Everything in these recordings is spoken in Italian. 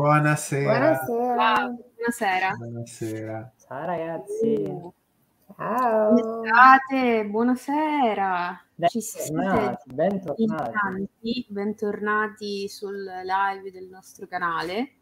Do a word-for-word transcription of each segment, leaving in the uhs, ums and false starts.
Buonasera. Buonasera. Buonasera. Buonasera. Ciao ragazzi. Uh, Ciao. come state? Buonasera. Ci siete Bentornati, in bentornati. tanti, bentornati sul live del nostro canale.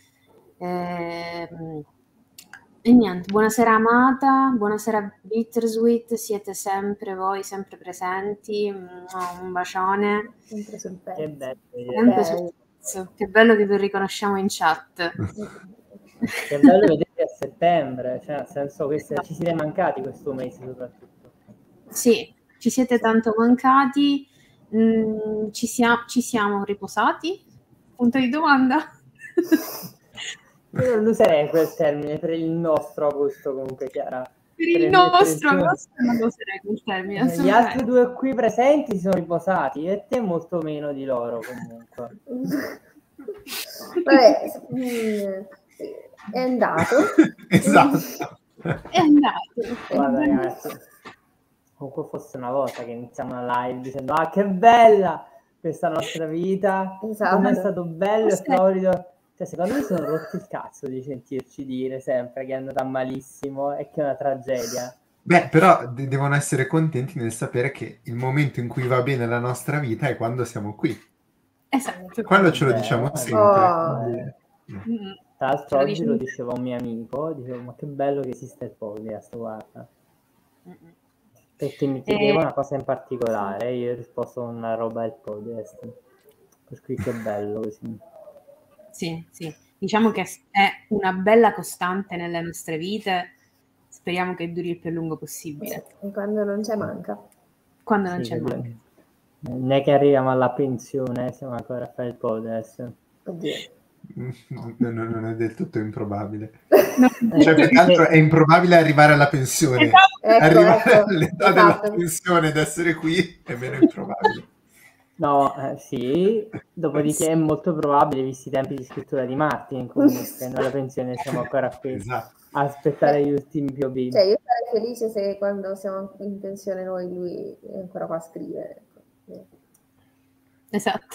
Ehm, E niente, buonasera Amata, buonasera Bittersweet, siete sempre voi, sempre presenti. Mua, un bacione. Sempre sul Che pezzo. bello, Sempre Eh. sul pezzo. Che bello che vi riconosciamo in chat. che bello vedervi a settembre, cioè nel senso queste, ci siete mancati questo mese soprattutto. Sì, ci siete tanto mancati, mm, ci, sia- ci siamo riposati? Punto di domanda. Io non userei quel termine per il nostro agosto comunque, Chiara. Per Per il le mie nostro intenzioni. agosto non lo sarei quel termine, Eh, Gli altri assolutamente. due qui presenti si sono riposati e te molto meno di loro comunque. Vabbè, s- mm, sì, è andato. Esatto. È andato. Guarda ragazzi, comunque fosse una volta che iniziamo una live dicendo ah che bella questa nostra vita, Esatto. come è stato bello e Forse- florido. Cioè, secondo me sono rotto il cazzo di sentirci dire sempre che è andata malissimo e che è una tragedia. Beh, però de- devono essere contenti nel sapere che il momento in cui va bene la nostra vita è quando siamo qui. Esatto. Quello ce lo Beh, diciamo eh, sempre. Oh. quindi- Mm. Tra l'altro Ce lo oggi diciamo- lo diceva un mio amico, dicevo ma che bello che esiste il podcast, guarda. Mm. Perché mi chiedeva Eh, una cosa in particolare e io ho risposto con una roba del podcast. Per cui che bello così. Sì, sì. Diciamo che è una bella costante nelle nostre vite. Speriamo che duri il più a lungo possibile. E quando non c'è manca. Quando non Sì, c'è che manca. non è che arriviamo alla pensione, siamo ancora a fare il podcast. Oddio. No, no, non è del tutto improbabile. No. Cioè, più che altro è improbabile arrivare alla pensione. Esatto. Ecco, Arrivare ecco, all'età esatto. della pensione ed essere qui è meno improbabile. No, eh, sì, dopodiché è molto probabile, visti i tempi di scrittura di Martin, comunque, noi alla pensione siamo ancora qui Esatto. a aspettare gli ultimi P O B. Cioè, io sarei felice se quando siamo in pensione noi lui è ancora qua a scrivere. Ecco. Esatto.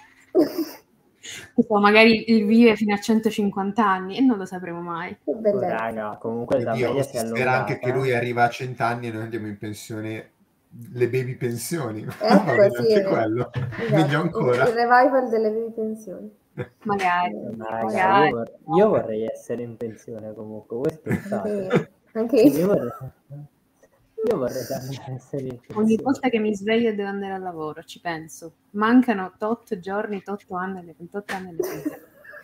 Tipo, magari il vive fino a centocinquanta anni e non lo sapremo mai. Che Oh, bellezza. raga, comunque la Dio, media si si è spera anche che allungata. lui arriva a cent'anni e noi andiamo in pensione, le baby pensioni. Va Ecco, bene sì, anche eh. quello. Esatto. Meglio Il, ancora. il revival delle mie pensioni. Magari. Ma raga, magari. io, vor- io vorrei essere in pensione comunque, voi Anche pensate? io. Anche Io io. vorrei, io vorrei tanto essere in pensione. Ogni volta che mi sveglio e devo andare al lavoro, ci penso. Mancano tot giorni, tot anni, alle ventotto anni alle pensione.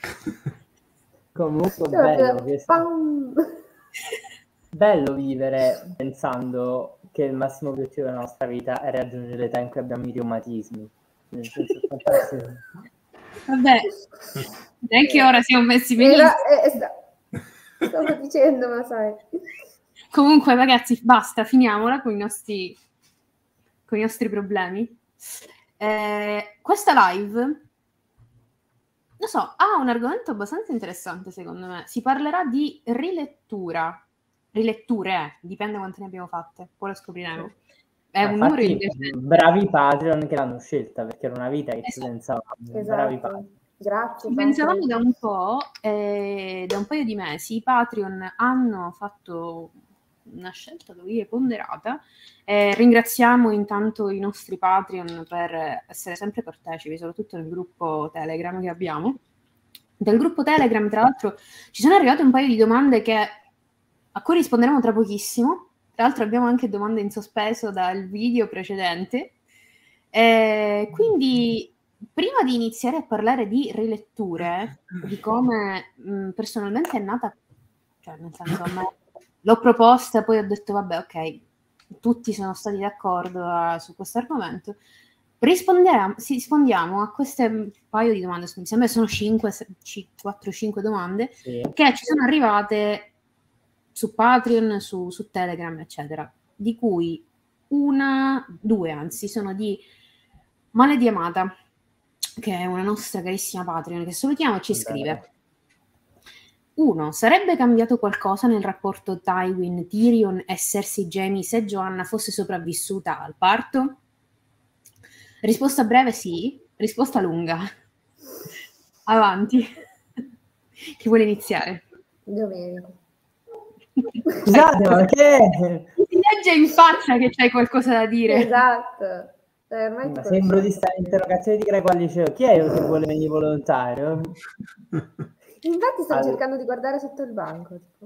Comunque Cioè, bello, che- pam! bello vivere pensando che il massimo obiettivo della nostra vita è raggiungere l'età in cui abbiamo i reumatismi. Nel senso, è fantastico. Vabbè, non è che ora siamo messi benissimo. Era, eh, sta- stavo dicendo, ma sai. Comunque, ragazzi, basta, finiamola con i nostri, con i nostri problemi. Eh, questa live, non so, ha un argomento abbastanza interessante, secondo me. Si parlerà di rilettura. Riletture, eh, dipende quante ne abbiamo fatte, poi lo scopriremo. È un numero Infatti, indecente. bravi Patreon che l'hanno scelta, perché era una vita che ci Esatto. pensavamo. Bravi Esatto. Patreon. Grazie. Ci pensavamo Patrick. da un po', eh, da un paio di mesi, i Patreon hanno fatto una scelta, devo dire, ponderata. Eh, ringraziamo intanto i nostri Patreon per essere sempre partecipi, soprattutto nel gruppo Telegram che abbiamo. Dal gruppo Telegram, tra l'altro, ci sono arrivate un paio di domande che, a cui risponderemo tra pochissimo. Tra l'altro abbiamo anche domande in sospeso dal video precedente. Eh, quindi, prima di iniziare a parlare di riletture, di come mh, personalmente è nata, cioè nel senso a me l'ho proposta, poi ho detto vabbè, ok, tutti sono stati d'accordo a- su questo argomento. Rispondiamo, sì, rispondiamo a queste un paio di domande, mi sembra sono cinque, quattro cinque domande Sì. che ci sono arrivate su Patreon, su, su Telegram, eccetera, di cui una, due anzi, sono di Male di Amata, che è una nostra carissima Patreon, che salutiamo e ci Bene. scrive: uno, sarebbe cambiato qualcosa nel rapporto Tywin, Tyrion e Cersei Jaime se Joanna fosse sopravvissuta al parto? Risposta breve sì, risposta lunga. Avanti. Chi vuole iniziare? Domenico. Scusate, ma che? Ti legge in faccia che c'hai qualcosa da dire. Esatto. Cioè, ormai Ma ti sembro di conosciamo. stare in interrogazione di greco al liceo. Chi è che vuole venire volontario? Infatti stavo Allora. cercando di guardare sotto il banco. Tipo.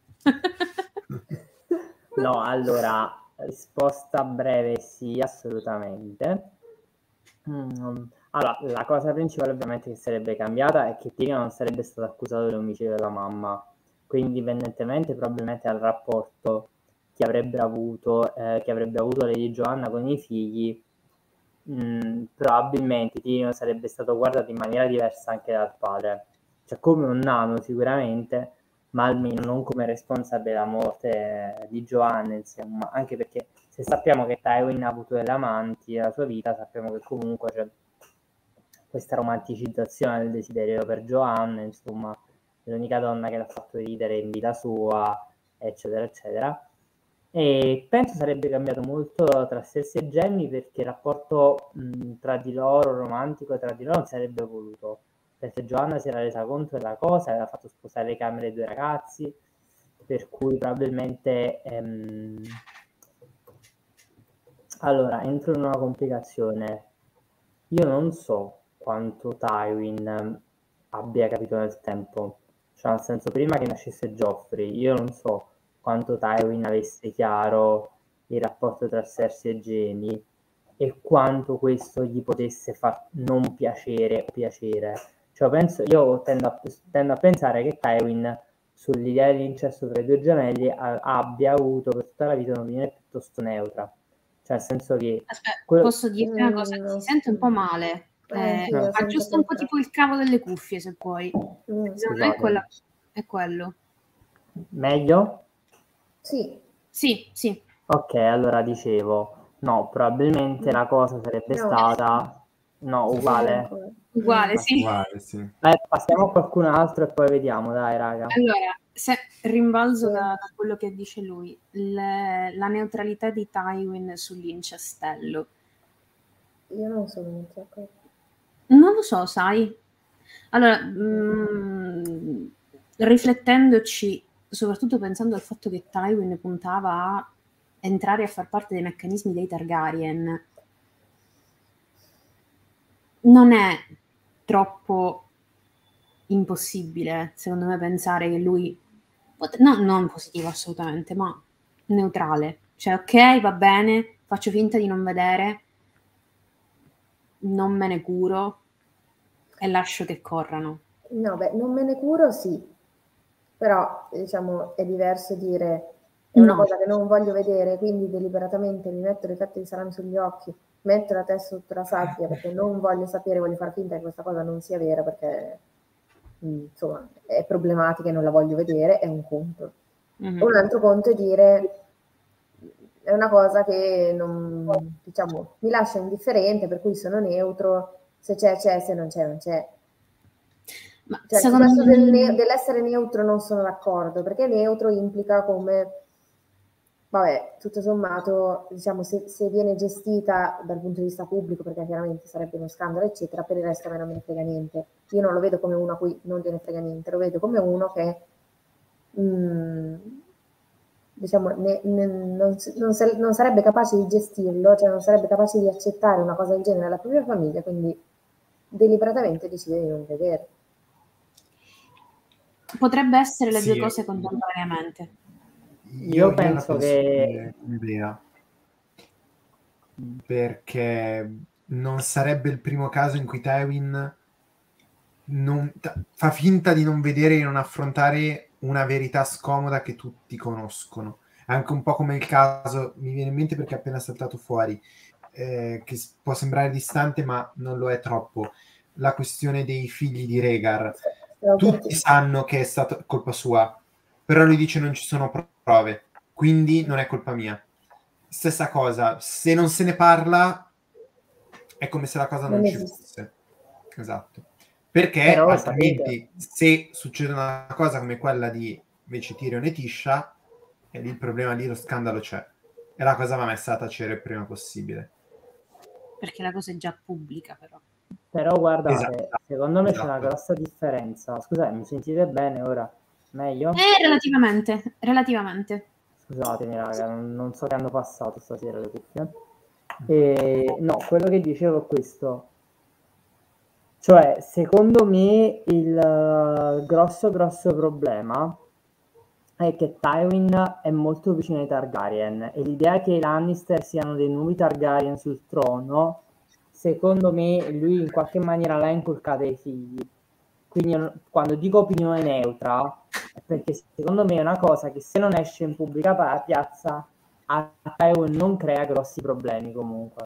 No, allora, risposta breve sì, assolutamente. Mm, allora, la cosa principale ovviamente che sarebbe cambiata è che Tyrion non sarebbe stato accusato dell'omicidio della mamma, quindi indipendentemente probabilmente dal rapporto che avrebbe avuto, eh, che avrebbe avuto Lady Joanna con i figli, mh, probabilmente Tyrion sarebbe stato guardato in maniera diversa anche dal padre, cioè come un nano sicuramente, ma almeno non come responsabile della morte di Joanna, insomma, anche perché se sappiamo che Tywin ha avuto delle amanti nella sua vita, sappiamo che comunque c'è questa romanticizzazione del desiderio per Joanna, insomma, l'unica donna che l'ha fatto ridere in vita sua, eccetera, eccetera. E penso sarebbe cambiato molto tra Cersei e Jaime perché il rapporto mh, tra di loro, romantico tra di loro, non sarebbe voluto, perché Joanna si era resa conto della cosa, aveva fatto sposare le camere ai due ragazzi, per cui probabilmente ehm... allora entro in una complicazione. Io non so quanto Tywin abbia capito nel tempo, cioè nel senso prima che nascesse Joffrey, io non so quanto Tywin avesse chiaro il rapporto tra Cersei e Jaime e quanto questo gli potesse far non piacere o piacere. Cioè penso, io tendo a, tendo a pensare che Tywin sull'idea dell'incesto tra i due gemelli a, abbia avuto per tutta la vita un'opinione piuttosto neutra. Cioè nel senso che... Aspetta, quello... posso dirti una cosa? Mm, Si no. sente un po' male. Eh, sì, Eh, lo sento aggiusta un po' sempre. tipo il cavo delle cuffie, se puoi. Mm. Secondo me è, quella, è quello. Meglio? Sì. Sì, sì. Ok, allora dicevo, no, probabilmente la cosa sarebbe No. stata... No, uguale. Ancora. Uguale, Mm. sì. Uguale, sì. Eh, passiamo a qualcun altro e poi vediamo, dai, raga. Allora, se rimbalzo Sì. da, da quello che dice lui, le- la neutralità di Tywin sull'incestello. Io non sono molto d'accordo. Non lo so, sai? Allora, mh, riflettendoci, soprattutto pensando al fatto che Tywin puntava a entrare a far parte dei meccanismi dei Targaryen, non è troppo impossibile, secondo me, pensare che lui, pot- no, non positivo assolutamente, ma neutrale. Cioè, ok, va bene, faccio finta di non vedere, non me ne curo e lascio che corrano. No, beh, non me ne curo, sì. Però, diciamo, è diverso dire è una No. cosa che non voglio vedere, quindi deliberatamente mi metto le fette di salame sugli occhi, metto la testa sotto la sabbia perché non voglio sapere, voglio far finta che questa cosa non sia vera perché insomma è problematica e non la voglio vedere, è un conto. Mhm. Un altro conto è dire è una cosa che non, diciamo, mi lascia indifferente, per cui sono neutro, se c'è c'è, se non c'è non c'è. Ma Cioè, su secondo questo me... del ne- dell'essere neutro non sono d'accordo, perché neutro implica come, vabbè, tutto sommato, diciamo, se, se viene gestita dal punto di vista pubblico, perché chiaramente sarebbe uno scandalo, eccetera, per il resto a me non me ne frega niente. Io non lo vedo come uno a cui non gliene frega niente, lo vedo come uno che, mh, diciamo, ne, ne, non, non, non sarebbe capace di gestirlo, cioè non sarebbe capace di accettare una cosa del genere nella propria famiglia, quindi deliberatamente decide di non vedere. Potrebbe essere le Sì. due cose contemporaneamente. Io, Io io penso la penso che- come idea. Perché non sarebbe il primo caso in cui Tywin non, t- fa finta di non vedere e non affrontare una verità scomoda che tutti conoscono. È anche un po' come il caso, mi viene in mente perché è appena saltato fuori, eh, che s- può sembrare distante ma non lo è troppo, la questione dei figli di Rhaegar. Tutti sanno che è stata colpa sua, però lui dice non ci sono prove, quindi non è colpa mia. Stessa cosa, se non se ne parla è come se la cosa non, Non ci esiste. fosse. Esatto. Perché Però altrimenti sapete- se succede una cosa come quella di invece Tyrion e Tisha, e lì il problema lì, lo scandalo c'è. E la cosa va messa a tacere il prima possibile. Perché la cosa è già pubblica, però. Però guardate, Esatto. secondo me c'è una Esatto. grossa differenza. Scusate, mi sentite bene ora? Meglio? Eh, relativamente, relativamente. Scusatemi raga, non, non so che hanno passato stasera le cuffie. E, no, quello che dicevo è questo. Cioè, secondo me il uh, grosso grosso problema è che Tywin è molto vicino ai Targaryen e l'idea che i Lannister siano dei nuovi Targaryen sul trono, secondo me lui in qualche maniera l'ha inculcata ai figli. Quindi quando dico opinione neutra è perché secondo me è una cosa che se non esce in pubblica piazza a Tywin non crea grossi problemi comunque.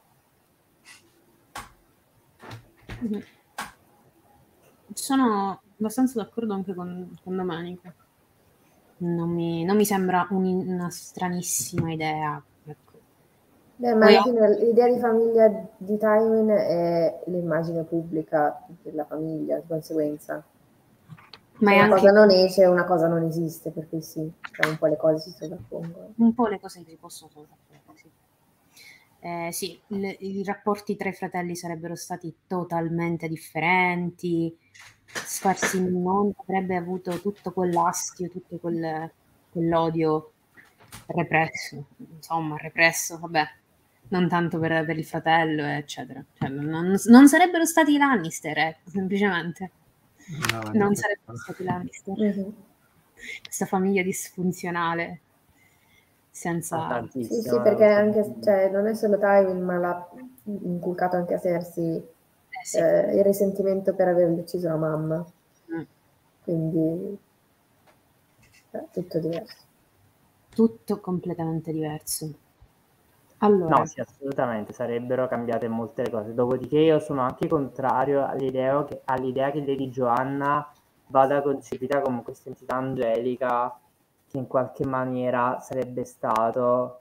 Sono abbastanza d'accordo anche con, con Domenico. Non mi, non mi sembra un, una stranissima idea. Ecco. Beh, ma alla fine l'idea di famiglia di Tywin è l'immagine pubblica della famiglia, di conseguenza. Ma Se è una anche... cosa non esce, una cosa non esiste, per cui sì, cioè un po' le cose si sovrappongono. Un po' le cose si possono sovrapporre, sì. Eh, sì, le, i rapporti tra i fratelli sarebbero stati totalmente differenti, Scarsi non avrebbe avuto tutto quell'astio, tutto quel, quell'odio represso, insomma, represso, vabbè, non tanto per, per il fratello, eccetera. Cioè, non, non sarebbero stati i Lannister, ecco, semplicemente. No, non sarebbero stati i Lannister. Mm-hmm. Questa famiglia disfunzionale. Senza... Sì, sì, perché anche, cioè, non è solo Tywin, ma l'ha inculcato anche a Cersei eh, sì. eh, il risentimento per aver ucciso la mamma. Mm. Quindi è tutto diverso. Tutto completamente diverso. Allora. No, sì, assolutamente, sarebbero cambiate molte cose. Dopodiché io sono anche contrario all'idea che, all'idea che Lady Joanna vada concepita come questa entità angelica che in qualche maniera sarebbe stato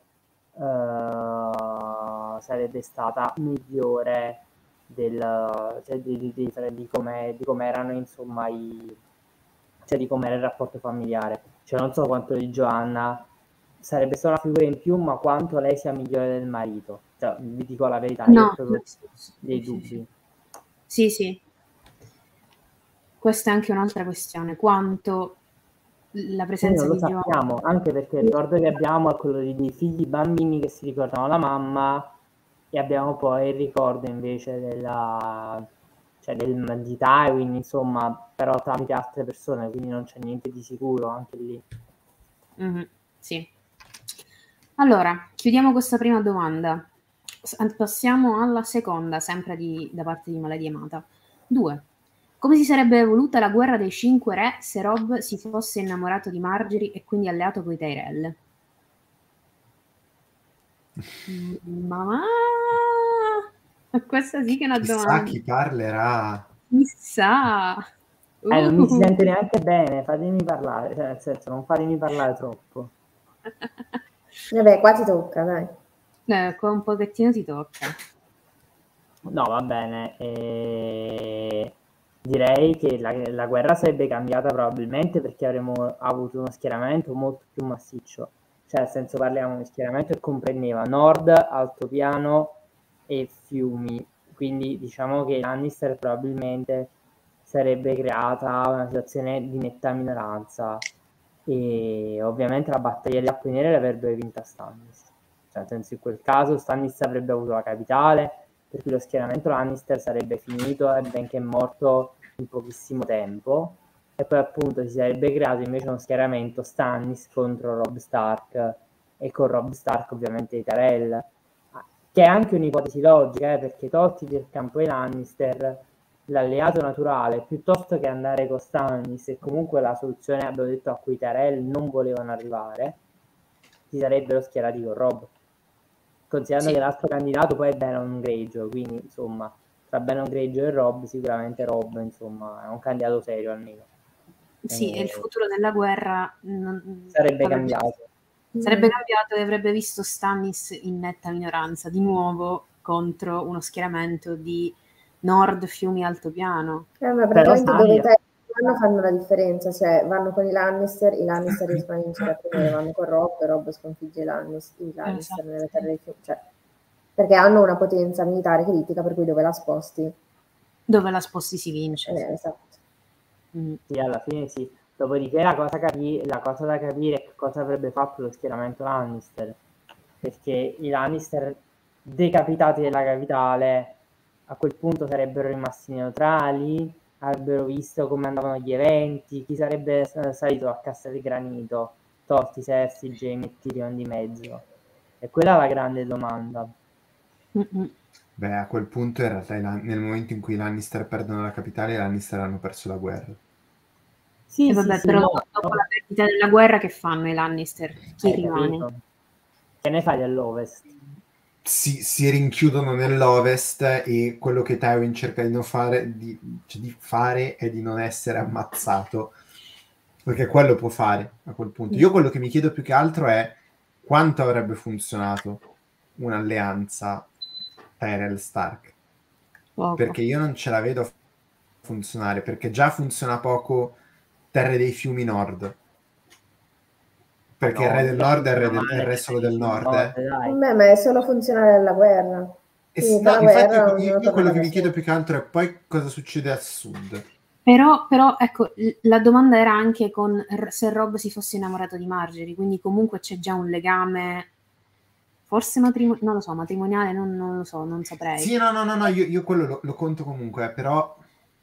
uh, sarebbe stata migliore del, cioè, di, di, di, di come di come erano insomma i cioè di come era il rapporto familiare. Cioè non so quanto di Joanna sarebbe stata una figura in più, ma quanto lei sia migliore del marito. Cioè, vi dico la verità, no, io ho proprio sì, sì, dei sì, dubbi. Sì, sì. Questa è anche un'altra questione, quanto la presenza Noi non di lo sappiamo, Joanna... anche perché il ricordo che abbiamo è quello di dei figli bambini che si ricordano la mamma e abbiamo poi il ricordo invece della... cioè del, di Tywin, insomma, però tramite altre persone, quindi non c'è niente di sicuro anche lì. Mm-hmm, sì. Allora, chiudiamo questa prima domanda. Passiamo alla seconda, sempre di, da parte di Maledì Amata. Due. Come si sarebbe evoluta la guerra dei cinque re se Robb si fosse innamorato di Margaery e quindi alleato con i Tyrell? Ma questa sì che è una Chissà domanda. chi parlerà. Chissà. Uh. Eh, non mi si sente neanche bene, fatemi parlare, cioè nel senso non fatemi parlare troppo. Vabbè, qua ti tocca, dai. Eh, qua un pochettino ti tocca. No, va bene. E... direi che la, la guerra sarebbe cambiata probabilmente perché avremmo avuto uno schieramento molto più massiccio. Cioè, nel senso, parliamo di uno schieramento che comprendeva nord, altopiano e fiumi. Quindi diciamo che Lannister probabilmente sarebbe creata una situazione di netta minoranza. E ovviamente la battaglia di acque nere l'avrebbe vinta Stannis. Cioè, nel senso, in quel caso Stannis avrebbe avuto la capitale, per cui lo schieramento Lannister sarebbe finito e benché morto in pochissimo tempo, e poi appunto si sarebbe creato invece uno schieramento Stannis contro Robb Stark e con Robb Stark ovviamente i Tyrell, che è anche un'ipotesi logica, eh, perché tolti del campo i Lannister, l'alleato naturale, piuttosto che andare con Stannis, e comunque la soluzione abbiamo detto a cui i Tyrell non volevano arrivare, si sarebbero schierati con Robb. Considerando sì. che l'altro candidato poi è Balon Greyjoy, quindi insomma tra Balon Greyjoy e Robb sicuramente Robb insomma è un candidato serio almeno. Sì, e, e il futuro della guerra non, sarebbe cambiato. Sarebbe cambiato e avrebbe visto Stannis in netta minoranza di nuovo contro uno schieramento di Nord, Fiumi, Altopiano. Eh, ma praticamente dove vanno fanno la differenza, cioè vanno con i Lannister, i Lannister riescono a vincere a tenere, vanno con Robb, Robb sconfigge i Lannister, i Lannister esatto. nelle terre dei fiumi, cioè, perché hanno una potenza militare critica per cui dove la sposti Dove la sposti si vince. Eh, esatto. Mm. Sì, alla fine sì. Dopodiché la cosa, capi- la cosa da capire è che cosa avrebbe fatto lo schieramento Lannister, perché i Lannister decapitati della capitale a quel punto sarebbero rimasti neutrali, avrebbero visto come andavano gli eventi, chi sarebbe salito a Cassa di Granito, tolti Cersei, Jaime e Tyrion di mezzo. E quella è la grande domanda. Mm-mm. Beh, a quel punto in realtà nel momento in cui i Lannister perdono la capitale, i Lannister hanno perso la guerra. Sì, E vabbè, sì, sì, però no, dopo no. la perdita della guerra che fanno i Lannister? Chi Hai rimane? capito? Che ne fai dell'Ovest? Si, si rinchiudono nell'Ovest e quello che Tywin cerca di non fare, di, cioè di fare è di non essere ammazzato, perché quello può fare a quel punto. Io quello che mi chiedo più che altro è quanto avrebbe funzionato un'alleanza Tyrell Stark, Poco. perché io non ce la vedo funzionare, perché già funziona poco Terre dei Fiumi Nord, perché No, il re del già nord è il re, funziona del, è il male re per solo i del Fiumi nord, Nord, eh. dai. Beh, ma è solo funzionale alla guerra. E s- Finita no, la infatti guerra, io, ognuno io quello torna che da mi chiedo sé. più che altro è poi cosa succede a sud. Però, però ecco, l- la domanda era anche con r- se Robb si fosse innamorato di Marjorie, quindi comunque c'è già un legame, forse matrimoniale, non lo so, matrimoniale, non, non lo so, non saprei. Sì, no, no, no, no, io, io quello lo, lo conto comunque, eh, però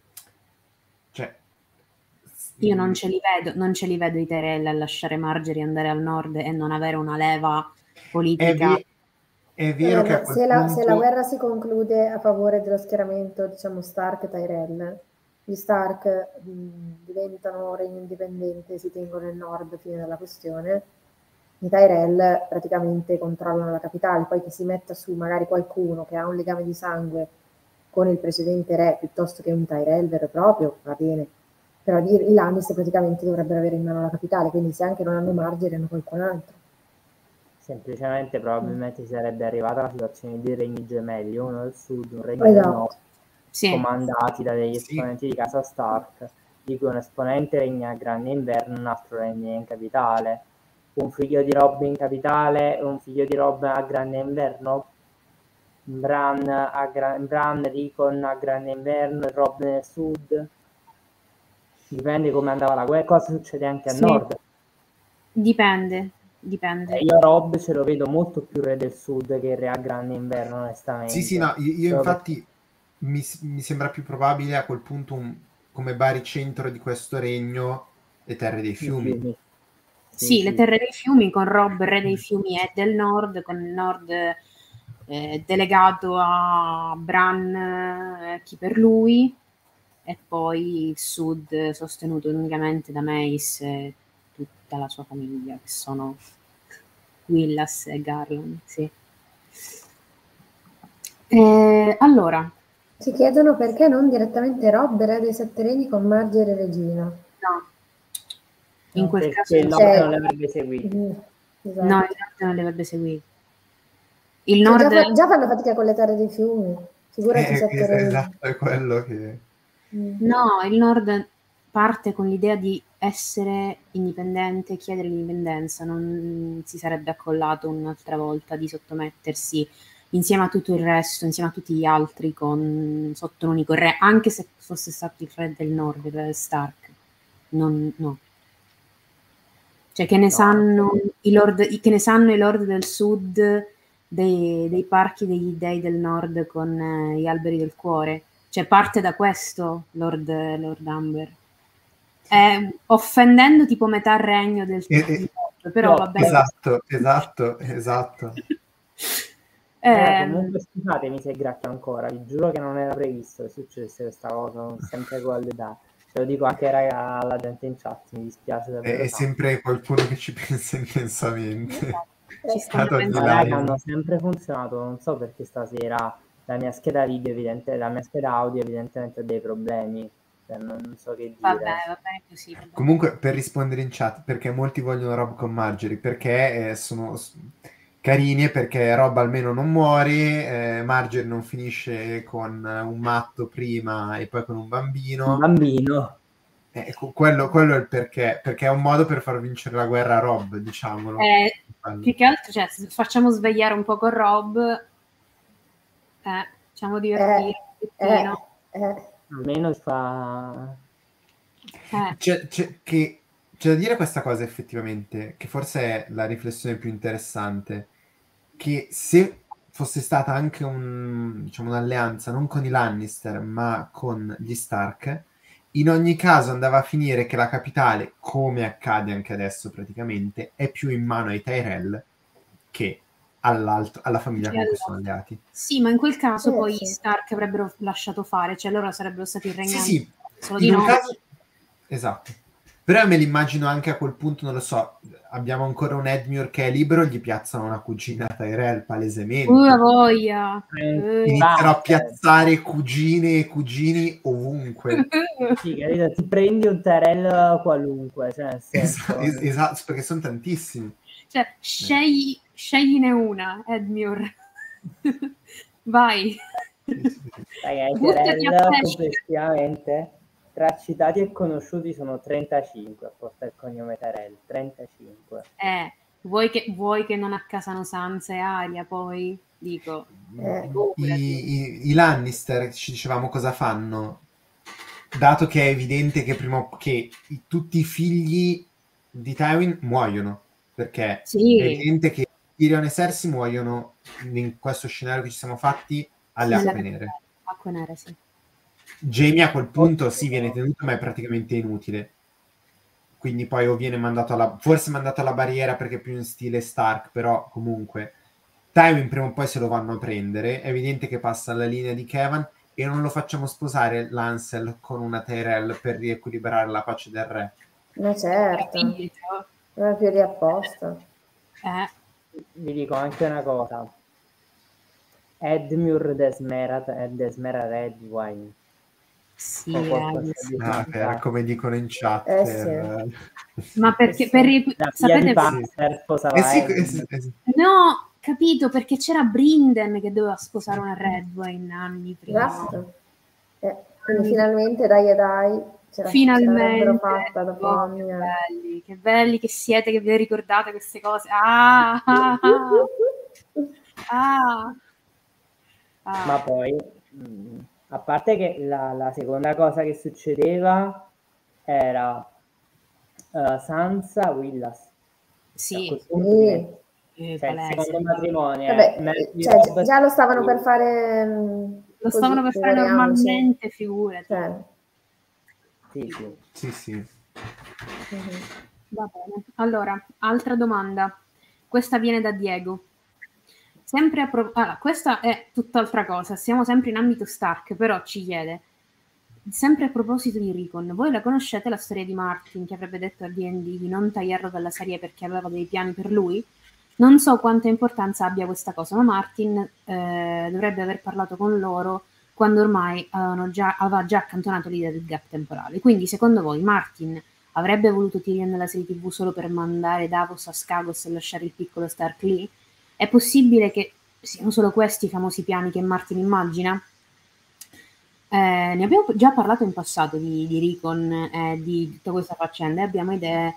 cioè Io non mm, ce li vedo, non ce li vedo i Tyrell a lasciare Marjorie andare al nord e non avere una leva è, politica. ve- è Vabbè, vero che a ma quel se la, se la punto guerra si conclude a favore dello schieramento, diciamo, Stark-Tyrell, gli Stark mh, diventano regno indipendente, si tengono il nord, fine della questione, i Tyrell praticamente controllano la capitale, poi che si metta su magari qualcuno che ha un legame di sangue con il precedente re piuttosto che un Tyrell vero e proprio, va bene, però i, i Lannister praticamente dovrebbero avere in mano la capitale, quindi se anche non hanno Marjorie hanno qualcun altro. Semplicemente probabilmente si sarebbe arrivata alla situazione di regni gemelli, uno del sud, un regno del nord, Esatto. Sì, comandati da degli sì, esponenti di casa Stark, di cui un esponente regna a grande inverno e un altro regna in capitale. Un figlio di Robb in capitale e un figlio di Robb a grande inverno. Bran, a gra- Bran Rickon a grande inverno e Robb nel sud. Dipende come andava la guerra, cosa succede anche a sì, nord. dipende, dipende. Eh, Io Robb ce lo vedo molto più re del sud che re a grande inverno, onestamente. sì, sì, no, io, io Solo infatti mi, mi sembra più probabile a quel punto un, come baricentro di questo regno le Terre dei perché- Fiumi. Sì, Sì, sì, le sì. terre dei fiumi con Robb, re dei fiumi e del nord, con il nord eh, delegato a Bran eh, chi per lui, e poi il sud sostenuto unicamente da Mace e tutta la sua famiglia, che sono Willas e Garland, sì. Eh, allora, Si chiedono perché non direttamente Robb, re dei sette regni, con Marjorie regina. no, in No, quel perché caso il non nord Cioè, non l'avrebbe seguito. mm, no, esatto. il nord non li avrebbe seguiti. Il Cioè, già, nord... fa- già fanno fatica con le terre dei fiumi, figurati i Eh, sette es- regni. esatto, è quello che... Mm. No, il Nord parte con l'idea di essere indipendente, chiedere l'indipendenza, non si sarebbe accollato un'altra volta di sottomettersi insieme a tutto il resto, insieme a tutti gli altri, con, sotto un unico re, anche se fosse stato il re del Nord, il re Stark. Non, no. Cioè, che ne No, sanno i lord, i- che ne sanno i lord del Sud dei, dei parchi degli dei del Nord con eh, gli alberi del cuore? Cioè, parte da questo Lord, Lord Amber. Eh, offendendo tipo metà regno del Eh, eh, Nord, però no, va bene. esatto, esatto, esatto. Eh, Ehm, comunque scusatemi se gracchio ancora, vi giuro che non era previsto che succedesse questa cosa, sono sempre gol da... Ce lo dico anche raga, alla gente in chat, mi dispiace È, davvero è tanto. sempre qualcuno che ci pensa intensamente. ci stanno Ad ogni pensando. Ma raga, live. hanno sempre funzionato, non so perché stasera la mia scheda video, evidente, la mia scheda audio evidentemente ha dei problemi, cioè, non, non so che Vabbè, dire. va bene così. Va bene. Comunque, per rispondere in chat, perché molti vogliono Rob con Marjorie? Perché eh, sono s- carini e perché Rob almeno non muore, eh, Marjorie non finisce con un matto prima e poi con un Un bambino. bambino. Ecco, quello, quello è il perché, perché è un modo per far vincere la guerra a Rob, diciamolo. Eh, Quello. più che altro, cioè, se facciamo svegliare un po' con Rob, eh, facciamo Eh, divertire un eh, pochettino. Eh, Almeno fa... Eh, C'è, c'è- che, c'è da dire questa cosa effettivamente, che forse è la riflessione più interessante, che se fosse stata anche un, diciamo, un'alleanza non con i Lannister, ma con gli Stark, in ogni caso andava a finire che la capitale, come accade anche adesso praticamente, è più in mano ai Tyrell che all'altro- alla famiglia con cui sono alleati. sì, ma in quel caso Eh, poi sì. gli Stark avrebbero lasciato fare, cioè loro sarebbero stati Sì, regnanti sì, solo in di un no. caso... Esatto. Però me l'immagino anche a quel punto, non lo so, abbiamo ancora un Edmure che è libero, gli piazzano una cugina Tyrell palesemente. Uh, la voglia! Eh, Eh. Iniziano a basta. piazzare cugine e cugini ovunque. Sì, capito? Ti prendi un Tyrell qualunque, cioè nel senso... Esatto, es- esatto, perché sono tantissimi. Cioè, scegli, scegliene una, Edmure. Vai. Raga, i Buttati a Tyrell pesce. complessivamente tra citati e conosciuti sono trentacinque a porta il cognome Tyrell, trentacinque. Eh, vuoi che, vuoi che non accasano Sansa e Arya poi? Dico, Eh. figurati. I, i- i Lannister, ci dicevamo cosa fanno, dato che è evidente che, prima, o- che i- tutti i figli di Tywin muoiono, perché Sì. è evidente che Tyrion e Cersei muoiono in questo scenario che ci siamo fatti alle Nella- acque nere. Acque nere, sì. Jamie a quel punto sì viene tenuto, ma è praticamente inutile. Quindi poi o viene mandato alla... forse mandato alla barriera perché è più in stile Stark, però comunque Tywin prima o poi se lo vanno a prendere. È evidente che passa alla linea di Kevan e non lo facciamo sposare Lancel con una Tyrell per riequilibrare la pace del re. Ma certo, Capito? non è più lì apposta. Eh, Vi dico anche una cosa. Edmure Desmera e Desmera Redwine. sì, O eh, qualcosa di Ah, per, come dicono in chat. Eh, per- ma perché Sì. per riequi- La figlia sapete di perché? Panzer sposava Eh sì, eh Edmure. sì, eh sì. No, capito, perché c'era Brinden che doveva sposare una Redwine anni prima. Basta. Eh, quindi finalmente, dai e dai, ce la, ce Finalmente, l'avrebbero fatta dopo oh, anni. che eh. belli, che belli che siete, che vi ricordate queste cose. Ah, ah, ah, ah. Ah. Ma poi, mh, a parte che la, la seconda cosa che succedeva era uh, Sansa Willas. Sì. A quel punto Sì. diventa- Eh, cioè, il palese. secondo matrimonio Vabbè, è Matthew cioè, Roberts- già lo stavano per fare. mh, Lo così, stavano per fare figuriamoci. normalmente, figurati. Cioè, Sì, sì. Sì, sì. mhm. Va bene. Allora, altra domanda. Questa viene da Diego. Sempre a pro- allora, questa è tutt'altra cosa. Siamo sempre in ambito Stark, però ci chiede. Sempre a proposito di Rickon, voi la conoscete la storia di Martin che avrebbe detto a D and D di non tagliarlo dalla serie perché aveva dei piani per lui? Non so quanta importanza abbia questa cosa, ma Martin eh, dovrebbe aver parlato con loro quando ormai avevano già, aveva già accantonato l'idea del gap temporale. Quindi, secondo voi, Martin avrebbe voluto Tyrion nella serie tivù solo per mandare Davos a Skagos e lasciare il piccolo Stark lì? È possibile che siano solo questi i famosi piani che Martin immagina? Eh, ne abbiamo già parlato in passato di, di Rickon e eh, di tutta questa faccenda e abbiamo idee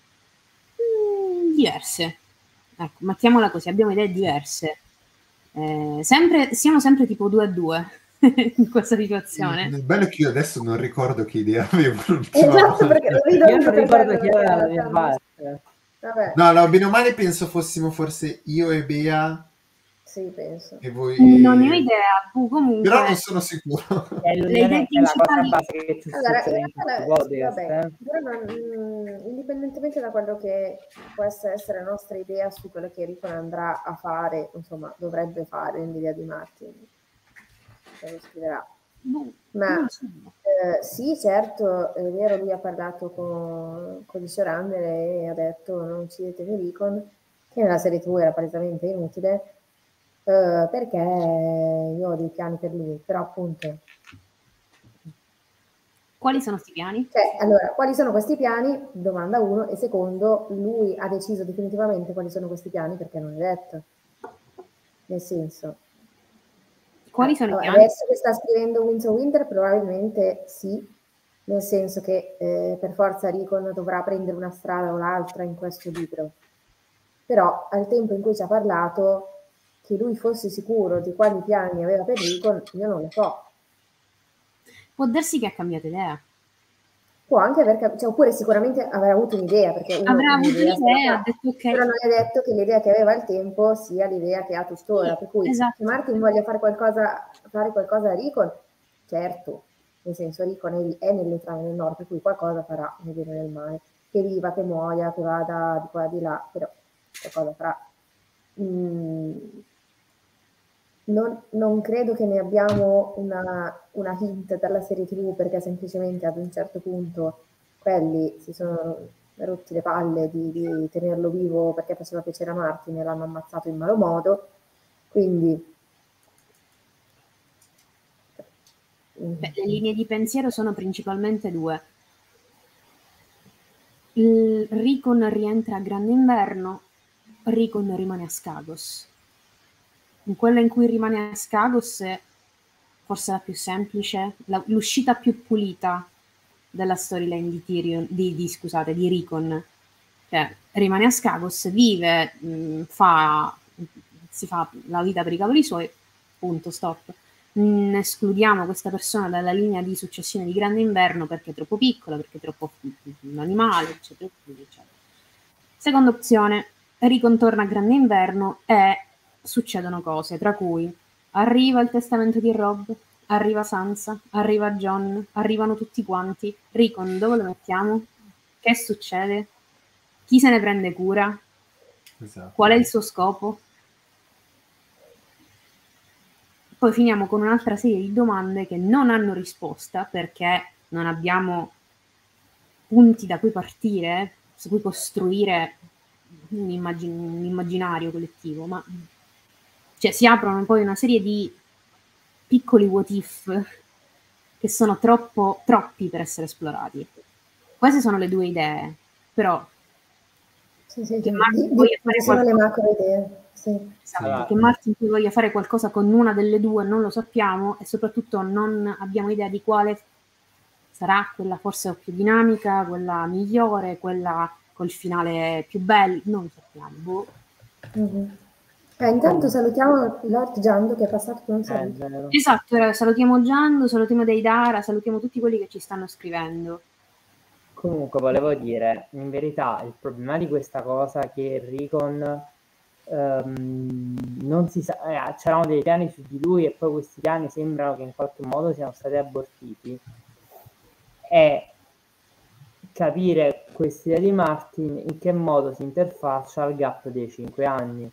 mm, diverse. Ecco, mettiamola così, abbiamo idee diverse. Eh, sempre, siamo sempre tipo due a due in questa situazione. Il bello è che io adesso non ricordo che idea avevo. Esatto, perché lo vedo Io anche non per ricordo quello, chi perché era la in mia realtà- parte. Vabbè, No, no, bene o male penso fossimo forse io e Bea sì, penso. e voi... Non ne ho idea, tu comunque. Però non sono sicuro. È Le l'unione, idee è la cosa principali- base che ci Allora, in succede in realtà, tutti i podcast. vabbè, eh. però non- mm, indipendentemente da quello che può essere la nostra idea su quello che Rickon andrà a fare, insomma, dovrebbe fare nell'idea di Martin, se lo scriverà. Boh, Ma non lo so. eh, sì, certo, è vero, lui ha parlato con, con il Sorander e ha detto non uccidetevi Rickon, che nella serie tivù era palesemente inutile, eh, perché io ho dei piani per lui, però appunto... Quali sono questi piani? Cioè, allora, quali sono questi piani? Domanda uno. E secondo, lui ha deciso definitivamente quali sono questi piani perché non è detto. Nel senso, Quali eh, sono i piani? adesso che sta scrivendo Winds of Winter probabilmente sì, nel senso che eh, per forza Rickon dovrà prendere una strada o l'altra in questo libro. Però al tempo in cui ci ha parlato, che lui fosse sicuro di quali piani aveva per Rickon, io non lo so. può darsi che ha cambiato idea. Può anche perché, cioè, oppure sicuramente avrà avuto un'idea, perché uno Avrà avuto un'idea se la un'idea, ha fa, detto ok. però non è detto che l'idea che aveva al tempo sia l'idea che ha tuttora, Sì, per cui esatto. se Martin voglia fare qualcosa, fare qualcosa a Rickon, certo, nel senso Rickon è, è nelle trame del nord, per cui qualcosa farà nel bene e nel male, che viva, che muoia, che vada di qua e di là, però qualcosa farà. Mm, non, non credo che ne abbiamo una, una hint dalla serie tivù, perché semplicemente ad un certo punto quelli si sono rotti le palle di, di tenerlo vivo perché faceva piacere a Martin e l'hanno ammazzato in malo modo, quindi Beh, le linee di pensiero sono principalmente due. Il Rickon rientra a Grande Inverno, Rickon rimane a Skagos. In quella in cui rimane a Skagos è forse la più semplice, la, l'uscita più pulita della storyline di Tyrion, di, di scusate, di Rickon. Cioè, rimane a Skagos, vive, mh, fa, si fa la vita per i cavoli suoi, punto, stop. Mm, escludiamo questa persona dalla linea di successione di Grande Inverno perché è troppo piccola, perché è troppo un animale, eccetera, eccetera. Seconda opzione, Rickon torna a Grande Inverno e succedono cose, tra cui arriva il testamento di Robb, arriva Sansa, arriva Jon, arrivano tutti quanti. Rickon dove lo mettiamo? Che succede? Chi se ne prende cura? Esatto. Qual è il suo scopo? Poi finiamo con un'altra serie di domande che non hanno risposta perché non abbiamo punti da cui partire, su cui costruire un, immagin- un immaginario collettivo, ma cioè, si aprono poi una serie di piccoli what if che sono troppo, troppi per essere esplorati. Queste sono le due idee, però sì, sì, che di, Martin di, voglia di, fare sono le qualcosa, macro idee, sì. esatto, Allora, che Martin poi voglia fare qualcosa con una delle due non lo sappiamo e soprattutto non abbiamo idea di quale sarà, quella forse più dinamica, quella migliore, quella col finale più bello, non lo sappiamo. Boh. Mm-hmm. Eh, intanto salutiamo Lord Giando che è passato con un è saluto. vero. Esatto, eh, salutiamo Giando, salutiamo Deidara, salutiamo tutti quelli che ci stanno scrivendo. Comunque volevo dire, in verità il problema di questa cosa è che Rickon ehm, non si sa, eh, c'erano dei piani su di lui e poi questi piani sembrano che in qualche modo siano stati abortiti, e capire quest'idea di Martin in che modo si interfaccia al gap dei cinque anni,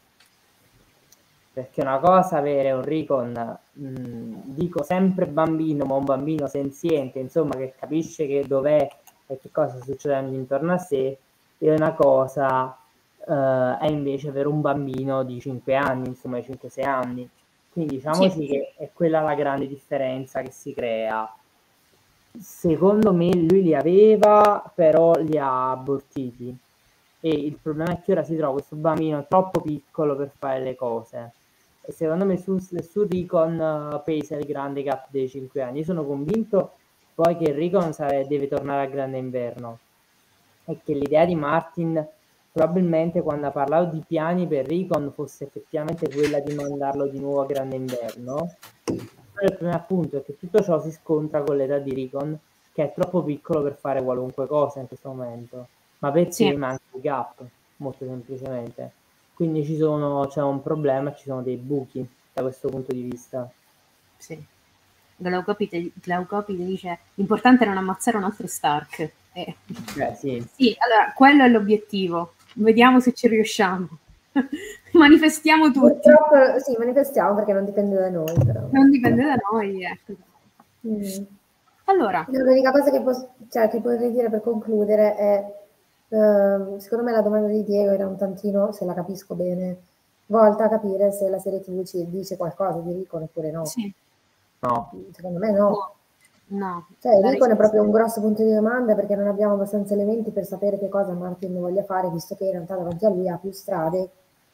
perché una cosa avere un Rickon, mh, dico sempre bambino, ma un bambino senziente, insomma, che capisce che dov'è e che cosa sta succedendo intorno a sé, e una cosa eh, è invece avere un bambino di cinque anni, insomma, di cinque sei anni. Quindi diciamo Sì. sì che è quella la grande differenza che si crea. Secondo me lui li aveva, però li ha abortiti. E il problema è che ora si trova questo bambino troppo piccolo per fare le cose. E secondo me su, su Rickon uh, pesa il grande gap dei cinque anni. Io sono convinto poi che Rickon sare- deve tornare a Grande Inverno. E che l'idea di Martin, probabilmente quando ha parlato di piani per Rickon, fosse effettivamente quella di mandarlo di nuovo a Grande Inverno. Però il problema appunto è che tutto ciò si scontra con l'età di Rickon, che è troppo piccolo per fare qualunque cosa in questo momento. Ma perché Sì. manca il gap, molto semplicemente. Quindi ci sono, c'è un problema, ci sono dei buchi da questo punto di vista. Sì. Glaucopite, Glaucopite dice l'importante è non ammazzare un altro Stark. Eh. Beh, sì. Sì, allora, quello è l'obiettivo. Vediamo se ci riusciamo. Manifestiamo tutti. Purtroppo sì, manifestiamo perché non dipende da noi, però. Non dipende da noi, ecco. Mm. Allora, L'unica cosa che, posso, cioè, che potrei dire per concludere è, ehm, secondo me la domanda di Diego era un tantino, se la capisco bene, volta a capire se la serie tivù ci dice qualcosa di Rickon oppure no. sì. No. Secondo me no. No. Cioè, La Rickon è risposta- proprio un grosso punto di domanda perché non abbiamo abbastanza elementi per sapere che cosa Martin voglia fare, visto che in realtà davanti a lui ha più strade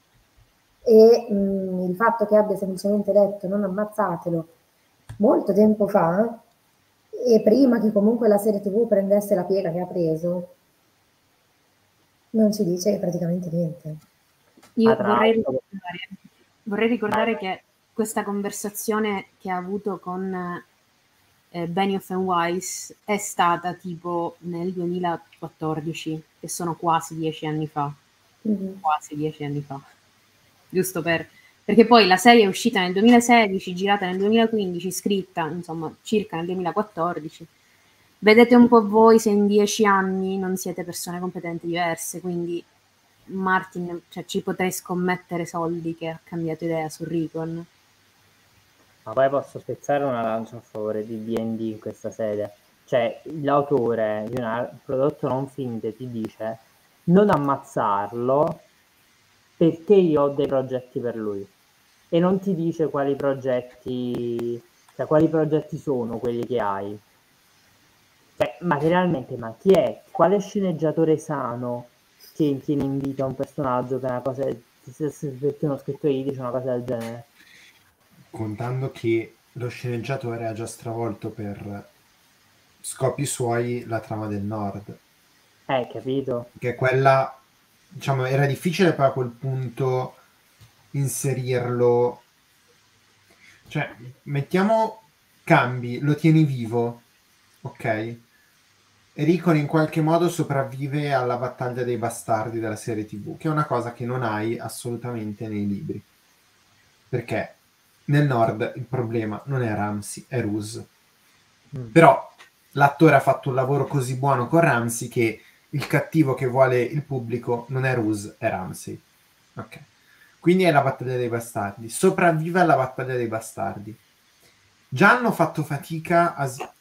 e mh, il fatto che abbia semplicemente detto non ammazzatelo molto tempo fa e prima che comunque la serie tivù prendesse la piega che ha preso, non ci dice praticamente niente. Io Ah, tra vorrei l'altro- ricordare, vorrei ricordare che questa conversazione che ha avuto con eh, Benioff and Weiss è stata tipo nel duemilaquattordici, che sono quasi dieci anni fa. Mhm. Quasi dieci anni fa. Giusto per... Perché poi la serie è uscita nel duemilasedici, girata nel duemilaquindici, scritta, insomma, circa nel duemilaquattordici. Vedete un po' voi se in dieci anni non siete persone competenti diverse, quindi Martin, cioè, ci potrei scommettere soldi che ha cambiato idea su Recon. Ma poi posso spezzare una lancia a favore di D and D in questa sede. Cioè, l'autore di un prodotto non finite ti dice non ammazzarlo perché io ho dei progetti per lui. E non ti dice quali progetti, cioè quali progetti sono quelli che hai. Cioè, materialmente, ma chi è? Quale sceneggiatore sano che tiene in vita un personaggio che è una cosa, se, se, se uno scritto gli dice una cosa del genere? Contando che lo sceneggiatore ha già stravolto per scopi suoi la trama del Nord. Eh, capito? Che quella, diciamo, era difficile poi a quel punto inserirlo. Cioè, mettiamo cambi, lo tieni vivo, ok? Recon in qualche modo sopravvive alla battaglia dei bastardi della serie tivù, che è una cosa che non hai assolutamente nei libri. Perché nel Nord il problema non è Ramsay, è Roose. Mm. Però l'attore ha fatto un lavoro così buono con Ramsay che il cattivo che vuole il pubblico non è Roose, è Ramsay. Ok. Quindi è la battaglia dei bastardi. Sopravvive alla battaglia dei bastardi. Già hanno fatto fatica a s-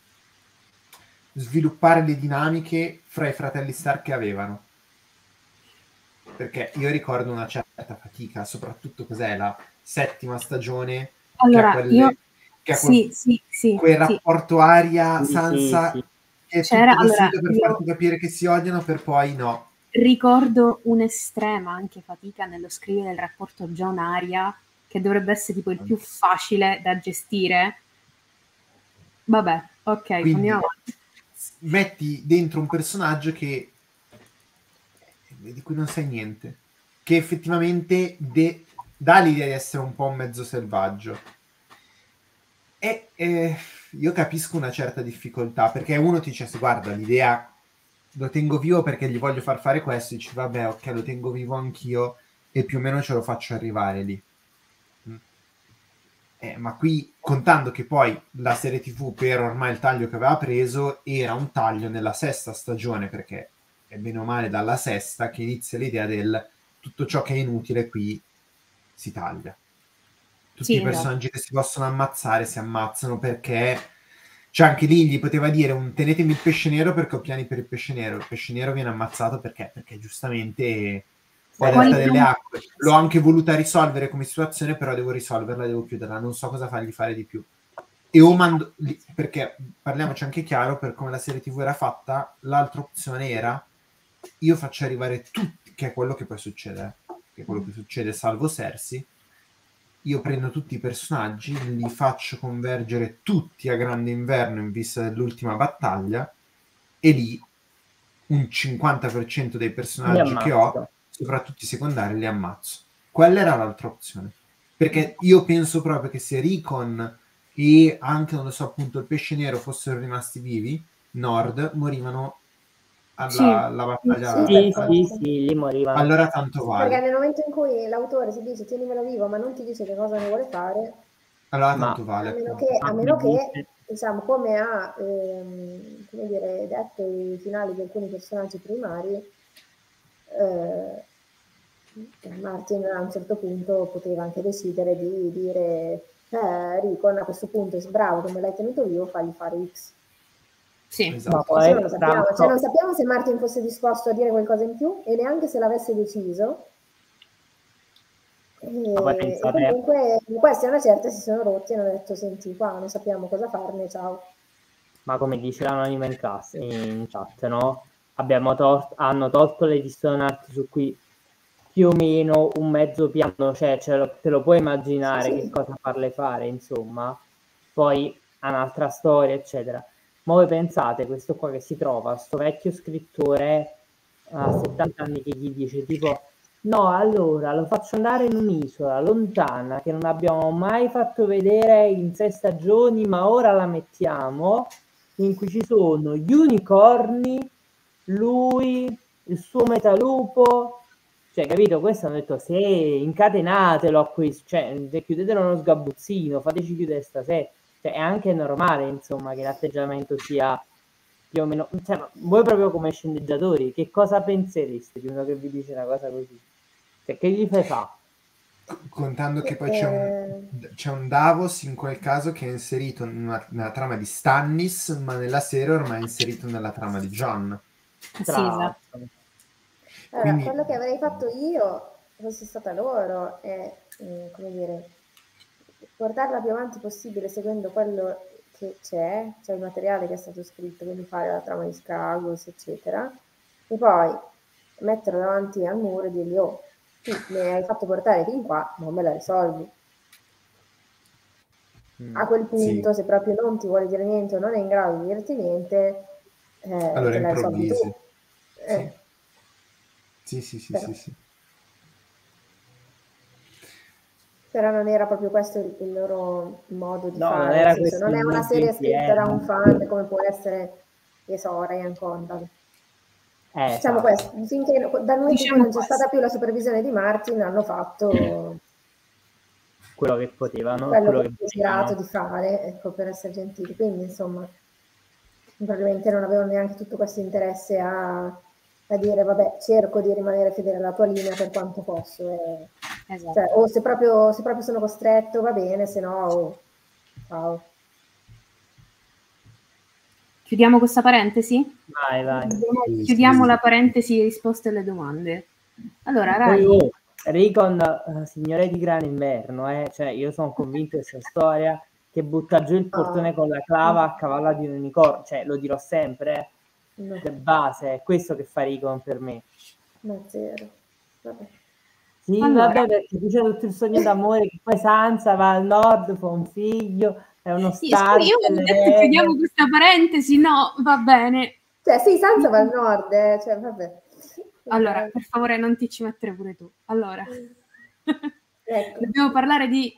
sviluppare le dinamiche fra i fratelli Stark che avevano. Perché io ricordo una certa fatica, soprattutto cos'è la settima stagione, allora, che ha quelle, io... che ha sì, quel, sì, sì, quel sì. rapporto Arya Sì, Sansa, sì, sì. che è C'era, tutto costruito allora, per io- farti capire che si odiano, per poi no. Ricordo un'estrema anche fatica nello scrivere il rapporto Jon-Arya, che dovrebbe essere tipo il più facile da gestire. Vabbè, ok, Quindi andiamo avanti. metti dentro un personaggio che di cui non sai niente, che effettivamente de- dà l'idea di essere un po' un mezzo selvaggio. E eh, io capisco una certa difficoltà, perché uno ti dice, guarda, l'idea lo tengo vivo perché gli voglio far fare questo, e dici, vabbè, ok, lo tengo vivo anch'io, e più o meno ce lo faccio arrivare lì. Mm. Eh, ma qui, contando che poi la serie tivù, per ormai il taglio che aveva preso, era un taglio nella sesta stagione, perché è bene o male dalla sesta che inizia l'idea del tutto ciò che è inutile qui si taglia. Tutti Sì, i personaggi che si possono ammazzare si ammazzano, perché cioè anche lì gli poteva dire un tenetemi il pesce nero perché ho piani per il pesce nero. Il pesce nero viene ammazzato perché? Perché giustamente ho Quali delta delle piani- acque. L'ho anche voluta risolvere come situazione, però devo risolverla, devo chiuderla. Non so cosa fargli fare di più. E o mando... Perché, parliamoci anche chiaro, per come la serie tivù era fatta, l'altra opzione era io faccio arrivare tutti, che è quello che poi succede, che è quello che succede salvo Cersei. Io prendo tutti i personaggi, li faccio convergere tutti a grande inverno in vista dell'ultima battaglia, e lì un cinquanta per cento dei personaggi che ho, soprattutto i secondari, li ammazzo. Quella era l'altra opzione. Perché io penso proprio che se Recon e anche, non lo so, appunto il pesce nero fossero rimasti vivi, Nord morivano alla, Sì. alla battaglia. Sì, Sì, per sì, forza. sì, lì morivano. Allora tanto vale. Perché nel momento in cui l'autore si dice tienimelo vivo ma non ti dice che cosa ne vuole fare, Allora Ma- tanto vale. a meno appunto. che, a Ma meno come che dice- diciamo, come ha ehm, come dire, detto i finali di alcuni personaggi primari, eh, Martin a un certo punto poteva anche decidere di dire eh, Recon a questo punto è bravo, come l'hai tenuto vivo, fagli fare X. Sì. Esatto. Ma Questo non poi, lo sappiamo, tra cioè non l'altro, sappiamo se Martin fosse disposto a dire qualcosa in più e neanche se l'avesse deciso. E, ma poi e pensate, comunque in questi a una certa si sono rotti e hanno detto senti qua non sappiamo cosa farne, ciao. ma come dice l'anonima in classe, in chat, no? Abbiamo tol- hanno tolto le dissonanti su cui più o meno un mezzo piano, cioè ce lo, te lo puoi immaginare Sì, che sì. cosa farle fare, insomma. Poi ha un'altra storia, eccetera. Ma voi pensate, questo qua che si trova, sto vecchio scrittore a settanta anni che gli dice tipo No, allora lo faccio andare in un'isola lontana che non abbiamo mai fatto vedere in sei stagioni, ma ora la mettiamo, in cui ci sono gli unicorni, lui, il suo metalupo, cioè, capito? Questo hanno detto, se incatenatelo a questo, cioè, chiudetelo uno sgabuzzino, fateci chiudere stasera. Cioè, è anche normale, insomma, che l'atteggiamento sia più o meno... Cioè, ma voi proprio come sceneggiatori, che cosa pensereste di uno che vi dice una cosa così? Cioè, che gli fai fa? Contando che poi Eh, c'è un, c'è un Davos in quel caso che è inserito nella, nella trama di Stannis, ma nella serie ormai è inserito nella trama di Jon. Sì, Tra esatto. l'altro. Allora, Quindi- quello che avrei fatto io, fosse stata loro, è, eh, come dire, portarla più avanti possibile seguendo quello che c'è, cioè il materiale che è stato scritto, quindi fare la trama di Skagos, eccetera, e poi metterlo davanti al muro e dirgli, oh, tu mi hai fatto portare fin qua, non me la risolvi. Mm. A quel punto, Sì. se proprio non ti vuole dire niente o non è in grado di dirti niente, eh, Allora te la risolvi tu. improvvisi. Eh, Sì, sì, sì, Però. sì, sì. Però non era proprio questo il, il loro modo di No, non fare, era nel senso questo non è il una loro serie scritta da un pensiero. fan come può essere, che so, Ryan Condal. Eh, Diciamo esatto. questo, finché dal momento in Diciamo cui non c'è questo. stata più la supervisione di Martin hanno fatto Quello che potevano, quello quello che che è girato volevano. di fare, ecco, per essere gentili. Quindi, insomma, probabilmente non avevano neanche tutto questo interesse a, a dire, vabbè, cerco di rimanere fedele alla tua linea per quanto posso. E, Esatto. cioè, o se proprio, se proprio sono costretto, va bene, se no, oh, ciao. Chiudiamo questa parentesi? Vai, vai. Sì, Chiudiamo sì. la parentesi risposte alle domande. Allora, Poi, Rai, oh, Recon, eh, signore di Gran Inverno, eh? Cioè, io sono convinto di questa storia che butta giù il portone No. con la clava a cavallo di un unicorno, cioè lo dirò sempre, eh. No, Di base, è questo che fa Recon per me. no, zero. Vabbè. Sì, Allora. vabbè, perché tu c'è tutto il sogno d'amore che poi Sansa va al nord, fa un figlio, è uno Sì, star, scusi, io se ho le detto chiudiamo vede. questa parentesi, no, va bene. Cioè, sì, Sansa va al nord, eh, cioè, vabbè. Allora, per favore, non ti ci mettere pure tu. Allora, Ecco. dobbiamo parlare di...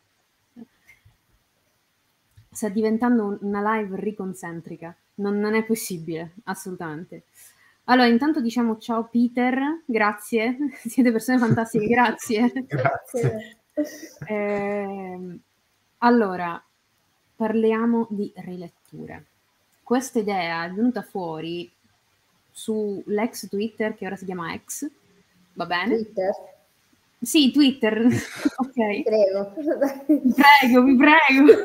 Sta diventando un- una live riconcentrica. Non, non è possibile, assolutamente. Allora, intanto diciamo ciao Peter, grazie. Siete persone fantastiche, grazie. Grazie. Ehm, allora, parliamo di riletture. Questa idea è venuta fuori sull'ex Twitter che ora si chiama X, va bene? Twitter? Sì, Twitter, Ti ok. prego. Vi prego, vi prego.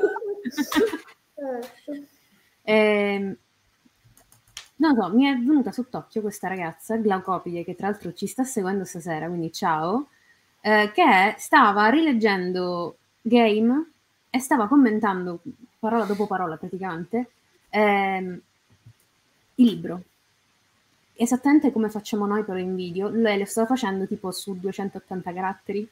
Eh. Ehm, non so, mi è venuta sott'occhio questa ragazza, Glaucopide, che tra l'altro ci sta seguendo stasera, quindi ciao, eh, che stava rileggendo Game e stava commentando, parola dopo parola praticamente, ehm, il libro. Esattamente come facciamo noi però in video, lei lo stava facendo tipo su duecentottanta caratteri,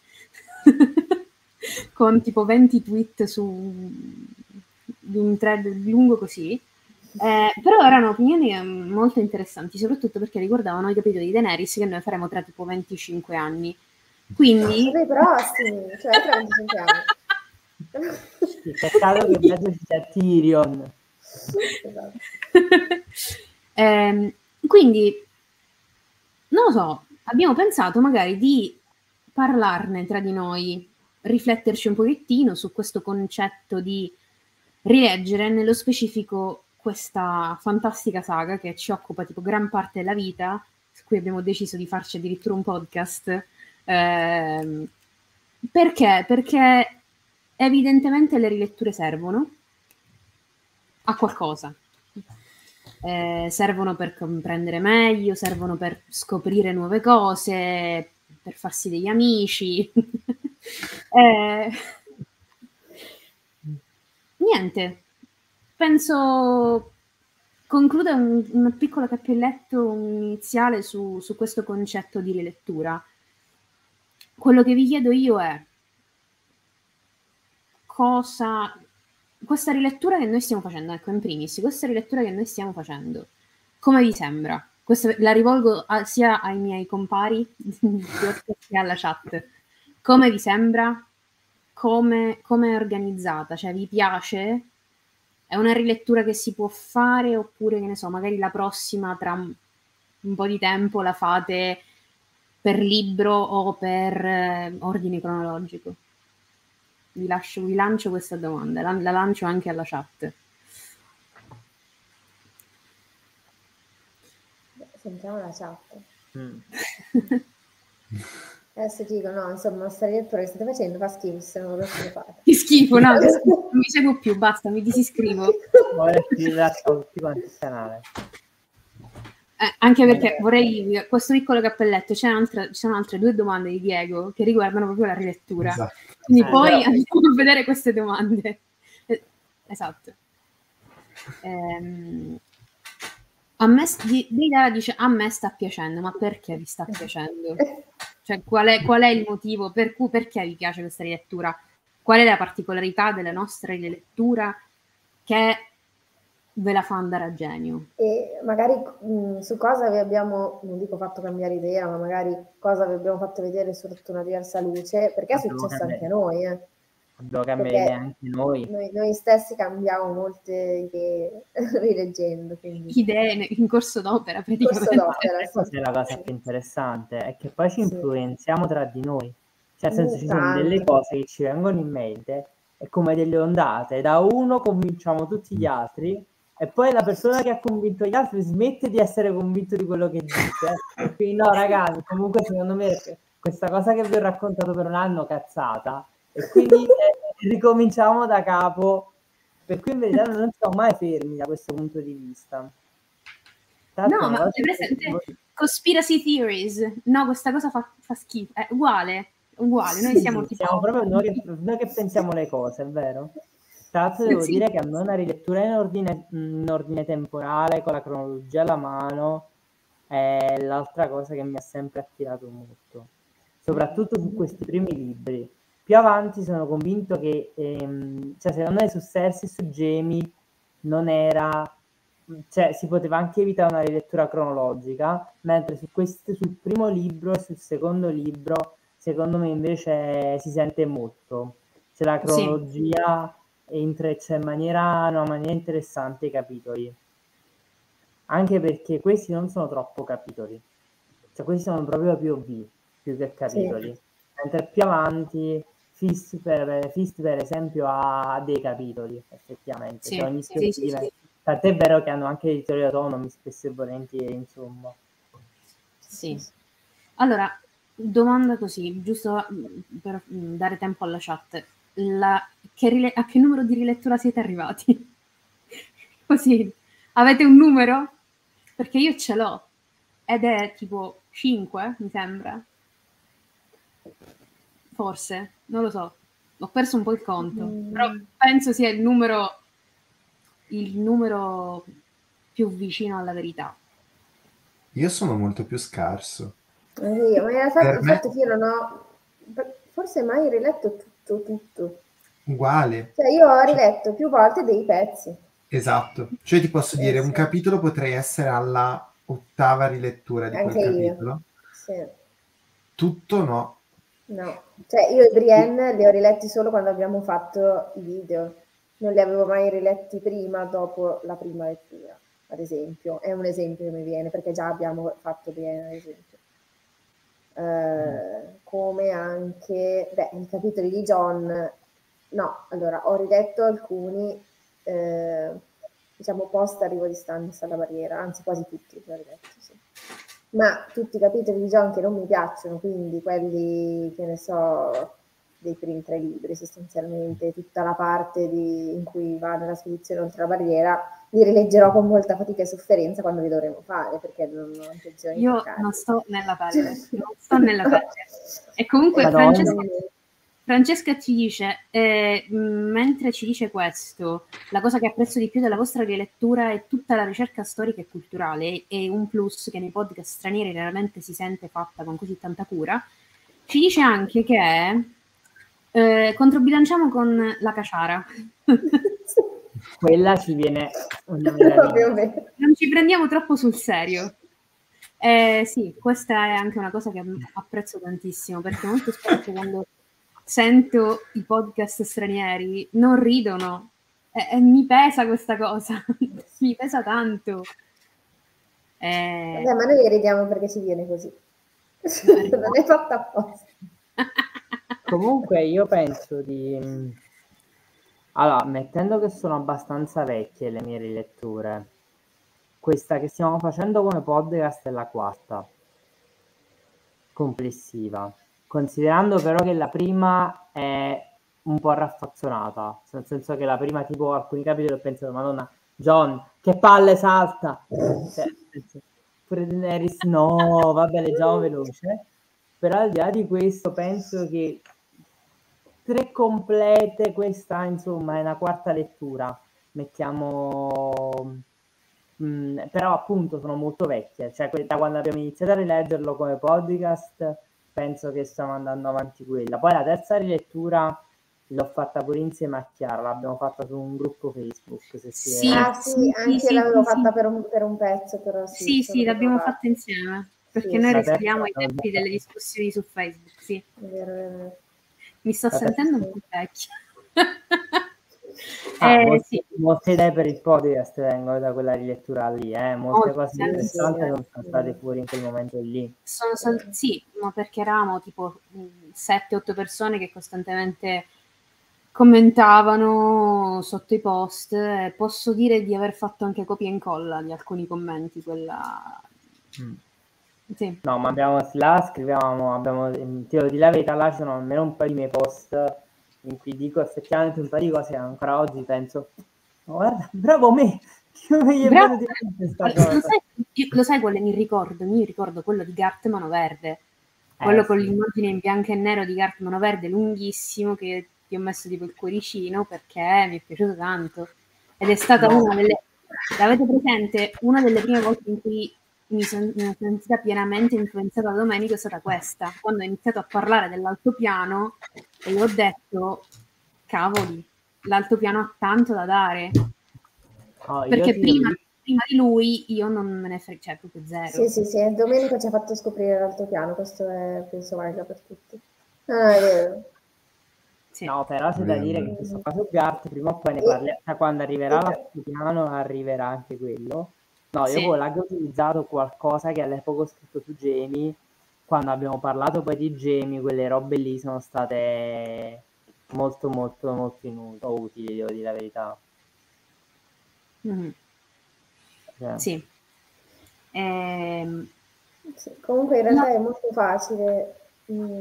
con tipo venti tweet su di un thread lungo così. Eh, però erano opinioni eh, molto interessanti, soprattutto perché riguardavano i capitoli di Daenerys che noi faremo tra tipo venticinque anni. Quindi... Sono i prossimi, cioè tra venticinque anni. Sì, peccato che in mezzo ci sia Tyrion. Esatto. eh, quindi, non lo so, abbiamo pensato magari di parlarne tra di noi, rifletterci un pochettino su questo concetto di rileggere nello specifico questa fantastica saga che ci occupa tipo gran parte della vita, su cui abbiamo deciso di farci addirittura un podcast. Ehm, perché? Perché evidentemente le riletture servono a qualcosa. Eh, servono per comprendere meglio, servono per scoprire nuove cose, per farsi degli amici. eh, niente, penso concluda un, un piccolo cappelletto iniziale su, su questo concetto di rilettura. Quello che vi chiedo io è cosa... Questa rilettura che noi stiamo facendo, ecco, in primis, questa rilettura che noi stiamo facendo, come vi sembra? questa la rivolgo a, sia ai miei compari sia alla chat. Come vi sembra? Come, come è organizzata? Cioè, vi piace? È una rilettura che si può fare oppure, che ne so, magari la prossima tra un po' di tempo la fate per libro o per eh, ordine cronologico? Vi, lascio, vi lancio questa domanda, la, la lancio anche alla chat. Sentiamo la chat. Mm. Adesso ti dico, no, insomma, la storia che state facendo fa schifo, se non lo riesco a fare. Che schifo, no, che schifo, non mi seguo più, basta, mi disiscrivo. Ora ti lascio tutti quanti il canale. Eh, anche perché vorrei, questo piccolo cappelletto, c'è un'altra, ci sono altre due domande di Diego che riguardano proprio la rilettura. Esatto. Quindi Eh, poi però... andiamo a vedere queste domande. Eh, esatto. Ehm, a me, Deidara dice, a me sta piacendo, ma perché vi sta piacendo? Cioè, qual è, qual è il motivo per cui, perché vi piace questa rilettura? Qual è la particolarità della nostra rilettura che ve la fa andare a genio? E magari mh, su cosa vi abbiamo, non dico fatto cambiare idea, ma magari cosa vi abbiamo fatto vedere sotto una diversa luce, perché è Abbiamo successo cambiato. anche a noi. Eh. Abbiamo cambiato idea anche noi. noi. Noi stessi cambiamo molte idee rileggendo. Quindi. Idee in corso d'opera, praticamente. Corso d'opera, sì. Questa è la cosa più interessante, è che poi ci influenziamo sì. tra di noi. Cioè, nel senso, ci sono Tanto. delle cose che ci vengono in mente, è come delle ondate, da uno convinciamo tutti gli altri, e poi la persona che ha convinto gli altri smette di essere convinto di quello che dice. E quindi no, ragazzi, comunque secondo me questa cosa che vi ho raccontato per un anno cazzata, e quindi eh, ricominciamo da capo, per cui in verità non siamo mai fermi da questo punto di vista. Tanto no, ma presente conspiracy theories, no, questa cosa fa, fa schifo, è uguale, uguale, noi sì, siamo sì, tipo... Siamo proprio noi che, noi che pensiamo le cose, è vero? Tra l'altro devo sì. dire che a me una rilettura in ordine, in ordine temporale, con la cronologia alla mano, è l'altra cosa che mi ha sempre attirato molto, soprattutto su questi primi libri. Più avanti sono convinto che, ehm, cioè secondo me su Cersei e su Jaime non era... cioè si poteva anche evitare una rilettura cronologica, mentre su questo, sul primo libro e sul secondo libro secondo me invece si sente molto, c'è la cronologia sì. e intreccia in maniera, in una maniera interessante i capitoli, anche perché questi non sono troppo capitoli, cioè questi sono proprio P O V più che capitoli, sì. mentre più avanti Fist per, Fist per esempio ha dei capitoli effettivamente, sì, cioè ogni sì, sì, sì. Tant'è vero che hanno anche editori autonomi, spesso e volentieri, insomma. Sì. Allora, domanda così, giusto per dare tempo alla chat. La, che rile- a che numero di rilettura siete arrivati? Così, avete un numero? Perché io ce l'ho. Ed è tipo cinque, mi sembra. Forse, non lo so. Ho perso un po' il conto. Mm. Però penso sia il numero... il numero più vicino alla verità. Io sono molto più scarso. Eh, ma in realtà il me... fatto che io non ho forse mai riletto tutto tutto. Uguale. Cioè io ho riletto più volte dei pezzi. Esatto. Cioè ti posso eh, dire, sì. un capitolo potrei essere alla ottava rilettura di Anche quel io. capitolo. Sì. Tutto no. No. Cioè io e Brienne li ho riletti solo quando abbiamo fatto i video. Non li avevo mai riletti prima, dopo la prima lettura, ad esempio. È un esempio che mi viene, perché già abbiamo fatto bene, ad esempio. Eh, come anche, beh, i capitoli di Jon, no, allora, ho riletto alcuni, eh, diciamo, post arrivo di Stannis alla barriera, anzi quasi tutti li ho riletti, sì. Ma tutti i capitoli di Jon che non mi piacciono, quindi quelli, che ne so... dei primi tre libri sostanzialmente, tutta la parte di, in cui va nella spedizione oltre la barriera, li rileggerò con molta fatica e sofferenza quando li dovremo fare, perché non ho intenzione di io toccare. non sto nella pelle, non sto nella pelle. E comunque Francesca, Francesca ci dice, eh, mentre ci dice questo, la cosa che apprezzo di più della vostra rilettura è tutta la ricerca storica e culturale, e un plus che nei podcast stranieri raramente si sente fatta con così tanta cura. Ci dice anche che Eh, controbilanciamo con la caciara. Quella ci viene una meraviglia. Non ci prendiamo troppo sul serio. Eh, sì, questa è anche una cosa che apprezzo tantissimo, perché molto spesso quando sento i podcast stranieri non ridono e, e mi pesa questa cosa, mi pesa tanto. Eh... Vabbè, ma noi ridiamo perché ci viene così. Non è fatta apposta. Comunque io penso di... Allora, mettendo che sono abbastanza vecchie le mie riletture, questa che stiamo facendo come podcast è la quarta complessiva, considerando però che la prima è un po' raffazzonata, nel senso che la prima, tipo, alcuni capitoli ho pensato, Madonna, John, che palle, salta! Cioè, pure Daenerys, no, vabbè, leggiamo veloce. Però al di là di questo penso che tre complete, questa insomma è una quarta lettura, mettiamo... Mm, però appunto sono molto vecchie, cioè da quando abbiamo iniziato a rileggerlo come podcast penso che stiamo andando avanti quella. Poi la terza rilettura l'ho fatta pure insieme a Chiara, l'abbiamo fatta su un gruppo Facebook. Se si sì, ah sì, sì anche sì, l'avevo sì, fatta sì. Per, un, per un pezzo, però sì. Sì, sì, l'abbiamo fatta insieme, perché sì, noi risaliamo i tempi delle discussioni su Facebook, sì. Vero, vero. Mi sto la sentendo un po' vecchia. Ah, eh, molte, sì. molte idee per il podcast vengono da quella rilettura lì, eh? molte Molto, cose interessanti sì, sono state fuori in quel momento lì. Sono sol- sì, ma perché eravamo tipo sette otto persone che costantemente commentavano sotto i post. Eh, posso dire di aver fatto anche copia e incolla di alcuni commenti, quella... Mm. Sì. No, ma abbiamo là, scrivevamo, abbiamo, ti devo dire la verità, là ci sono almeno un paio di miei post in cui dico effettivamente un paio di cose che ancora oggi penso, oh, guarda, bravo me, come gli è venuto in mente questa cosa? Lo sai, lo sai quale mi ricordo? Mi ricordo quello di Gart Manoverde, quello eh, con sì. l'immagine in bianco e nero di Gart Manoverde lunghissimo, che ti ho messo tipo il cuoricino perché mi è piaciuto tanto, ed è stata no. una delle, l'avete presente, una delle prime volte in cui mi sono sentita pienamente influenzata da Domenico è stata questa, quando ho iniziato a parlare dell'altopiano e io ho detto, cavoli, l'altopiano ha tanto da dare. Oh, perché prima, prima di lui io non me ne frega, cioè proprio zero. Sì, sì, sì, Domenico ci ha fatto scoprire l'altopiano, questo è, penso valga per tutti. Ah, è vero. Sì. No, però c'è da dire che questo caso Gart prima o poi ne parliamo, cioè, quando arriverà l'altopiano arriverà anche quello. No, io sì. Poi l'ho utilizzato qualcosa che all'epoca ho scritto su Jamie, quando abbiamo parlato poi di Jamie, quelle robe lì sono state molto molto molto inutili, utili, devo dire la verità. Mm-hmm. Cioè. Sì. Ehm... sì. Comunque in realtà no. è molto facile mh,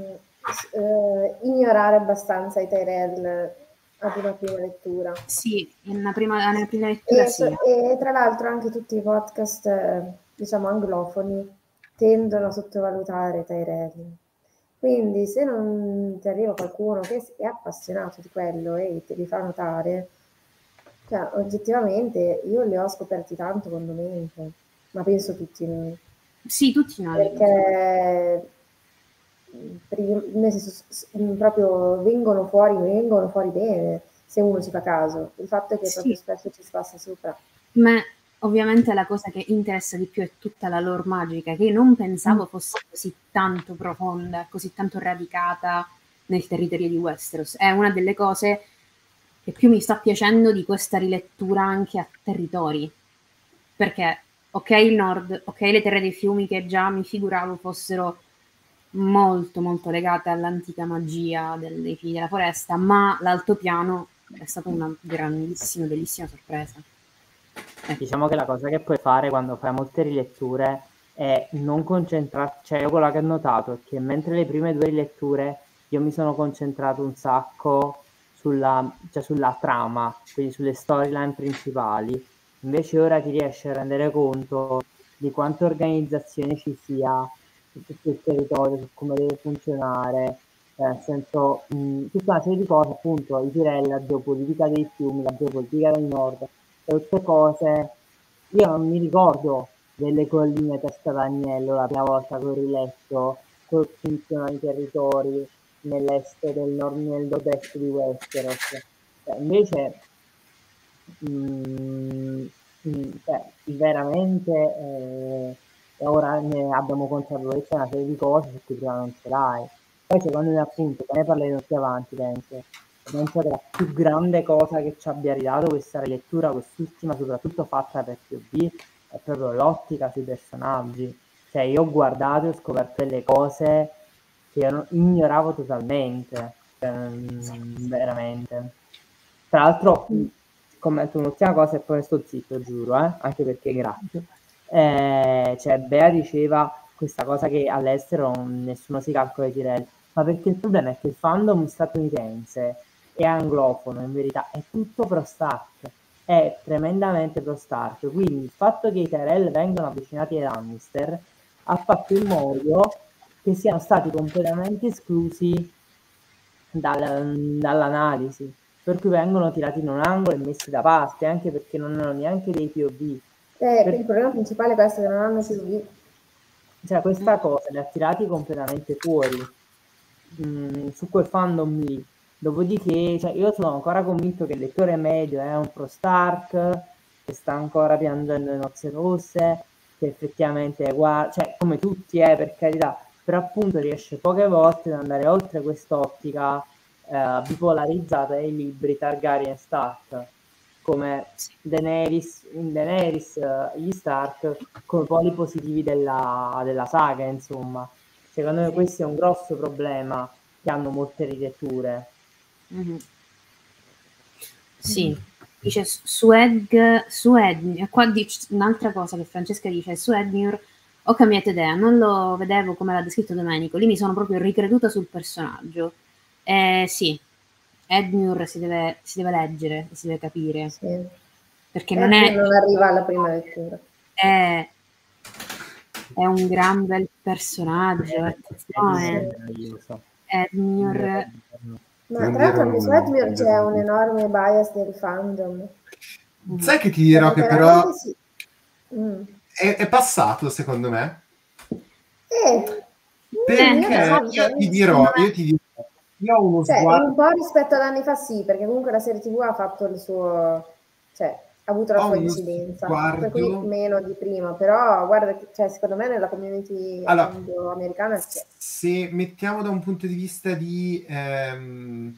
eh, ignorare abbastanza i Tyrell ad una prima lettura. Sì, in una prima, una prima lettura e, sì. E tra l'altro anche tutti i podcast, eh, diciamo, anglofoni tendono a sottovalutare Tyrell. Quindi se non ti arriva qualcuno che è appassionato di quello e te li fa notare, cioè, oggettivamente io li ho scoperti tanto con Domenico, ma penso tutti noi. Sì, tutti noi. Perché prima, nel senso, proprio vengono fuori, vengono fuori bene, se uno ci fa caso. Il fatto è che sì. proprio spesso ci si passa sopra. Ma ovviamente la cosa che interessa di più è tutta la lore magica, che io non pensavo mm. fosse così tanto profonda, così tanto radicata nel territorio di Westeros. È una delle cose che più mi sta piacendo di questa rilettura anche a territori. Perché, ok, il nord, ok, le terre dei fiumi che già mi figuravo fossero molto molto legate all'antica magia del, dei figli della foresta, ma l'altopiano è stata una grandissima, bellissima sorpresa. Eh. Diciamo che la cosa che puoi fare quando fai molte riletture è non concentrarti, cioè io quello che ho notato è che mentre le prime due riletture io mi sono concentrato un sacco sulla, cioè sulla trama, quindi sulle storyline principali, invece ora ti riesci a rendere conto di quanta organizzazione ci sia su tutto il territorio, su come deve funzionare, eh, nel senso mh, tutta una serie di cose, appunto i Tyrell, la geopolitica dei fiumi, la geopolitica del nord, tutte cose. Io non mi ricordo delle colline Testa d'Agnello la prima volta che ho riletto come funzionano i territori nell'est del nord, nel nord-est di Westeros. Cioè, invece mh, mh, cioè, veramente eh, e ora ne abbiamo consapevolezza una serie di cose su cui prima non ce l'hai. Poi secondo me appunto, poi ne parleremo più avanti, penso. Penso che la più grande cosa che ci abbia ridato questa rilettura, quest'ultima, soprattutto fatta per P O V, è proprio l'ottica sui personaggi. Cioè io ho guardato e ho scoperto delle cose che io ignoravo totalmente, cioè, veramente. Tra l'altro, commento un'ultima cosa e poi sto zitto, giuro, eh? Anche perché grazie. Eh, cioè Bea diceva questa cosa che all'estero nessuno si calcola i tirelli, ma perché il problema è che il fandom statunitense è anglofono, in verità è tutto pro Stark, è tremendamente pro Stark, quindi il fatto che i Tyrell vengano avvicinati ai Lannister ha fatto in modo che siano stati completamente esclusi dal, dall'analisi, per cui vengono tirati in un angolo e messi da parte, anche perché non hanno neanche dei P O V. Eh, per... Il problema principale è questo, che non hanno P O V. Cioè questa cosa li ha tirati completamente fuori mh, su quel fandom lì. Dopodiché, cioè, io sono ancora convinto che il lettore medio è un pro Stark, che sta ancora piangendo le nozze rosse, che effettivamente guarda, cioè come tutti, eh, per carità, però appunto riesce poche volte ad andare oltre quest'ottica eh, bipolarizzata dei libri Targaryen e Stark, come Daenerys, in Daenerys, uh, gli Stark, come poli positivi della, della saga, insomma. Secondo me questo è un grosso problema che hanno molte riletture. Mm-hmm. Sì, dice su Ed, su Ed, qua dice un'altra cosa che Francesca dice, su Edmure ho cambiato idea, non lo vedevo come l'ha descritto Domenico, lì mi sono proprio ricreduta sul personaggio. Eh, sì, Edmure si deve, si deve leggere, si deve capire. Sì. Perché eh, non è... non arriva alla prima lettura. È, è un gran bel personaggio, attenzione. Edmure... Ma tra l'altro anche su Edmure c'è un enorme bias del fandom. Sai che ti dirò che però sì. mm. è, è passato secondo me? Eh, perché io, io ti dirò, io ti dirò, io ho uno cioè, sguardo... un po' rispetto ad anni fa sì, perché comunque la serie tivù ha fatto il suo... cioè ha avuto la ho sua incidenza, sguardo... per cui meno di prima, però guarda, cioè, secondo me nella community allora, americana c'è. Se mettiamo da un punto di vista di ehm,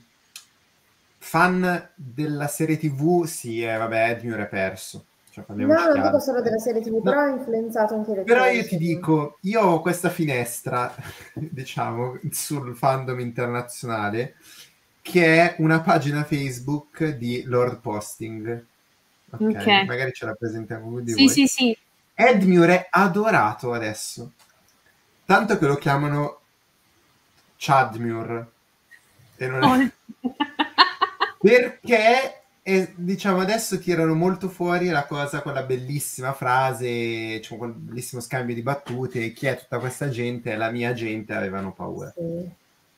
fan della serie tivù, sì, eh, vabbè, Edmure è perso. Cioè, no, non chiaro. Dico solo della serie tivù, no, però ha influenzato anche le Però io ti dico, io ho questa finestra, diciamo, sul fandom internazionale, che è una pagina Facebook di Lord Posting. Ok, okay. Magari ce la presentiamo con di sì, voi. Sì, sì, Edmure è adorato adesso, tanto che lo chiamano Chadmure. E non è... oh. Perché, e, diciamo, adesso tirano molto fuori la cosa, quella bellissima frase, cioè, quel bellissimo scambio di battute, chi è tutta questa gente? La mia gente, avevano paura. Sì.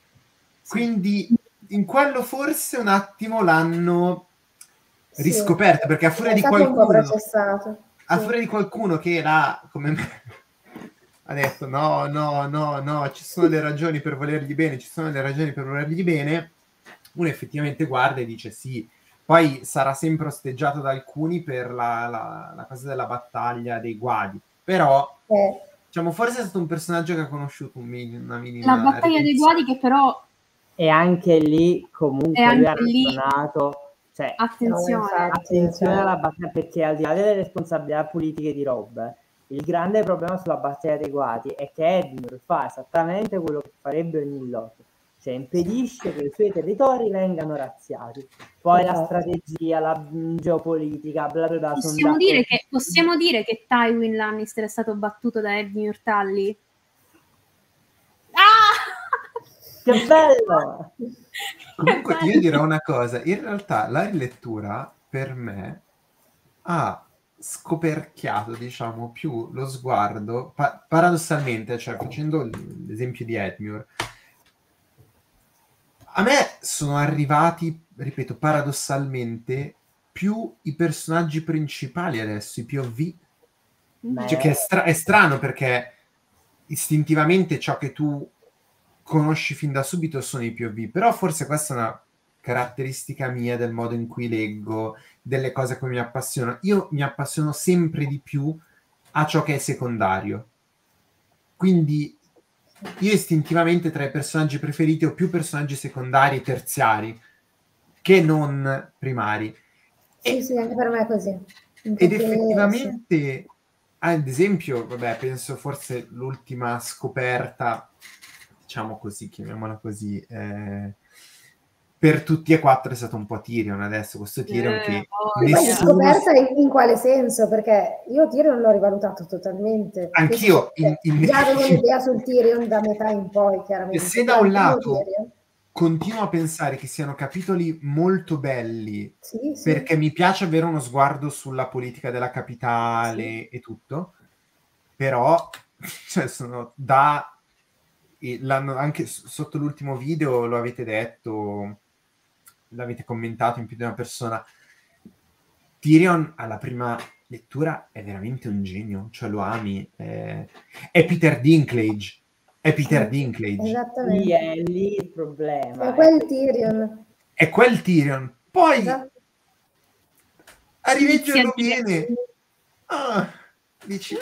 Quindi in quello forse un attimo l'hanno sì. riscoperto, perché a furia è di stato qualcuno... un po' processato. A sì. furia di qualcuno che era come me ha detto no, no, no, no, ci sono le ragioni per volergli bene, ci sono le ragioni per volergli bene, uno effettivamente guarda e dice sì, poi sarà sempre osteggiato da alcuni per la, la, la cosa della battaglia dei guadi, però eh. diciamo forse è stato un personaggio che ha conosciuto un min- una minima la battaglia dei guadi che però e anche lì comunque anche lui ha lì... ragionato, cioè attenzione, no, infatti, attenzione cioè... alla battaglia, perché al di là delle responsabilità politiche di Rob, il grande problema sulla battaglia dei guadi è che Edmure fa esattamente quello che farebbe ogni lotto, cioè impedisce che i suoi territori vengano razziati. Poi esatto. La strategia, la geopolitica, bla bla bla. Possiamo dire, che, possiamo dire che Tywin Lannister è stato battuto da Edmure Tully? Ah! Che bello! Comunque io dirò una cosa, in realtà la rilettura per me ha scoperchiato, diciamo, più lo sguardo, pa- paradossalmente, cioè facendo l'esempio di Edmure, a me sono arrivati, ripeto, paradossalmente, più i personaggi principali adesso, i P O V. Beh. Cioè che è, stra- è strano perché istintivamente ciò che tu conosci fin da subito sono i P O V, però forse questa è una caratteristica mia del modo in cui leggo, delle cose che mi appassionano. Io mi appassiono sempre di più a ciò che è secondario. quindi io istintivamente tra i personaggi preferiti ho più personaggi secondari e terziari che non primari. Sì, e, sì, anche per me è così. Infatti, ed effettivamente sì. Ad esempio, vabbè, penso forse l'ultima scoperta, diciamo così, chiamiamola così, eh, per tutti e quattro è stato un po' Tyrion adesso, questo Tyrion Eh, che oh, nessuno... scoperta in, in quale senso? Perché io Tyrion l'ho rivalutato totalmente. Anch'io in, in... già avevo un'idea sul Tyrion da metà in poi, chiaramente. Se da un lato continuo a pensare che siano capitoli molto belli, sì, sì. perché mi piace avere uno sguardo sulla politica della capitale sì. e tutto, però cioè, sono da... L'hanno anche sotto l'ultimo video lo avete detto, l'avete commentato in più di una persona. Tyrion alla prima lettura è veramente un genio, cioè lo ami, è, è Peter Dinklage, è Peter sì, Dinklage. Esattamente. Sì, è lì il problema. È quel Tyrion. È quel Tyrion. Poi esatto. a rileggerlo bene, ah, dici...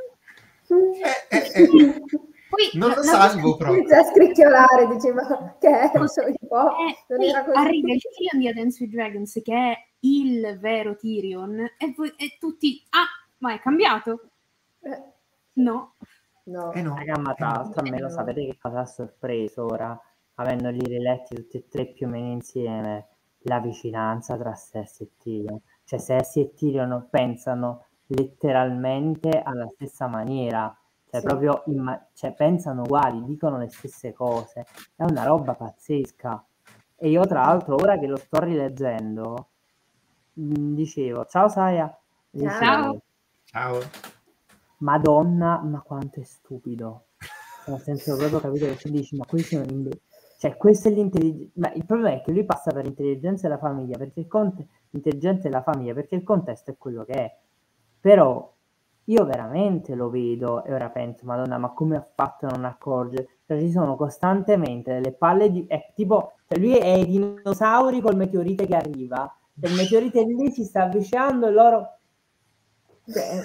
eh, eh, eh. Poi, non lo salvo proprio. Inizia a scricchiolare, diceva che è, so un po', eh, non era così. Arriva il Tyrion di A Dance with Dragons, che è il vero Tyrion, e, voi, e tutti, ah, ma è cambiato? Eh. No. No. Eh no. Raga, ma tra l'altro a me lo no. sapete che cosa ha sorpreso ora, avendoli riletti tutti e tre più o meno insieme, la vicinanza tra Cersei e Tyrion. Cioè Cersei e Tyrion pensano letteralmente alla stessa maniera. Cioè, sì. proprio imma- cioè, pensano uguali, dicono le stesse cose, è una roba pazzesca. E io, tra l'altro, ora che lo sto rileggendo, mh, dicevo, ciao Saya, dicevo, ciao, ciao, Madonna, ma quanto è stupido. Nel senso, proprio capito che tu dici, ma questi sono imbe- cioè, questo è l'intelligenza. Ma il problema è che lui passa per l'intelligenza della famiglia, perché il conte- l'intelligenza della famiglia, perché il contesto è quello che è. Però io veramente lo vedo e ora penso, Madonna, ma come ha fatto a non accorgere? Cioè, ci sono costantemente delle palle di... È tipo, cioè lui è i dinosauri col meteorite che arriva, il meteorite lì si sta avvicinando e loro... Cioè,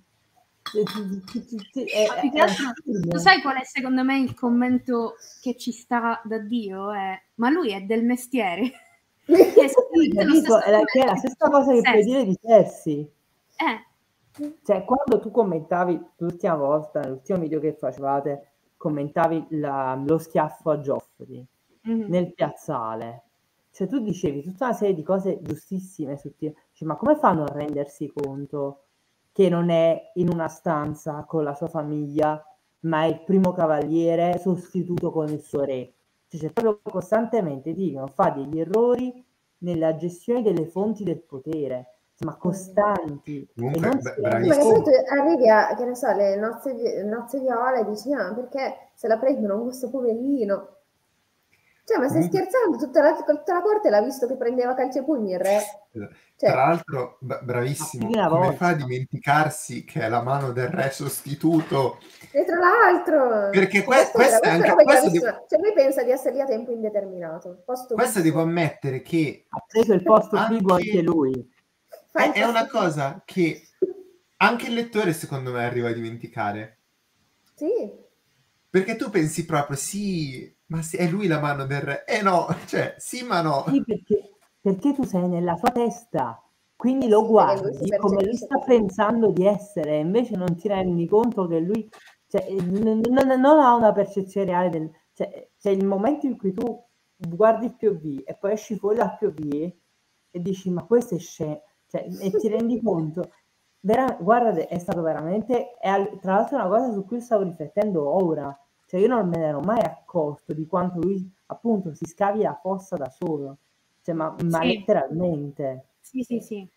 è, è tu sai qual è secondo me il commento che ci sta da Dio? È, ma lui è del mestiere. Che è, dico, è, la, che è la stessa cosa che puoi dire di Cersei. Eh. Cioè, quando tu commentavi l'ultima volta, nell'ultimo video che facevate, commentavi la, lo schiaffo a Joffrey mm-hmm. nel piazzale, cioè tu dicevi tutta una serie di cose giustissime su te, cioè, ma come fanno a rendersi conto che non è in una stanza con la sua famiglia, ma è il primo cavaliere sostituto con il suo re? Cioè, c'è proprio costantemente dicono, fa degli errori nella gestione delle fonti del potere, ma costanti. Comunque, e non beh, perché poi tu arrivi a, che ne so, le nozze, vi- nozze viola e dici, ah, perché se la prendono con questo poverino? Cioè, ma stai Comunque... scherzando? Tutta la, tutta la corte l'ha visto che prendeva calci e pugni il re. Cioè, tra l'altro, b- bravissimo, come volta. fa a dimenticarsi che è la mano del re sostituto? E tra l'altro, perché que- questo è anche questo devo... cioè lui pensa di essere lì a tempo indeterminato. Posto questo devo ammettere che ha preso il posto anche... figo anche lui. È, è una cosa che anche il lettore secondo me arriva a dimenticare. Sì. Perché tu pensi proprio, sì, ma sì, è lui la mano del re. Eh no, cioè, sì ma no. Sì, perché, perché tu sei nella sua testa, quindi eh lo sì, guardi come lui sta pensando di essere, invece non ti rendi conto che lui cioè, non, non, non ha una percezione reale del... Cioè, c'è il momento in cui tu guardi il P O V e poi esci fuori dal P O V e dici, ma questo è scemo, cioè, e ti rendi conto... Vera, guarda, è stato veramente, è, tra l'altro è una cosa su cui stavo riflettendo ora, cioè io non me ne ero mai accorto di quanto lui appunto si scavi la fossa da solo, cioè ma, ma sì. letteralmente. Sì, sì, sì.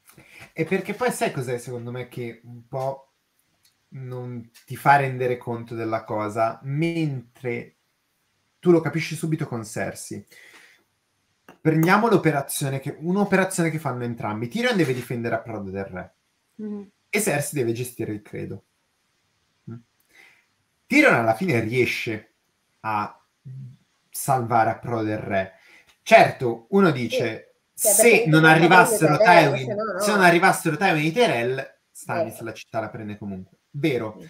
E perché poi sai cos'è secondo me che un po' non ti fa rendere conto della cosa, mentre tu lo capisci subito con Cersei. Prendiamo l'operazione, che un'operazione che fanno entrambi. Tyrion deve difendere Approdo del re. Mm. E Cersei deve gestire il credo. Mm. Tyrion alla fine riesce a salvare Approdo del re. Certo, uno dice sì, se non arrivassero Tywin, se, no, no. se non arrivassero Tywin e Tyrell, Stannis eh. la città la prende comunque. Vero. Sì.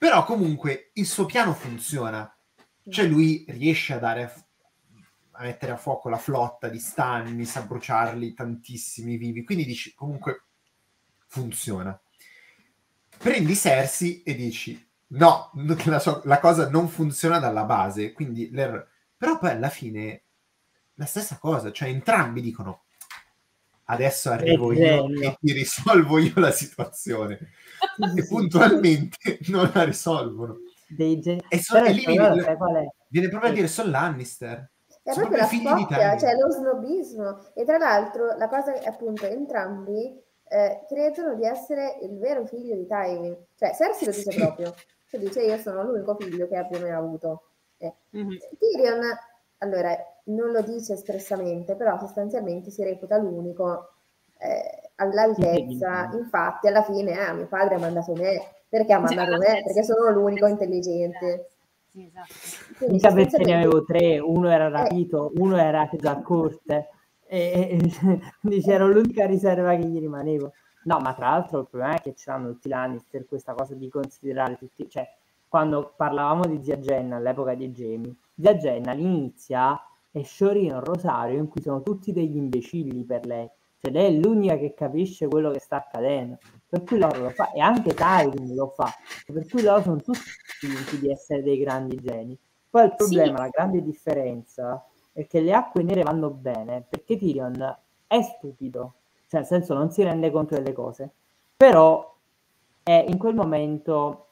Però comunque il suo piano funziona. Cioè lui riesce a dare a, a mettere a fuoco la flotta di Stannis, a bruciarli tantissimi vivi. Quindi dici, comunque funziona. Prendi Cersei e dici no, la, so- la cosa non funziona dalla base, quindi l'er- però poi alla fine la stessa cosa, cioè entrambi dicono adesso arrivo io e ti risolvo io la situazione Sì, e sì, puntualmente non la risolvono dei geni- e, so- Però e il lì problema viene, sai qual è? viene proprio a Che- dire sono Lannister, È sono proprio proprio la figli di scoppia, Tywin. cioè lo snobismo. E tra l'altro la cosa è appunto entrambi eh, credono di essere il vero figlio di Tywin. Cioè Cersei lo dice Sì. proprio. Cioè dice io sono l'unico figlio che abbia mai avuto. Eh. Mhm. Tyrion, allora, non lo dice espressamente, però sostanzialmente si reputa l'unico eh, all'altezza. Infatti alla fine ah, mio padre ha mandato me. Perché ha mandato me? Perché sono l'unico intelligente. Sì, esatto. Quindi Mica perché ne sostanzialmente- avevo tre, uno era Eh. rapito, uno era già a corte e, e dice ero l'unica riserva che gli rimanevo. No, ma tra l'altro il problema è che ce l'hanno tutti i Lannister questa cosa di considerare tutti, cioè quando parlavamo di zia Jenna all'epoca di Jaime, zia Jenna all'inizia è sciorina un rosario in cui sono tutti degli imbecilli per lei, cioè lei è l'unica che capisce quello che sta accadendo, per cui loro lo fa e anche Tywin lo fa, per cui loro sono tutti finti di essere dei grandi geni. Poi il problema, Sì. la grande differenza è che le acque nere vanno bene perché Tyrion è stupido, cioè nel senso non si rende conto delle cose, però è in quel momento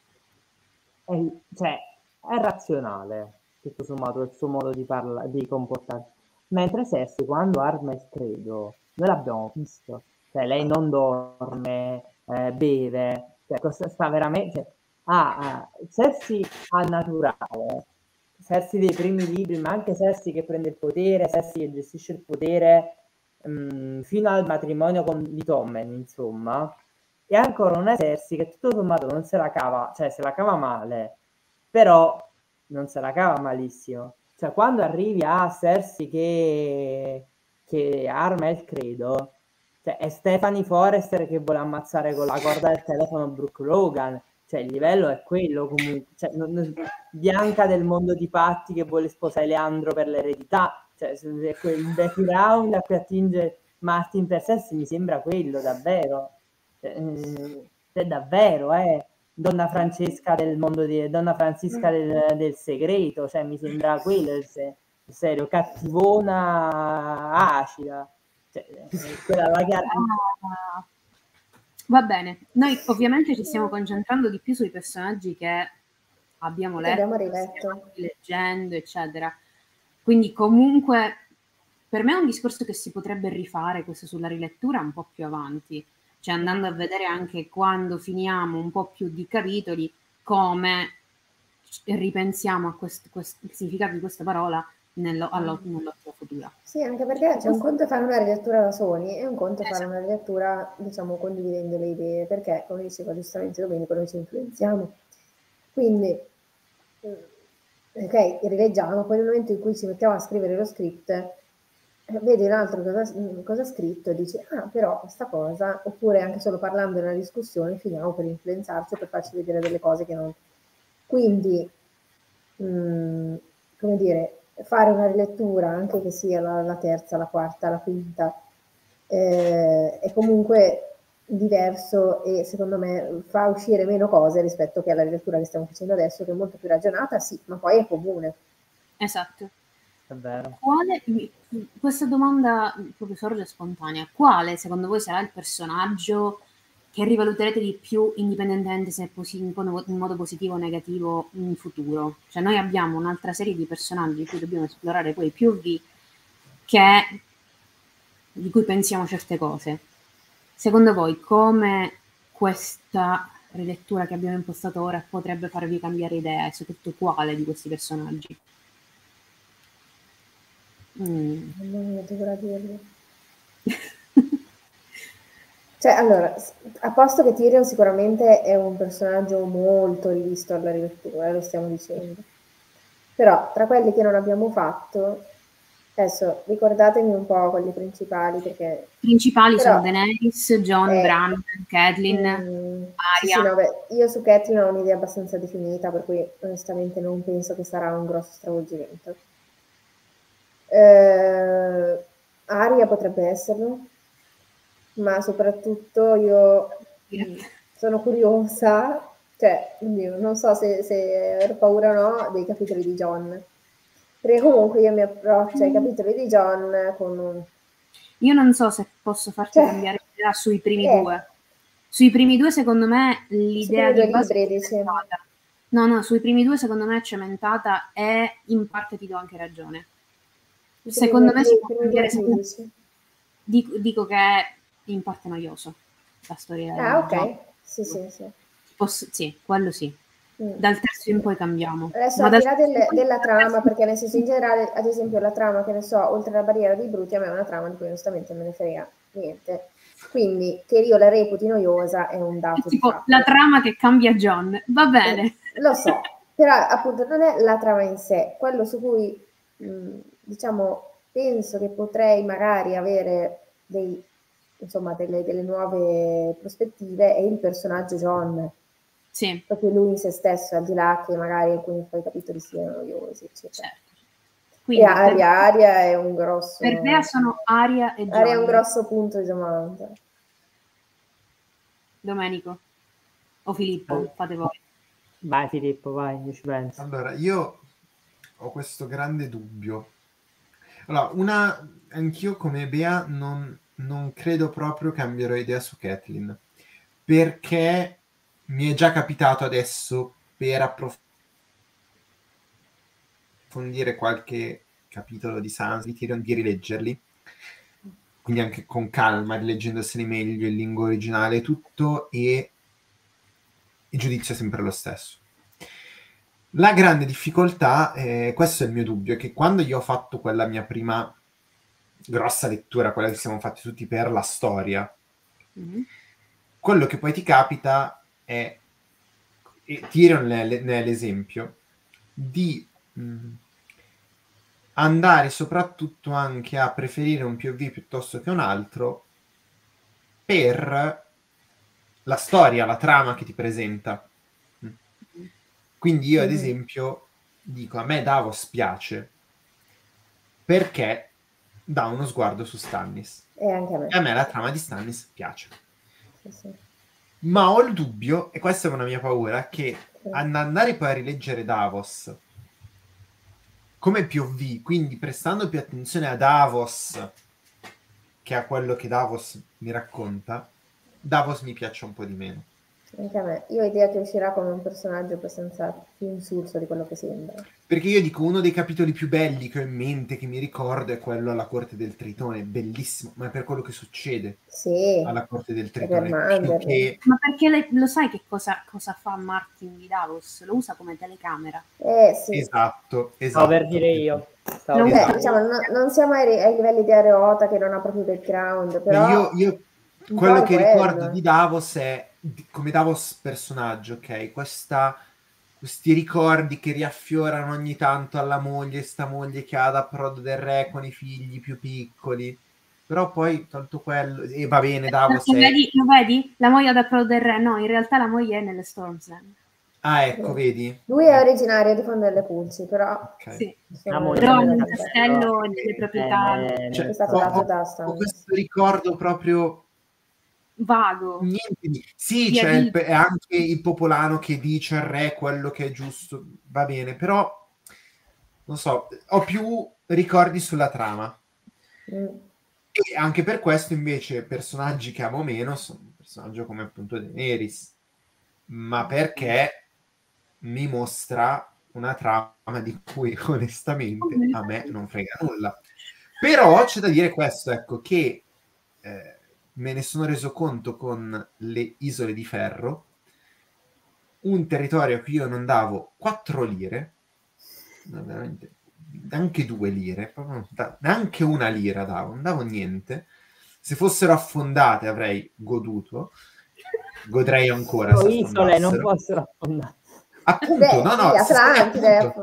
è, cioè, è razionale, tutto sommato, il suo modo di, parla- di comportarsi. Mentre Cersei, quando arma il credo, noi l'abbiamo visto, cioè lei non dorme, eh, beve, cioè questa sta veramente... Cioè, ah, ah, Cersei al naturale, Cersei dei primi libri, ma anche Cersei che prende il potere, Cersei che gestisce il potere mh, fino al matrimonio con, di Tommen, insomma, e ancora una Cersei che tutto sommato non se la cava, cioè se la cava male, però non se la cava malissimo. Cioè quando arrivi a Cersei che, che arma il credo, cioè è Stephanie Forrester che vuole ammazzare con la corda del telefono Brooke Logan, cioè il livello è quello comunque, cioè, non, non, Bianca del mondo di Patti che vuole sposare Leandro per l'eredità, cioè se quel background a cui attinge Martin per Cersei mi sembra quello davvero. Eh, è davvero, eh. Donna Francesca del mondo di Donna Francisca del, del segreto, cioè mi sembra quello il, se, il serio, cattivona acida. Cioè, quella la che... Ah, va bene, noi ovviamente ci stiamo concentrando di più sui personaggi che abbiamo Che letto, abbiamo riletto. leggendo, eccetera. Quindi comunque per me è un discorso che si potrebbe rifare questo sulla rilettura un po' più avanti, cioè andando a vedere anche quando finiamo un po' più di capitoli come ripensiamo a questo, questo, il significato di questa parola nello, nell'ottica futura. Sì, anche perché c'è un conto fare una rilettura da soli e un conto fare una rilettura, diciamo, condividendo le idee, perché, come diceva giustamente Domenico, noi ci influenziamo. Quindi, ok, rileggiamo, poi nel momento in cui ci mettiamo a scrivere lo script, eh, vedi un altro cosa, cosa ha scritto e dici, ah, però questa cosa, oppure anche solo parlando in una discussione, finiamo per influenzarci o per farci vedere delle cose che non... Quindi, mh, come dire, fare una rilettura, anche che sia la, la terza, la quarta, la quinta, eh, è comunque diverso e secondo me fa uscire meno cose rispetto che alla rilettura che stiamo facendo adesso, che è molto più ragionata, sì, ma poi è comune. Esatto. È vero. Quale, questa domanda proprio sorge spontanea, quale secondo voi sarà il personaggio che rivaluterete di più indipendentemente se è posi- in modo positivo o negativo in futuro? Cioè noi abbiamo un'altra serie di personaggi di cui dobbiamo esplorare poi più P O V che, di cui pensiamo certe cose. Secondo voi come questa rilettura che abbiamo impostato ora potrebbe farvi cambiare idea e soprattutto quale di questi personaggi? Mm. Non ho dovrà dirlo. Cioè, allora, a posto che Tyrion sicuramente è un personaggio molto rivisto alla rilettura, lo stiamo dicendo. Però, tra quelli che non abbiamo fatto, Adesso ricordatemi un po' quelli principali, perché... Principali Però, sono Daenerys, Jon, eh, Bran, Catelyn, mm, sì, Arya. sì, no, beh, io su Catelyn ho un'idea abbastanza definita, per cui onestamente non penso che sarà un grosso stravolgimento. Eh, Arya potrebbe esserlo, ma soprattutto io mh, sono curiosa, cioè, oddio, non so se, se aver paura o no dei capitoli di Jon, perché comunque io mi approccio ai capitoli di Jon con un... Io non so se posso farti Cioè, cambiare idea sui primi eh. due. Sui primi due, secondo me, l'idea primi di due base libri, è dici? cementata. No, no, sui primi due, secondo me, è cementata e in parte ti do anche ragione. I Secondo primi me due- si i può primi cambiare. due secondo- dici? Dico, dico che è in parte noioso la storia Ah, di Jon. ok, sì, sì, sì. Posso- sì, quello sì. Mm. Dal terzo in poi cambiamo. Adesso Ma al dal di là terzo in del- poi- della dal trama, terzo- perché nel senso in generale, ad esempio la trama, che ne so, oltre la barriera dei bruti, a me è una trama di cui onestamente me ne frega niente. Quindi che io la reputi noiosa è un dato di tipo fatto. la trama che cambia Jon, va bene. Eh, lo so, però appunto non è la trama in sé, quello su cui mh, diciamo penso che potrei magari avere dei, insomma, delle, delle nuove prospettive è il personaggio Jon. Sì, Proprio lui in se stesso, al di là che magari alcuni suoi capitoli siano noiosi, eccetera. certo. E Quindi Aria, Aria è un grosso... per me sono Arya e Aria è un Jon. grosso punto di domanda. Domenico o Filippo, Allora. fate voi. Vai Filippo, vai, io ci penso. Allora, io ho questo grande dubbio. Allora, una, anch'io come Bea non, non credo proprio cambierò idea su Catelyn, perché mi è già capitato adesso per approfondire qualche capitolo di Sansa di Tyrion di rileggerli, quindi anche con calma, rileggendosene meglio in lingua originale e tutto, e il giudizio è sempre lo stesso. La grande difficoltà, eh, questo è il mio dubbio, è che quando io ho fatto quella mia prima grossa lettura, quella che siamo fatti tutti per la storia, Mm-hmm. quello che poi ti capita è, e Tyrion ne è l'esempio, di mh, andare soprattutto anche a preferire un P O V piuttosto che un altro per la storia, la trama che ti presenta. Quindi io, ad Mhm. esempio, dico, a me Davos piace perché dà uno sguardo su Stannis. E anche a me. E a me la trama di Stannis piace. Sì, sì. Ma ho il dubbio, e questa è una mia paura, che Sì. ad andare poi a rileggere Davos come P O V, quindi prestando più attenzione a Davos che a quello che Davos mi racconta, Davos mi piace un po' di meno. Anche a me. Io ho idea che uscirà come un personaggio abbastanza più insulso di quello che sembra. Perché io dico, uno dei capitoli più belli che ho in mente, che mi ricordo, è quello alla Corte del Tritone, bellissimo, ma è per quello che succede Sì, alla Corte del è per Tritone. Manderly. Che... Ma perché le- lo sai che cosa, cosa fa Martin di Davos? Lo usa come telecamera. Eh sì. Esatto, esatto. Stavo per dire io. Stavo Lo per Beh, usa. dire diciamo, no- non siamo ai, ai livelli di Areota che non ha proprio background, però... Io, io un quello po' che quello. ricordo di Davos è di- come Davos personaggio, ok? Questa, questi ricordi che riaffiorano ogni tanto alla moglie, sta moglie che ha da Approdo del Re con i figli più piccoli. Però poi tanto quello... E va bene, Davos Lo è... vedi, lo vedi? La moglie da Pro del Re, no, in realtà la moglie è nelle Storm's End. Ah, ecco, vedi? Lui è originario di Fondo delle Pulci, però... Ok. Sì. insomma, La moglie Però non è nel stato- castello e nelle proprietà Eh, Cioè, è stato ho, dato ho- da ho Stannis. questo ricordo proprio... vago. Niente di... Sì, Via c'è il- via. è anche il popolano che dice al re quello che è giusto, va bene, però non so, ho più ricordi sulla trama. Mm. E anche per questo invece personaggi che amo meno sono un personaggio come appunto Daenerys, ma perché mi mostra una trama di cui onestamente a me non frega nulla. Però c'è da dire questo, ecco, che eh, me ne sono reso conto con le Isole di Ferro, un territorio a cui io non davo quattro lire, no, veramente, anche due lire, proprio non da- neanche una lira davo, non davo niente. Se fossero affondate avrei goduto, godrei ancora sono se isole, non affondassero. possono affondare. Appunto, Beh, no, sì, no, se- Atlantide, appunto, appunto.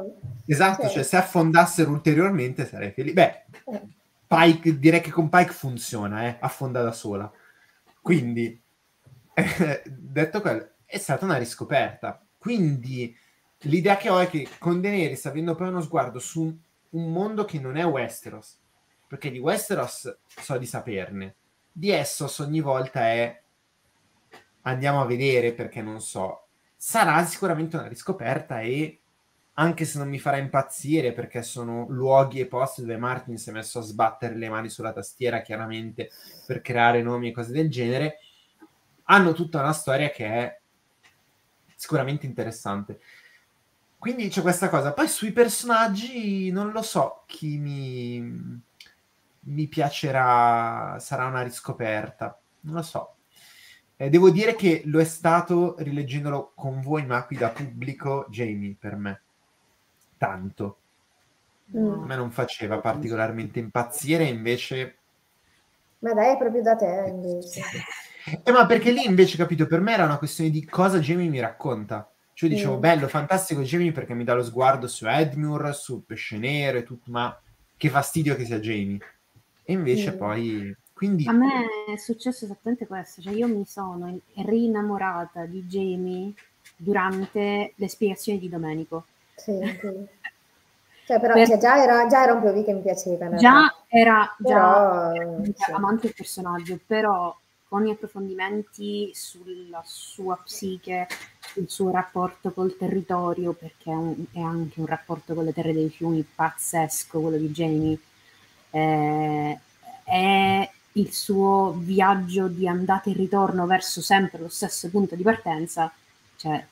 Esatto, Cioè. cioè se affondassero ulteriormente sarei felice. Beh, Pike, direi che con Pike funziona, eh, affonda da sola. Quindi, eh, detto quello, è stata una riscoperta. Quindi l'idea che ho è che con Daenerys, avendo poi uno sguardo su un, un mondo che non è Westeros, perché di Westeros so di saperne, di Essos ogni volta è andiamo a vedere perché non so, sarà sicuramente una riscoperta e anche se non mi farà impazzire perché sono luoghi e posti dove Martin si è messo a sbattere le mani sulla tastiera chiaramente per creare nomi e cose del genere, hanno tutta una storia che è sicuramente interessante. Quindi c'è questa cosa. Poi sui personaggi non lo so chi mi, mi piacerà, sarà una riscoperta, non lo so. Eh, devo dire che lo è stato rileggendolo con voi, ma qui da pubblico, Jamie per me. Tanto. Mm. A me non faceva particolarmente impazzire, invece... Ma dai, è proprio da te, invece. Eh, ma perché lì invece, capito, per me era una questione di cosa Jamie mi racconta. Cioè io dicevo, Mm. bello, fantastico Jamie perché mi dà lo sguardo su Edmure, su Pesce Nero e tutto, ma che fastidio che sia Jamie. E invece Mm. poi... Quindi... A me è successo esattamente questo, cioè io mi sono rinnamorata di Jamie durante le spiegazioni di Domenico. Sì, sì. Cioè, però Per- cioè, già, era, già era un P O V che mi piaceva. in realtà. Già era già Però, sì. amante del personaggio, però con gli approfondimenti sulla sua psiche, sul suo rapporto col territorio, perché è, un- è anche un rapporto con le terre dei fiumi pazzesco, quello di Jamie, eh, è il suo viaggio di andata e ritorno verso sempre lo stesso punto di partenza, cioè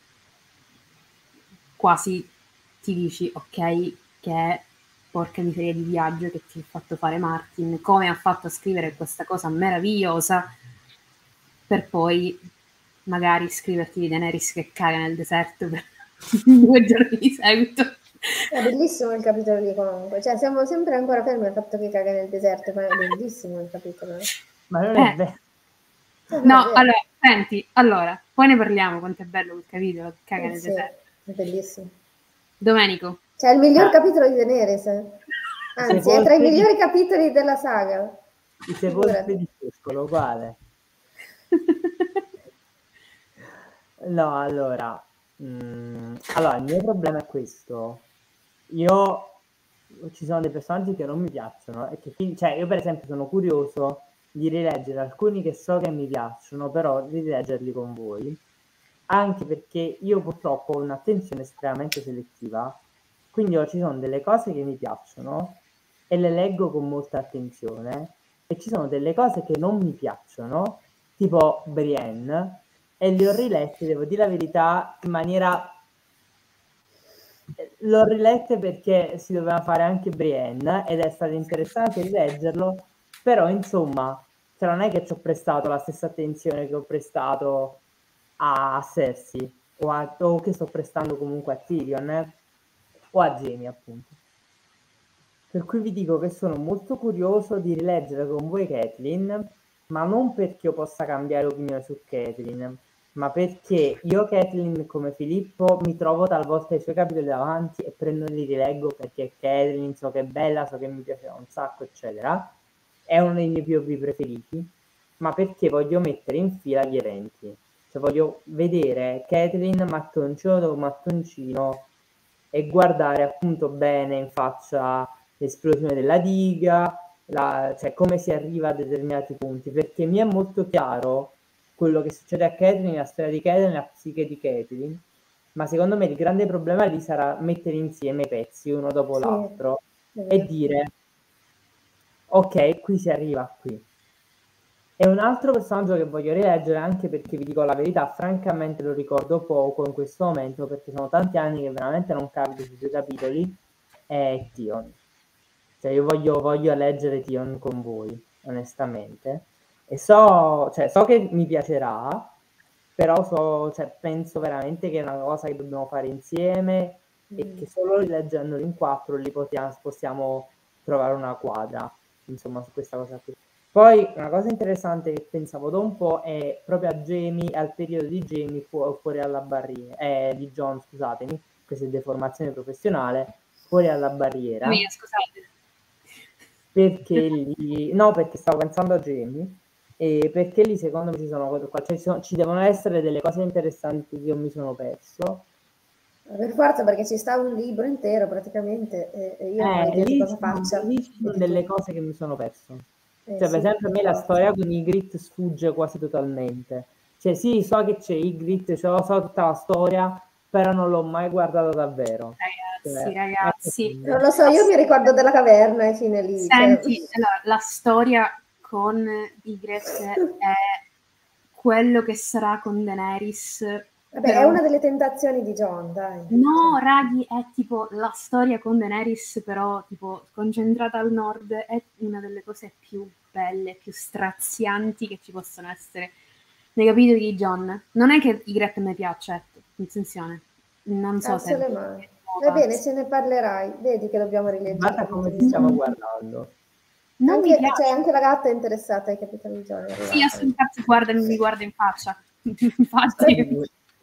quasi ti dici ok che porca miseria di viaggio che ti ha fatto fare Martin, come ha fatto a scrivere questa cosa meravigliosa per poi magari scriverti di Daenerys che caga nel deserto per due giorni di seguito. È bellissimo il capitolo lì comunque, cioè siamo sempre ancora fermi al fatto che caga nel deserto, ma è bellissimo il capitolo. Ma non Eh. è vero. Cioè, No, non è vero. allora, senti, allora, poi ne parliamo quanto è bello quel capitolo che caga Eh, nel sì, deserto. è bellissimo. Domenico. Cioè, è il miglior Ah. capitolo di Daenerys. Anzi, è tra i migliori capitoli della saga. I sepolcri di Fuscolo, uguale. No, allora, mh, allora, il mio problema è questo. Io ci sono dei personaggi che non mi piacciono e che quindi, cioè, io per esempio sono curioso di rileggere alcuni che so che mi piacciono, però di rileggerli con voi, anche perché io purtroppo ho un'attenzione estremamente selettiva, quindi io, ci sono delle cose che mi piacciono e le leggo con molta attenzione, e ci sono delle cose che non mi piacciono, tipo Brienne, e le ho rilette, devo dire la verità, in maniera... L'ho rilette perché si doveva fare anche Brienne ed è stato interessante rileggerlo, però insomma, cioè non è che ci ho prestato la stessa attenzione che ho prestato a Cersei o, a, o che sto prestando comunque a Tyrion eh, o a Jaime appunto. Per cui vi dico che sono molto curioso di rileggere con voi Catelyn, ma non perché io possa cambiare opinione su Catelyn, ma perché io Catelyn come Filippo mi trovo talvolta i suoi capitoli davanti e prendo e li rileggo perché Catelyn so che è bella, so che mi piaceva un sacco eccetera, è uno dei miei P O V preferiti, ma perché voglio mettere in fila gli eventi, cioè voglio vedere Catelyn mattoncino dopo mattoncino e guardare appunto bene in faccia l'esplosione della diga, la, cioè come si arriva a determinati punti, perché mi è molto chiaro quello che succede a Catelyn, la storia di Catelyn, la psiche di Catelyn, ma secondo me il grande problema lì sarà mettere insieme i pezzi uno dopo Sì, l'altro è e vero. dire ok, qui si arriva qui. E un altro personaggio che voglio rileggere, anche perché vi dico la verità, francamente lo ricordo poco in questo momento, perché sono tanti anni che veramente non capito sui suoi capitoli, è Tion. Cioè io voglio, voglio leggere Tion con voi, onestamente. E so, cioè, so che mi piacerà, però so, cioè, penso veramente che è una cosa che dobbiamo fare insieme e Mm. che solo rileggendolo in quattro lì possiamo, possiamo trovare una quadra, insomma, su questa cosa qui. Poi una cosa interessante che pensavo da un po' è proprio a Jamie, al periodo di Jamie fu- fuori alla barriera, eh, di John, scusatemi, questa è deformazione professionale, fuori alla barriera. Mia, scusate. Perché lì... No, perché stavo pensando a Jamie. E perché lì secondo me ci sono, cioè, ci, sono, ci devono essere delle cose interessanti che io mi sono perso. Per forza, perché ci sta un libro intero praticamente e, e io non ho Eh, idea di lì cosa ci sono, faccia. lì ci sono Vedi delle tu. cose che mi sono perso. Eh, Cioè, per sì, esempio, a me per la forza. storia con Ygritte sfugge quasi totalmente. Cioè, sì, so che c'è Ygritte, so, so tutta la storia, però non l'ho mai guardato davvero. Ragazzi, Cioè, ragazzi. ecco, Non lo so, io mi ricordo della caverna e fine lì. Senti, Cioè... allora, la storia con Ygritte è quello che sarà con Daenerys. Vabbè, però... è una delle tentazioni di Jon, dai. No, raghi, è tipo la storia con Daenerys, però tipo concentrata al nord, è una delle cose più belle, più strazianti che ci possono essere nei capitoli di Jon. Non è che Ygritte mi piace, attenzione, non so Alzo se... le mani. Va bene, ce ne parlerai. Vedi che dobbiamo rileggere. Guarda come ci stiamo guardando. Non anche, mi piace. Cioè, anche la gatta è interessata ai capitoli di Jon. Sì, infatti guarda, mi guarda in faccia. infatti,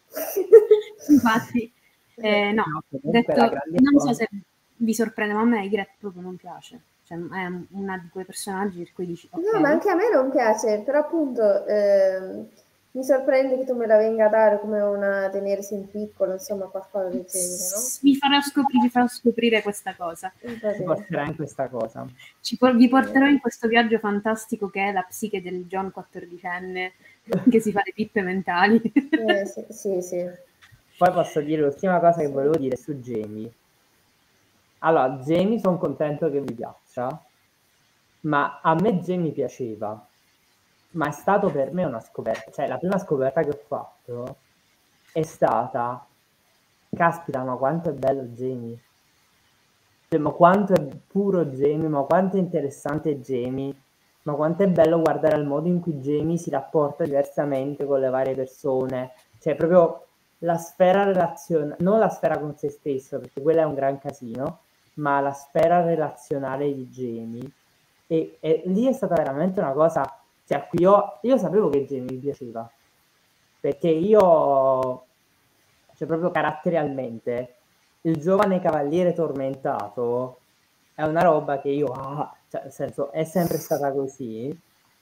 infatti eh, no, No, detto, la grande non cosa- so se vi sorprende, ma a me Ygritte proprio non piace. Cioè, è una di quei personaggi per cui dici, ok. No, ma anche a me non piace, però appunto ehm, mi sorprende che tu me la venga a dare come una tenersi in piccolo, insomma, qualcosa del genere, no? Vi farò scoprire, vi farò scoprire questa cosa. Va Ci bene. porterà in questa cosa. Ci por- vi porterò in questo viaggio fantastico che è la psiche del Jon quattordicenne che si fa le pippe mentali. Eh, sì, sì, sì. Poi posso dire l'ultima cosa che volevo dire su Jamie. Allora, Jamie sono contento che mi piaccia, ma a me Jamie piaceva, ma è stato per me una scoperta, cioè la prima scoperta che ho fatto è stata, caspita, ma quanto è bello Jamie, cioè, ma quanto è puro Jamie, ma quanto è interessante Jamie, ma quanto è bello guardare il modo in cui Jamie si rapporta diversamente con le varie persone, cioè proprio la sfera relazionale, non la sfera con se stesso, perché quella è un gran casino, ma la sfera relazionale di Jamie. E, e lì è stata veramente una cosa, cioè a cui io, io sapevo che Jamie mi piaceva, perché io, cioè proprio caratterialmente, il giovane cavaliere tormentato è una roba che io, ah, cioè nel senso, è sempre stata così,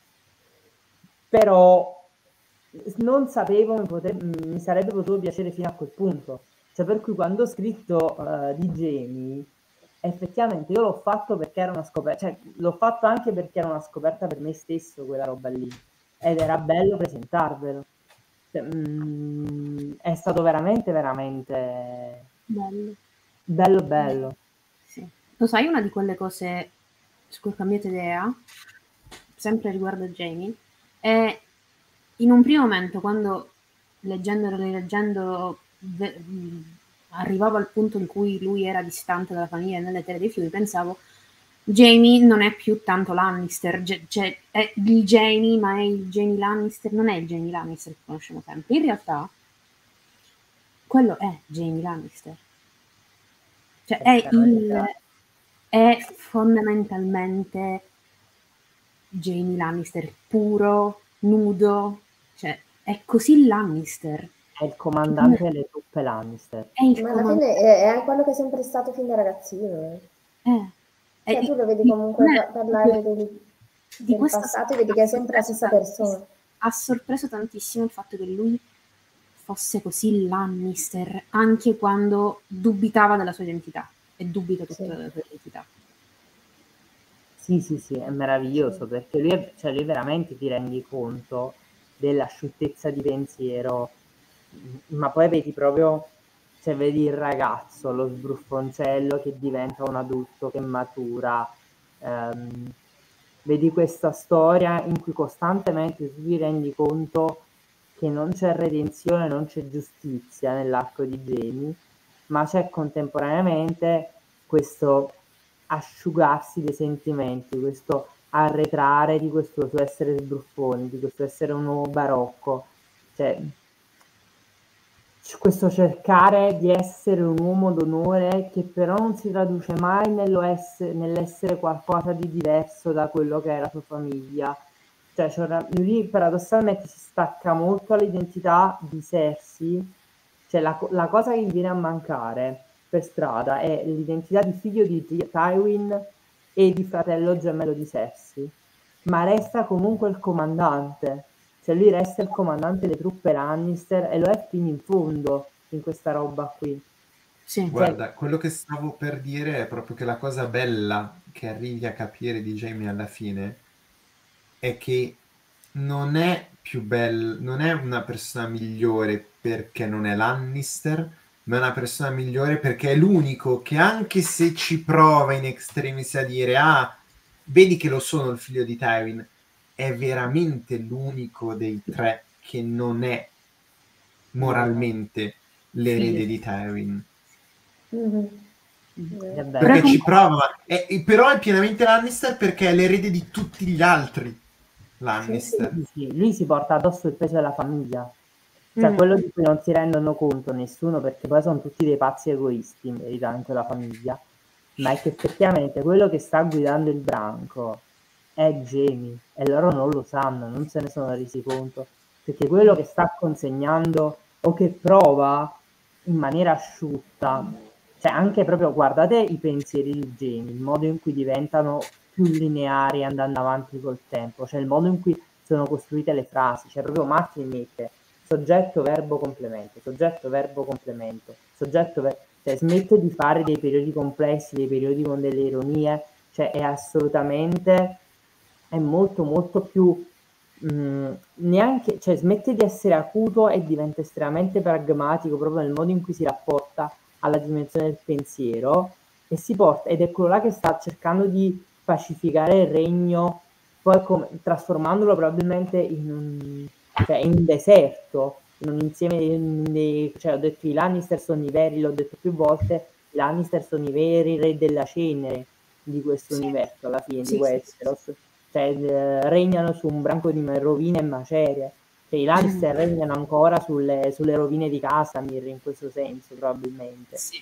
però non sapevo mi, pote- mi sarebbe potuto piacere fino a quel punto, cioè per cui quando ho scritto uh, di Jamie, effettivamente io l'ho fatto perché era una scoperta, cioè l'ho fatto anche perché era una scoperta per me stesso quella roba lì, ed era bello presentarvelo. Cioè, mm, è stato veramente veramente Bello. bello bello. Sì. Lo sai, una di quelle cose su cui ho cambiato idea, sempre riguardo Jamie, è in un primo momento, quando leggendo e rileggendo ve- mh, arrivavo al punto in cui lui era distante dalla famiglia nelle Terre dei Fiori, pensavo Jamie non è più tanto Lannister, Ge- cioè è il Jamie, ma è il Jamie Lannister, non è il Jamie Lannister che conosciamo sempre. In realtà quello è Jamie Lannister. Cioè è il è fondamentalmente Jamie Lannister puro, nudo, cioè è così Lannister. È il comandante delle truppe Lannister. È il Ma alla comandante. fine è, è quello che è sempre stato fin da ragazzino. Eh. Eh, Cioè, è- tu lo vedi di- comunque me- pa- parlare del, di del questa passato e storia vedi che è ha sempre la sorpreso stessa persona. tantissimo- Ha sorpreso tantissimo il fatto che lui fosse così Lannister, anche quando dubitava della sua identità, e dubita tutta Sì. della sua identità. Sì, sì, sì, è meraviglioso Sì. perché lui, è, cioè, lui veramente ti rendi conto dell'asciuttezza di pensiero, ma poi vedi proprio, cioè vedi il ragazzo, lo sbruffoncello che diventa un adulto, che matura, ehm, vedi questa storia in cui costantemente tu ti rendi conto che non c'è redenzione, non c'è giustizia nell'arco di Jamie, ma c'è contemporaneamente questo asciugarsi dei sentimenti, questo arretrare di questo suo essere sbruffone, di questo essere un uomo barocco, cioè questo cercare di essere un uomo d'onore che però non si traduce mai nello essere, nell'essere qualcosa di diverso da quello che è la sua famiglia. Cioè, cioè lui paradossalmente si stacca molto all'identità di Cersei, cioè la, la cosa che gli viene a mancare per strada è l'identità di figlio di Tywin e di fratello gemello di Cersei, ma resta comunque il comandante, cioè lui resta il comandante delle truppe Lannister e lo è fino in fondo in questa roba qui. Sì. Guarda, quello che stavo per dire è proprio che la cosa bella che arrivi a capire di Jaime alla fine è che non è più bello, non è una persona migliore perché non è Lannister, ma è una persona migliore perché è l'unico che, anche se ci prova in extremis a dire ah, vedi che lo sono il figlio di Tywin, è veramente l'unico dei tre che non è moralmente l'erede Sì. di Tywin. Mhm. È vero. Perché Però ci comunque- prova, è- è- però è pienamente Lannister perché è l'erede di tutti gli altri Lannister. Sì, sì, lui si porta addosso il peso della famiglia, cioè Mm. quello di cui non si rendono conto nessuno, perché poi sono tutti dei pazzi egoisti in verità in quella famiglia, ma è che effettivamente quello che sta guidando il branco è Jaime e loro non lo sanno, non se ne sono resi conto, perché quello che sta consegnando o che prova in maniera asciutta, cioè anche proprio guardate i pensieri di Jaime, il modo in cui diventano più lineari andando avanti col tempo, cioè il modo in cui sono costruite le frasi, cioè proprio Martin mette soggetto, verbo, complemento, soggetto, verbo, complemento, soggetto, ver- cioè smette di fare dei periodi complessi, dei periodi con delle ironie, cioè è assolutamente, è molto molto più, mh, neanche, cioè smette di essere acuto e diventa estremamente pragmatico proprio nel modo in cui si rapporta alla dimensione del pensiero e si porta, ed è quello là che sta cercando di pacificare il regno, poi come, trasformandolo probabilmente in un, cioè in un deserto, in un insieme di, di- cioè ho detto i Lannister sono i veri, l'ho detto più volte, i Lannister sono i veri re della cenere di questo Sì. universo alla fine, Sì, di sì, sì, Westeros, cioè eh, regnano su un branco di rovine e macerie, cioè i Lannister regnano ancora sulle, sulle rovine di Casamir in questo senso probabilmente. Sì.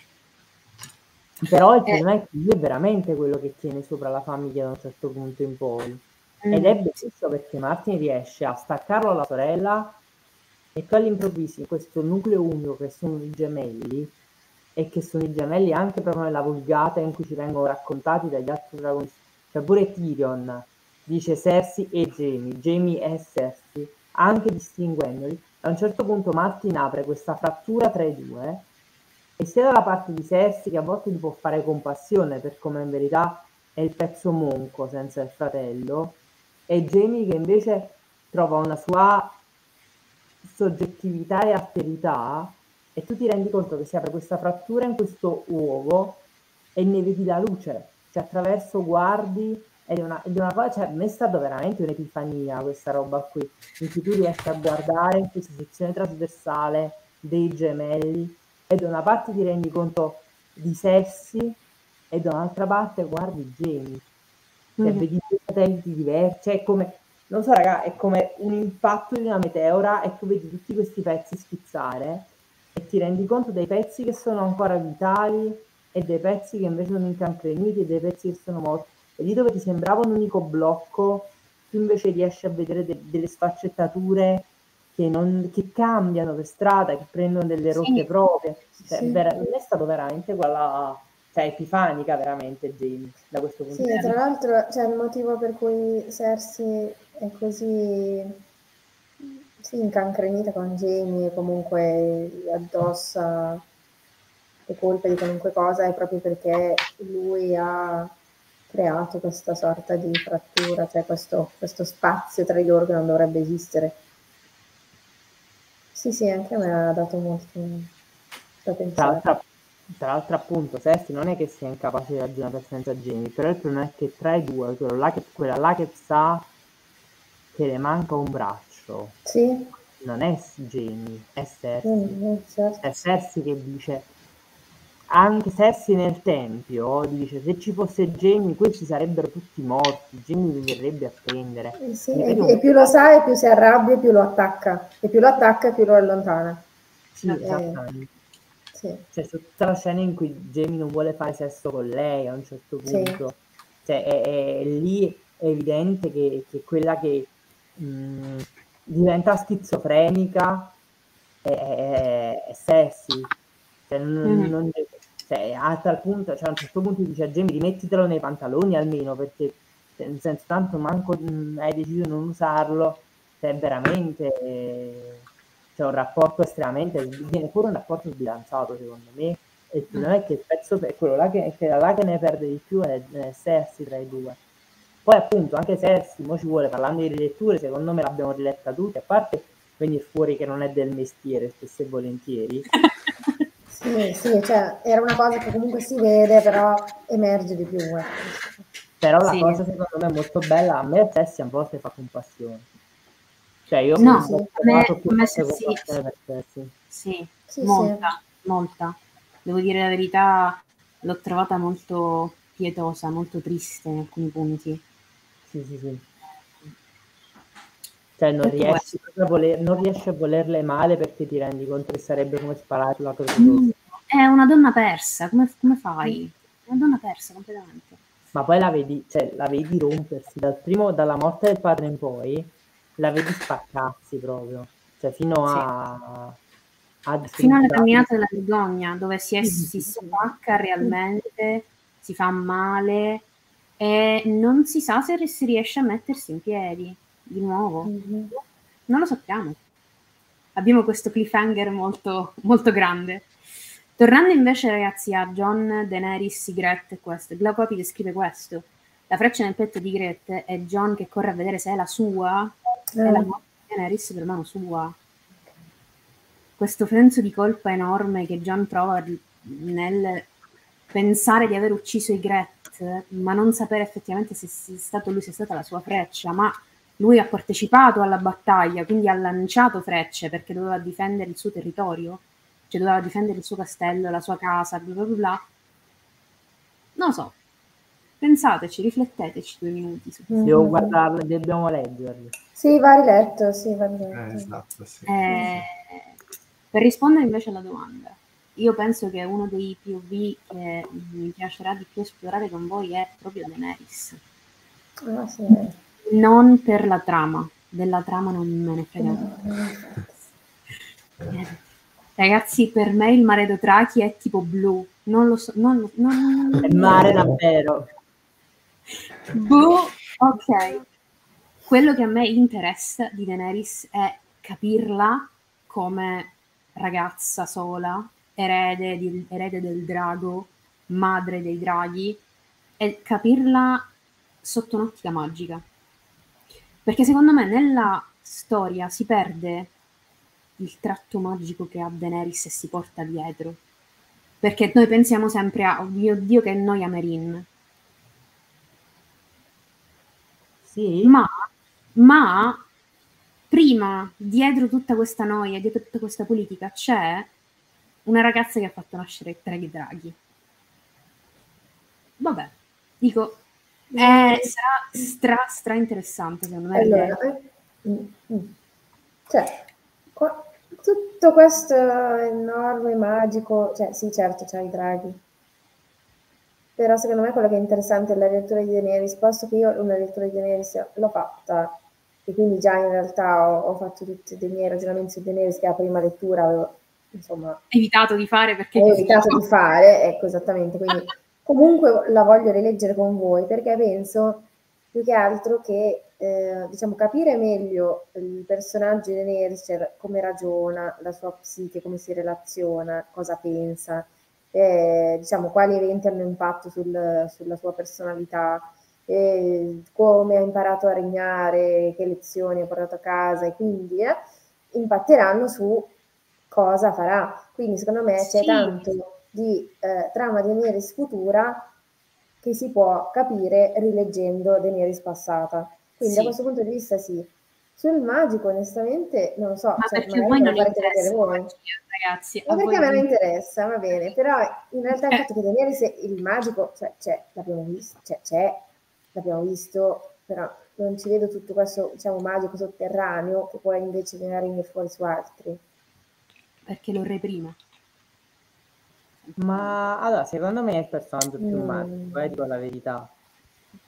Però il Eh, problema è che lui è veramente quello che tiene sopra la famiglia da un certo punto in poi. Ed mm, è bellissimo perché Martin riesce a staccarlo alla sorella e poi all'improvviso in questo nucleo unico che sono i gemelli e che sono i gemelli anche proprio nella vulgata in cui ci vengono raccontati dagli altri protagonisti. Cioè pure Tyrion dice Cersei e Jaime, Jaime e Cersei, anche distinguendoli. A un certo punto Martin apre questa frattura tra i due e sia dalla parte di Cersei che a volte gli può fare compassione per come in verità è il pezzo monco senza il fratello, e Jamie che invece trova una sua soggettività e alterità e tu ti rendi conto che si apre questa frattura in questo uovo e ne vedi la luce, cioè attraverso guardi ed è una, ed è una cosa, cioè a me è stata veramente un'epifania questa roba qui, in cui tu riesci a guardare in questa sezione trasversale dei gemelli e da una parte ti rendi conto di Cersei e da un'altra parte guardi Jamie, cioè mm, vedi due satelliti diversi, cioè è come, non so raga, è come un impatto di una meteora e tu vedi tutti questi pezzi schizzare e ti rendi conto dei pezzi che sono ancora vitali e dei pezzi che invece sono incancreniti e dei pezzi che sono morti. E lì dove ti sembrava un unico blocco, tu invece riesci a vedere de- delle sfaccettature che, non, che cambiano per strada, che prendono delle rotte sì. proprie. Cioè, Sì. vera- è stato veramente quella, cioè, epifanica veramente Jamie, da questo punto Sì, di e tra vista. l'altro c'è il motivo per cui Cersei è così sì, incancrenita con Jamie e comunque gli addossa le colpe di qualunque cosa è proprio perché lui ha creato questa sorta di frattura, cioè questo, questo spazio tra di loro che non dovrebbe esistere. Sì, sì, anche a me ha dato molto da Tra pensare. l'altro, tra l'altro appunto, Cersei non è che sia incapace di ragionare senza Jamie, però il problema è che tra i due, quello là che, quella là che sa che le manca un braccio, Sì, non è Jamie, è Cersei. mm, certo. È Cersei che dice, anche Cersei nel tempio, dice, se ci fosse Jamie questi sarebbero tutti morti, Jamie li verrebbe a prendere. Eh sì, Mi e, vede un e più lo sa e più si arrabbia e più lo attacca, e più lo attacca e più lo allontana. Sì, Eh, esattamente. sì, C'è tutta la scena in cui Jamie non vuole fare sesso con lei a un certo sì, punto. Cioè, è, è- lì è evidente che, che quella che mh, diventa schizofrenica è, è, è Cersei. Cioè, non, mm. non- cioè, a tal punto, cioè, a un certo punto dice a Jamie rimettitelo nei pantaloni almeno, perché nel senso tanto manco mh, hai deciso di non usarlo, cioè veramente eh, c'è un rapporto estremamente, viene pure un rapporto sbilanciato secondo me, e il problema è che il pezzo è quello là che, che, là che ne perde di più è, è Cersei tra i due. Poi appunto anche Cersei, mo ci vuole, parlando di riletture, secondo me l'abbiamo riletta tutti, a parte venire fuori che non è del mestiere spesso e volentieri. Sì, sì, cioè era una cosa che comunque si vede, però emerge di più. Eh. Però la Sì. cosa secondo me molto bella, a me Cersei a volte fa compassione. Cioè io No, ho sì, a provato me, più a me volte sì, compassione per Cersei. sì, Sì, molta, molta. Devo dire la verità, l'ho trovata molto pietosa, molto triste in alcuni punti. Sì, sì, sì. Cioè non Detto riesci, questo, proprio a voler, non riesci a volerle male perché ti rendi conto che sarebbe come sparare sulla croce mm, rossa. è una donna persa, come, come fai? È una donna persa completamente. Ma poi la vedi, cioè, la vedi rompersi dal primo, dalla morte del padre in poi, la vedi spaccarsi proprio, cioè fino Sì. a, a Fino alla sventurare. camminata della vergogna, dove si, è, Sì, sì, si sì, sì. spacca realmente, si fa male e non si sa se si riesce a mettersi in piedi di nuovo. Mhm. Non lo sappiamo. Abbiamo questo cliffhanger molto, molto grande. Tornando invece, ragazzi, a Jon, Daenerys, Ygritte e questo. Glaucopi descrive questo. La freccia nel petto di Ygritte è Jon che corre a vedere se è la sua, Eh. e la morte di Daenerys per mano sua. Questo senso di colpa enorme che Jon prova nel pensare di aver ucciso Ygritte, ma non sapere effettivamente se sia stato lui, sia stata la sua freccia, ma lui ha partecipato alla battaglia, quindi ha lanciato frecce perché doveva difendere il suo territorio, cioè doveva difendere il suo castello, la sua casa, bla bla bla. Non lo so, pensateci, rifletteteci due minuti su questo. Devo Mhm. guardarli, dobbiamo leggerli. Sì, va riletto, sì, va Eh, riletto. esatto, sì. Eh, per rispondere invece alla domanda, io penso che uno dei P O V che mi piacerà di più esplorare con voi è proprio Daenerys. Ah, sì. Non per la trama, della trama non me ne frega No, no, infatti. niente. Ragazzi, per me il mare Dothraki è tipo blu, non lo so, non, non, È mare davvero. Boh, ok. Quello che a me interessa di Daenerys è capirla come ragazza sola, erede, di, erede del drago, madre dei draghi, e capirla sotto un'ottica magica. Perché secondo me nella storia si perde il tratto magico che ha Daenerys e si porta dietro. Perché noi pensiamo sempre a, oh mio Dio, che noia Meereen. Sì? Ma, ma prima, dietro tutta questa noia, dietro tutta questa politica, c'è una ragazza che ha fatto nascere tre draghi. Vabbè, dico, eh, sarà stra, stra interessante secondo me Allora, vedere. eh, mm, mm. cioè, qua- tutto questo enorme, magico, cioè sì, certo, c'hai i draghi. Però secondo me quello che è interessante è la lettura di Daenerys, posto che io una lettura di Daenerys l'ho fatta, e quindi già in realtà ho, ho fatto tutti dei miei ragionamenti su Daenerys che la prima lettura avevo, insomma, Evitato di fare perché ho che evitato schifo. di fare, ecco esattamente, quindi comunque la voglio rileggere con voi perché penso più che altro che eh, diciamo capire meglio il personaggio di Daenerys, cioè come ragiona, la sua psiche, come si relaziona, cosa pensa, eh, diciamo quali eventi hanno impatto sul, sulla sua personalità, eh, come ha imparato a regnare, che lezioni ha portato a casa e quindi eh, impatteranno su cosa farà. Quindi secondo me c'è Sì, tanto di eh, trama di Daenerys futura che si può capire rileggendo Daenerys passata. Quindi da sì. questo punto di vista sì. Sul magico onestamente non lo so, Ma cioè, perché a magari voi me non lo farete vedere interessa la voi. magia, ragazzi? Ma A voi perché a me non non interessa. interessa, va bene, però in realtà il fatto che Daenerys il magico, cioè c'è, l'abbiamo visto, cioè, c'è, l'abbiamo visto, però non ci vedo tutto questo, diciamo, magico sotterraneo che poi invece viene venire fuori su altri. Perché lo reprime. Ma allora, secondo me è il personaggio più Mm. magico, eh, dico la verità.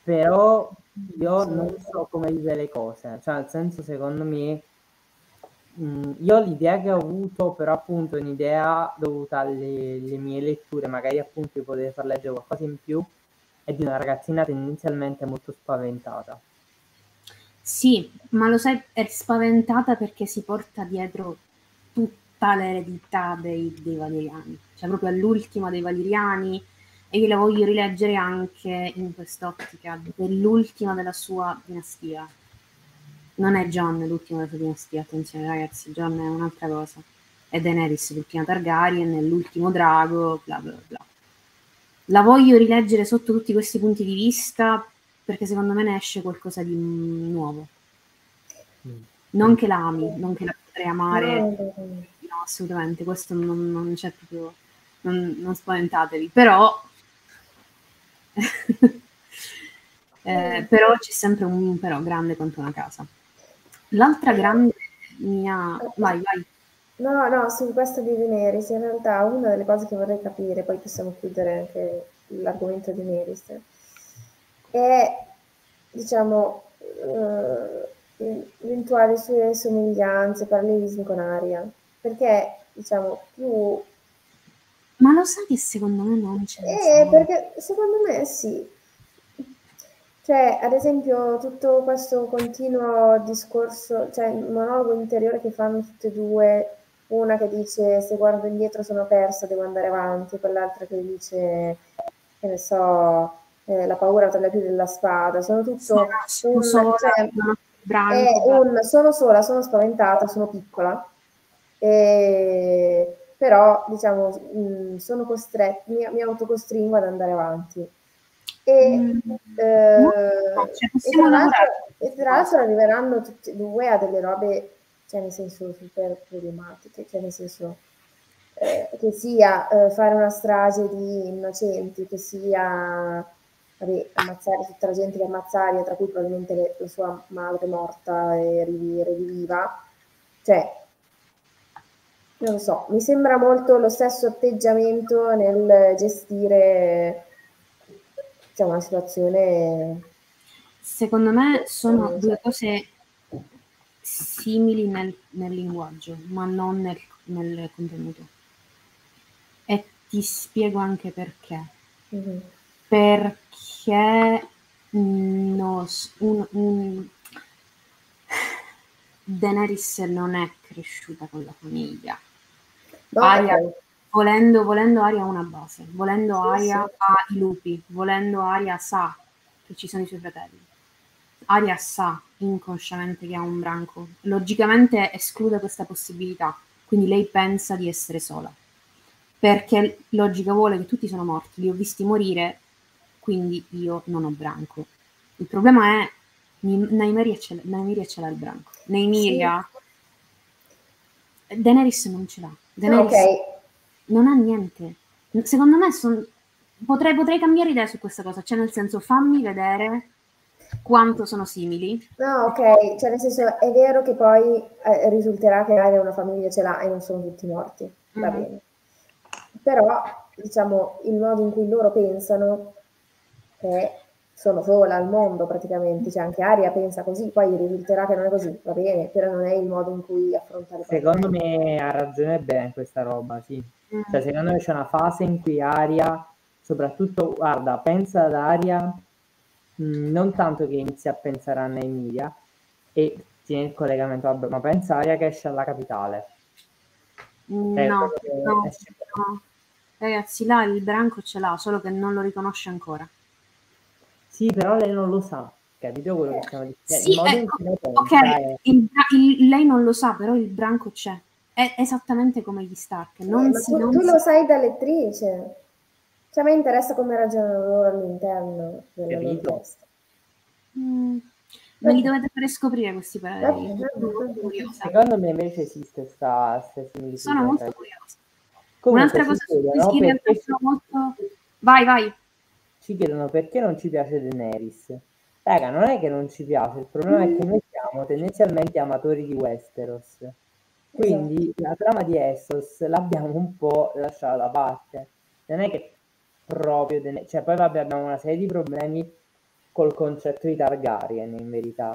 Però io Sì. non so come vive le cose, cioè nel senso secondo me Mm, io l'idea che ho avuto, però appunto è un'idea dovuta alle, alle mie letture, magari appunto di poter far leggere qualcosa in più, è di una ragazzina tendenzialmente molto spaventata. Sì, ma lo sai, è spaventata perché si porta dietro tutta l'eredità dei, dei Valeriani, cioè proprio all'ultima dei Valeriani, e io la voglio rileggere anche in quest'ottica dell'ultima della sua dinastia. Non è Jon l'ultima della sua dinastia, attenzione ragazzi, Jon è un'altra cosa. È Daenerys l'ultima Targaryen, è l'ultimo drago, bla bla bla. La voglio rileggere sotto tutti questi punti di vista perché secondo me ne esce qualcosa di nuovo. Mm. Non che la ami, non che la potrei amare, No, no, no. no, assolutamente, questo non, non c'è proprio, non, non spaventatevi, però, eh, però c'è sempre un però grande quanto una casa. L'altra grande mia... Vai, vai. No, no, su questo di Daenerys, in realtà una delle cose che vorrei capire, poi possiamo chiudere anche l'argomento di Daenerys, è, diciamo, eh, eventuali sue somiglianze, parallelismi con Arya, perché, diciamo, più... Ma lo sai che secondo me non ce ne Eh, sono? perché secondo me sì. Cioè, ad esempio, tutto questo continuo discorso, cioè il monologo interiore che fanno tutte e due, una che dice se guardo indietro sono persa, devo andare avanti, quell'altra che dice, che ne so, eh, la paura taglia più della spada, sono tutto Sono un, sola, cioè, non ho è branco, bla- un sono sola, sono spaventata, sono piccola, e, però diciamo mh, sono costretta, mi, mi autocostringo ad andare avanti. E, Mm, eh, no, cioè, e possiamo tra l'altro, lavorare su e questa tra l'altro cosa. arriveranno tutti e due a delle robe, cioè nel senso super problematiche, cioè nel senso eh, che sia eh, fare una strage di innocenti, che sia vabbè, ammazzare tutta la gente che ammazzaria, tra cui probabilmente le- la sua madre morta e rivi- riviva, cioè non lo so, mi sembra molto lo stesso atteggiamento nel gestire diciamo, una situazione. Secondo me sono non due so. cose simili nel, nel linguaggio, ma non nel, nel contenuto. E ti spiego anche perché. Mhm. Perché no, un, un, Daenerys non è cresciuta con la famiglia. No, Arya, ok. volendo, volendo Arya ha una base, volendo Sì, sì. Arya ha i lupi, volendo Arya sa che ci sono i suoi fratelli. Arya sa inconsciamente che ha un branco, logicamente esclude questa possibilità, quindi lei pensa di essere sola, perché logica vuole che tutti sono morti, li ho visti morire, quindi io non ho branco. Il problema è Nymeria ce, Nymeria ce l'ha il branco. Sì. Nymeria Daenerys non ce l'ha. No, ok. Daenerys non ha niente. Secondo me son... potrei, potrei cambiare idea su questa cosa, cioè nel senso fammi vedere quanto sono simili. No, ok, cioè nel senso è vero che poi eh, risulterà che Arya una famiglia ce l'ha e non sono tutti morti, va Mhm. bene. Però, diciamo, il modo in cui loro pensano è sono sola al mondo praticamente, cioè anche Arya pensa così, poi risulterà che non è così, va bene, però non è il modo in cui affrontare poi il Secondo problema. me ha ragione bene questa roba, sì. Mm. Cioè, secondo me c'è una fase in cui Aria, soprattutto, guarda, pensa ad Aria, mh, non tanto che inizia a pensare a Nymeria e tiene il collegamento, vabbè, ma pensa a Aria che esce alla capitale. Cioè, No, proprio che no, esce- no. Ragazzi, là il branco ce l'ha, solo che non lo riconosce ancora. Sì, però lei non lo sa, capito quello che stiamo dicendo? Sì, Il modo in ecco, cui lei ok, pensa è... il bra- il- lei non lo sa, però il branco c'è. È esattamente come gli Stark. Eh, Non ma si, tu, non tu si... lo sai da lettrice, cioè a me interessa come ragionano loro all'interno della loro Capito? testa. Mm, me li Vabbè, dovete fare scoprire questi pareri. vabbè, Sono vabbè, molto vabbè. curiosa. Secondo me invece esiste sta, sta Sono similitudine tra molto i due. curiosa. Comunque Un'altra ci cosa su cui chiedono sì, in realtà perché ci, sono molto... Vai, vai. ci chiedono perché non ci piace Daenerys. Raga, non è che non ci piace, il problema è Mm, che noi siamo tendenzialmente amatori di Westeros. esatto. Quindi la trama di Essos l'abbiamo un po' lasciata da parte. Non è che proprio Daenerys, cioè poi vabbè abbiamo una serie di problemi col concetto di Targaryen in verità.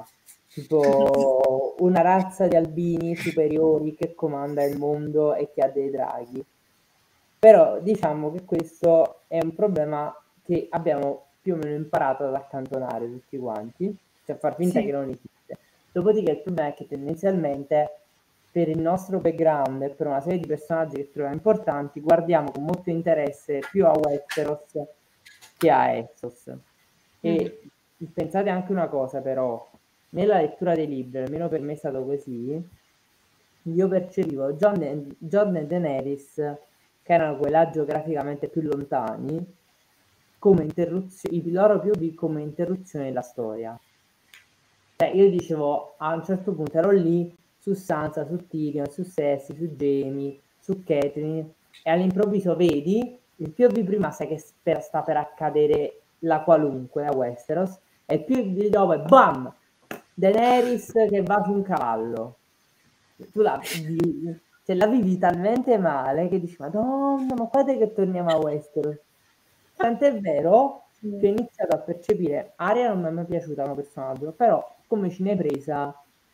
tipo una razza di albini superiori che comanda il mondo e che ha dei draghi. Però diciamo che questo è un problema che abbiamo più o meno imparato ad accantonare tutti quanti, cioè a far finta Sì. che non esiste. Dopodiché il problema è che tendenzialmente per il nostro background e per una serie di personaggi che troviamo importanti guardiamo con molto interesse più a Westeros che a Essos. E Mm. pensate anche una cosa però, nella lettura dei libri, almeno per me è stato così, io percepivo Jon e, Jon e Daenerys, che erano quelli là geograficamente più lontani, come interruzione, i loro P O V come interruzione della storia. Cioè io dicevo, a un certo punto ero lì, su Sansa, su Tyrion, su Cersei, su Jaime, su Catelyn, e all'improvviso vedi, il P O V prima sai che spera, sta per accadere la qualunque a Westeros, e il P O V dopo è BAM! Daenerys che va su un cavallo. Tu la vivi, cioè, la vivi talmente male che dici, Madonna, ma guarda che torniamo a Westeros. Tant'è vero che ho iniziato a percepire, Arya non mi è mai piaciuta come personaggio, però come cinepresa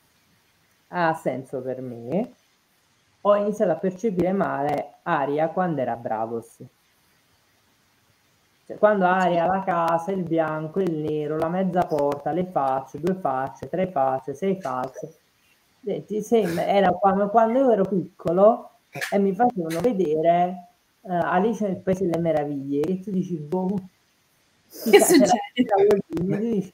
ha senso per me. Ho iniziato a percepire male Arya quando era Bravos. Cioè, quando Arya la casa, il bianco, il nero, la mezza porta, le facce, due facce, tre facce, sei facce. Ti sembra, era quando, quando io ero piccolo e mi facevano vedere uh, Alice nel Paese delle Meraviglie, e tu dici, boh, che succede? Dici,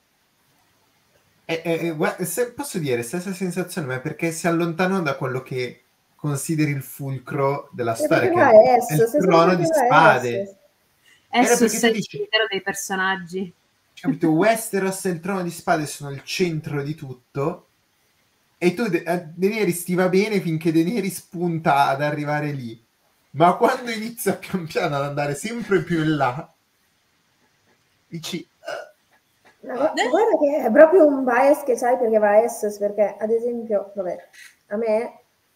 eh, eh, guarda, se posso dire, stessa sensazione, ma è perché si allontanano da quello che consideri il fulcro della E storia, che è, è il trono di spade. Essos è il cimitero dei personaggi. Capito? Westeros e il trono di spade sono il centro di tutto, e tu Daenerys ti va bene finché Daenerys punta ad arrivare lì, ma quando inizia pian piano ad andare sempre più in là dici uh, no, guarda che è proprio un bias che c'hai perché va a Essos, perché ad esempio, vabbè, a me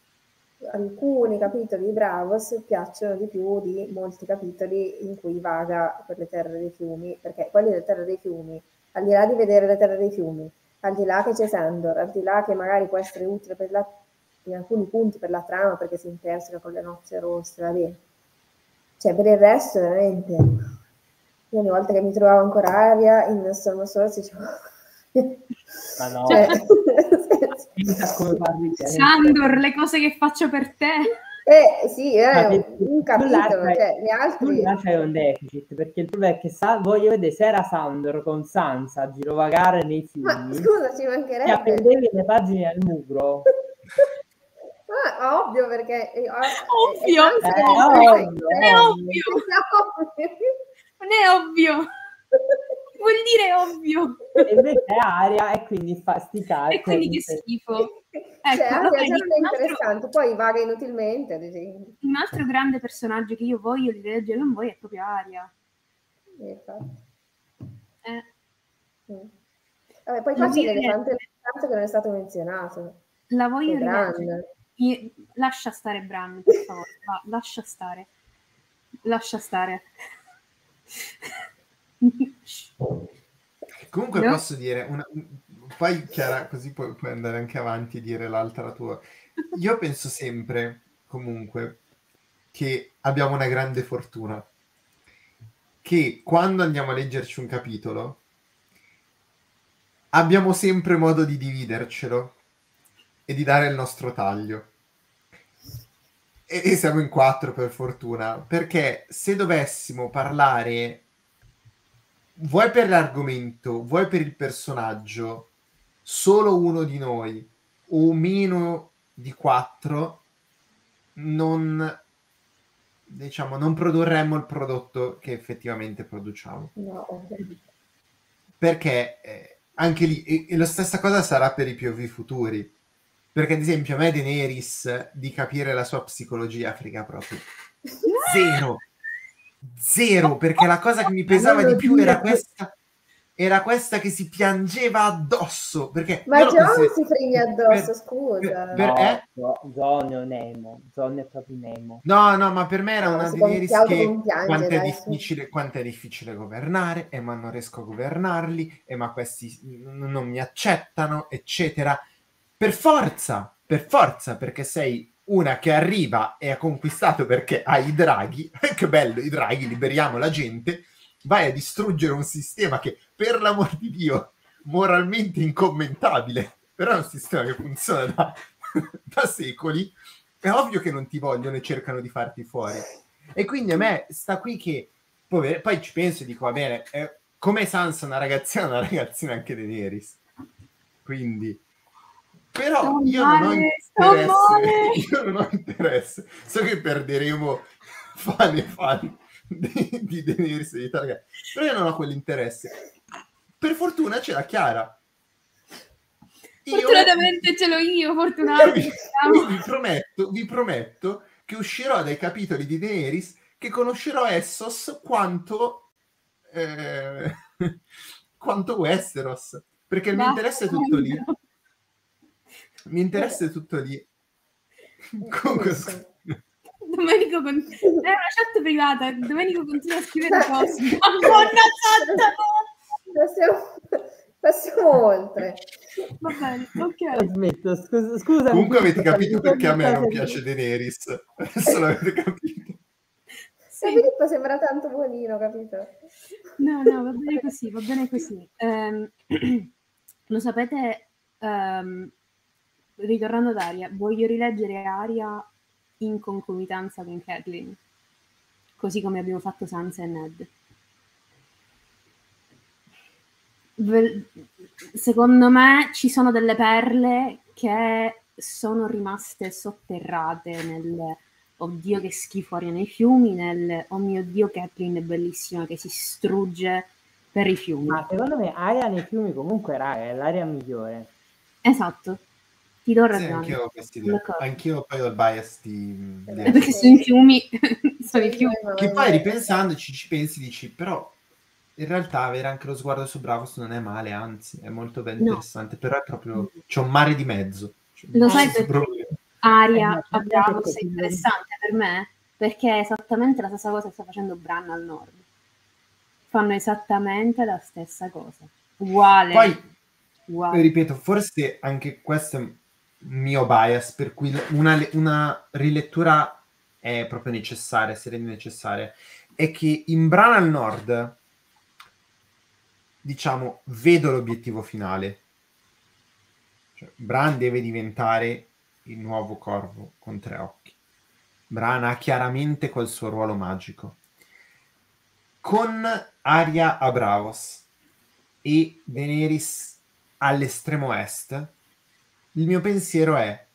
alcuni capitoli di Bravos piacciono di più di molti capitoli in cui vaga per le terre dei fiumi, perché quelli delle terre dei fiumi, al di là di vedere le terre dei fiumi, al di là che c'è Sandor, al di là che magari può essere utile per la, in alcuni punti per la trama, perché si interseca con le nozze rosse, va bene. Cioè, per il resto, veramente, io ogni volta che mi trovavo ancora Arya in Storm of Swords dicevo... Ma no. Cioè, Sandor, le cose che faccio per te. Eh sì, è un, un capitolo, cioè, gli altri... Là c'è un deficit, perché il problema è che sa, voglio vedere se era Sandor con Sansa a girovagare nei fiumi. Ma scusa, ci mancherebbe. E appendevi le pagine al muro. Ah, ovvio, perché... È, ovvio! È, è, è, ovvio, è, è ovvio! Non è ovvio! Vuol dire ovvio. E invece è Arya e quindi fa sti cazzi. E quindi che schifo. Ecco, cioè, lo vedi, un è interessante, altro... poi vaga inutilmente, ad esempio. Un altro grande personaggio che io voglio rileggere con voi è proprio Arya. Eh. Mm. Vabbè, poi qua c'è l'elefante che non è stato menzionato. La voglio rileggere. Io... Lascia stare Bran, per favore. Va, lascia stare. Lascia stare. Comunque no? Posso dire una... poi Chiara, così puoi, puoi andare anche avanti e dire l'altra tua. Io penso sempre comunque che abbiamo una grande fortuna, che quando andiamo a leggerci un capitolo abbiamo sempre modo di dividercelo e di dare il nostro taglio, e, e siamo in quattro per fortuna, perché se dovessimo parlare vuoi per l'argomento, vuoi per il personaggio, solo uno di noi o meno di quattro, non, diciamo, non produrremmo il prodotto che effettivamente produciamo. No, okay. Perché eh, anche lì, e, e la stessa cosa sarà per i P O V futuri. Perché ad esempio a me Daenerys di capire la sua psicologia frega proprio zero. Zero, perché la cosa che mi pesava di più era questa era questa che si piangeva addosso, perché Ma io lo Jon considero- si frigna addosso, per- scusa. per- No, eh? no, Jon è un emo. Jon è proprio un emo. No, no, ma per me era No, una si Daenerys con- si che autocompiange, quanto è dai, su. difficile, quanto è difficile governare, e ma non riesco a governarli, e ma questi n- non mi accettano, eccetera. Per forza, per forza, perché sei una che arriva e ha conquistato perché hai i draghi, che bello, i draghi, liberiamo la gente, vai a distruggere un sistema che, per l'amor di Dio, moralmente incommentabile, però è un sistema che funziona da, da secoli. È ovvio che non ti vogliono e cercano di farti fuori. E quindi a me sta qui che poi, poi ci penso e dico, va bene, eh, come Sansa una ragazzina, una ragazzina anche Daenerys. Quindi però Sto io non ho male, sto interesse, male. io non ho interesse. So che perderemo fan e fan di, di Daenerys e di Targaryen, però io non ho quell'interesse. Per fortuna c'è la Chiara. Io- Fortunatamente ce l'ho io, Io fortunato. vi, io vi prometto, vi prometto che uscirò dai capitoli di Daenerys che conoscerò Essos quanto eh, quanto Westeros, perché il mio interesse è tutto lì. Mi interessa tutto lì. Comunque, Benissimo. Domenico con... è una chat privata. Domenico continua a scrivere cose. Madonna santa, no! Passiamo, passiamo oltre. Va bene, ok. Smetto, scusa, scusa. comunque avete capito perché a me non piace Daenerys. Adesso l'avete capito. Se Filippo sembra tanto buonino, capito? No, no, va bene così, va bene così. Ehm, lo sapete, ehm, ritornando ad Arya, voglio rileggere Arya in concomitanza con Catelyn, così come abbiamo fatto Sansa e Ned. Ve- Secondo me ci sono delle perle che sono rimaste sotterrate nel oddio che schifo Arya nei fiumi, nel oh mio Dio Catelyn è bellissima che si strugge per i fiumi. Ma secondo me Aria nei fiumi comunque raga, è l'aria migliore. Esatto, ti do Sì, ragione. anch'io ho questa idea. D'accordo. Anch'io poi ho il bias di, di Eh, Perché Essos. sono i fiumi, sono i fiumi. Che poi ripensandoci ci pensi, dici, però in realtà avere anche lo sguardo su Bravos non è male, anzi è molto ben No. interessante, però è proprio, c'è un mare di mezzo. Cioè, Lo sai questo perché problema. Arya Eh, a ma Bravos perché è ti- interessante per me? Perché è esattamente la stessa cosa che sta facendo Bran al nord. Fanno esattamente la stessa cosa. Uguale. Poi, uguale. ripeto, forse anche questo è un mio bias, per cui una, una rilettura è proprio necessaria, si rende necessaria, è che in Bran al nord, diciamo, vedo l'obiettivo finale. Cioè, Bran deve diventare il nuovo corvo con tre occhi. Bran ha chiaramente quel suo ruolo magico. Con Arya a Bravos e Daenerys all'estremo est, il mio pensiero è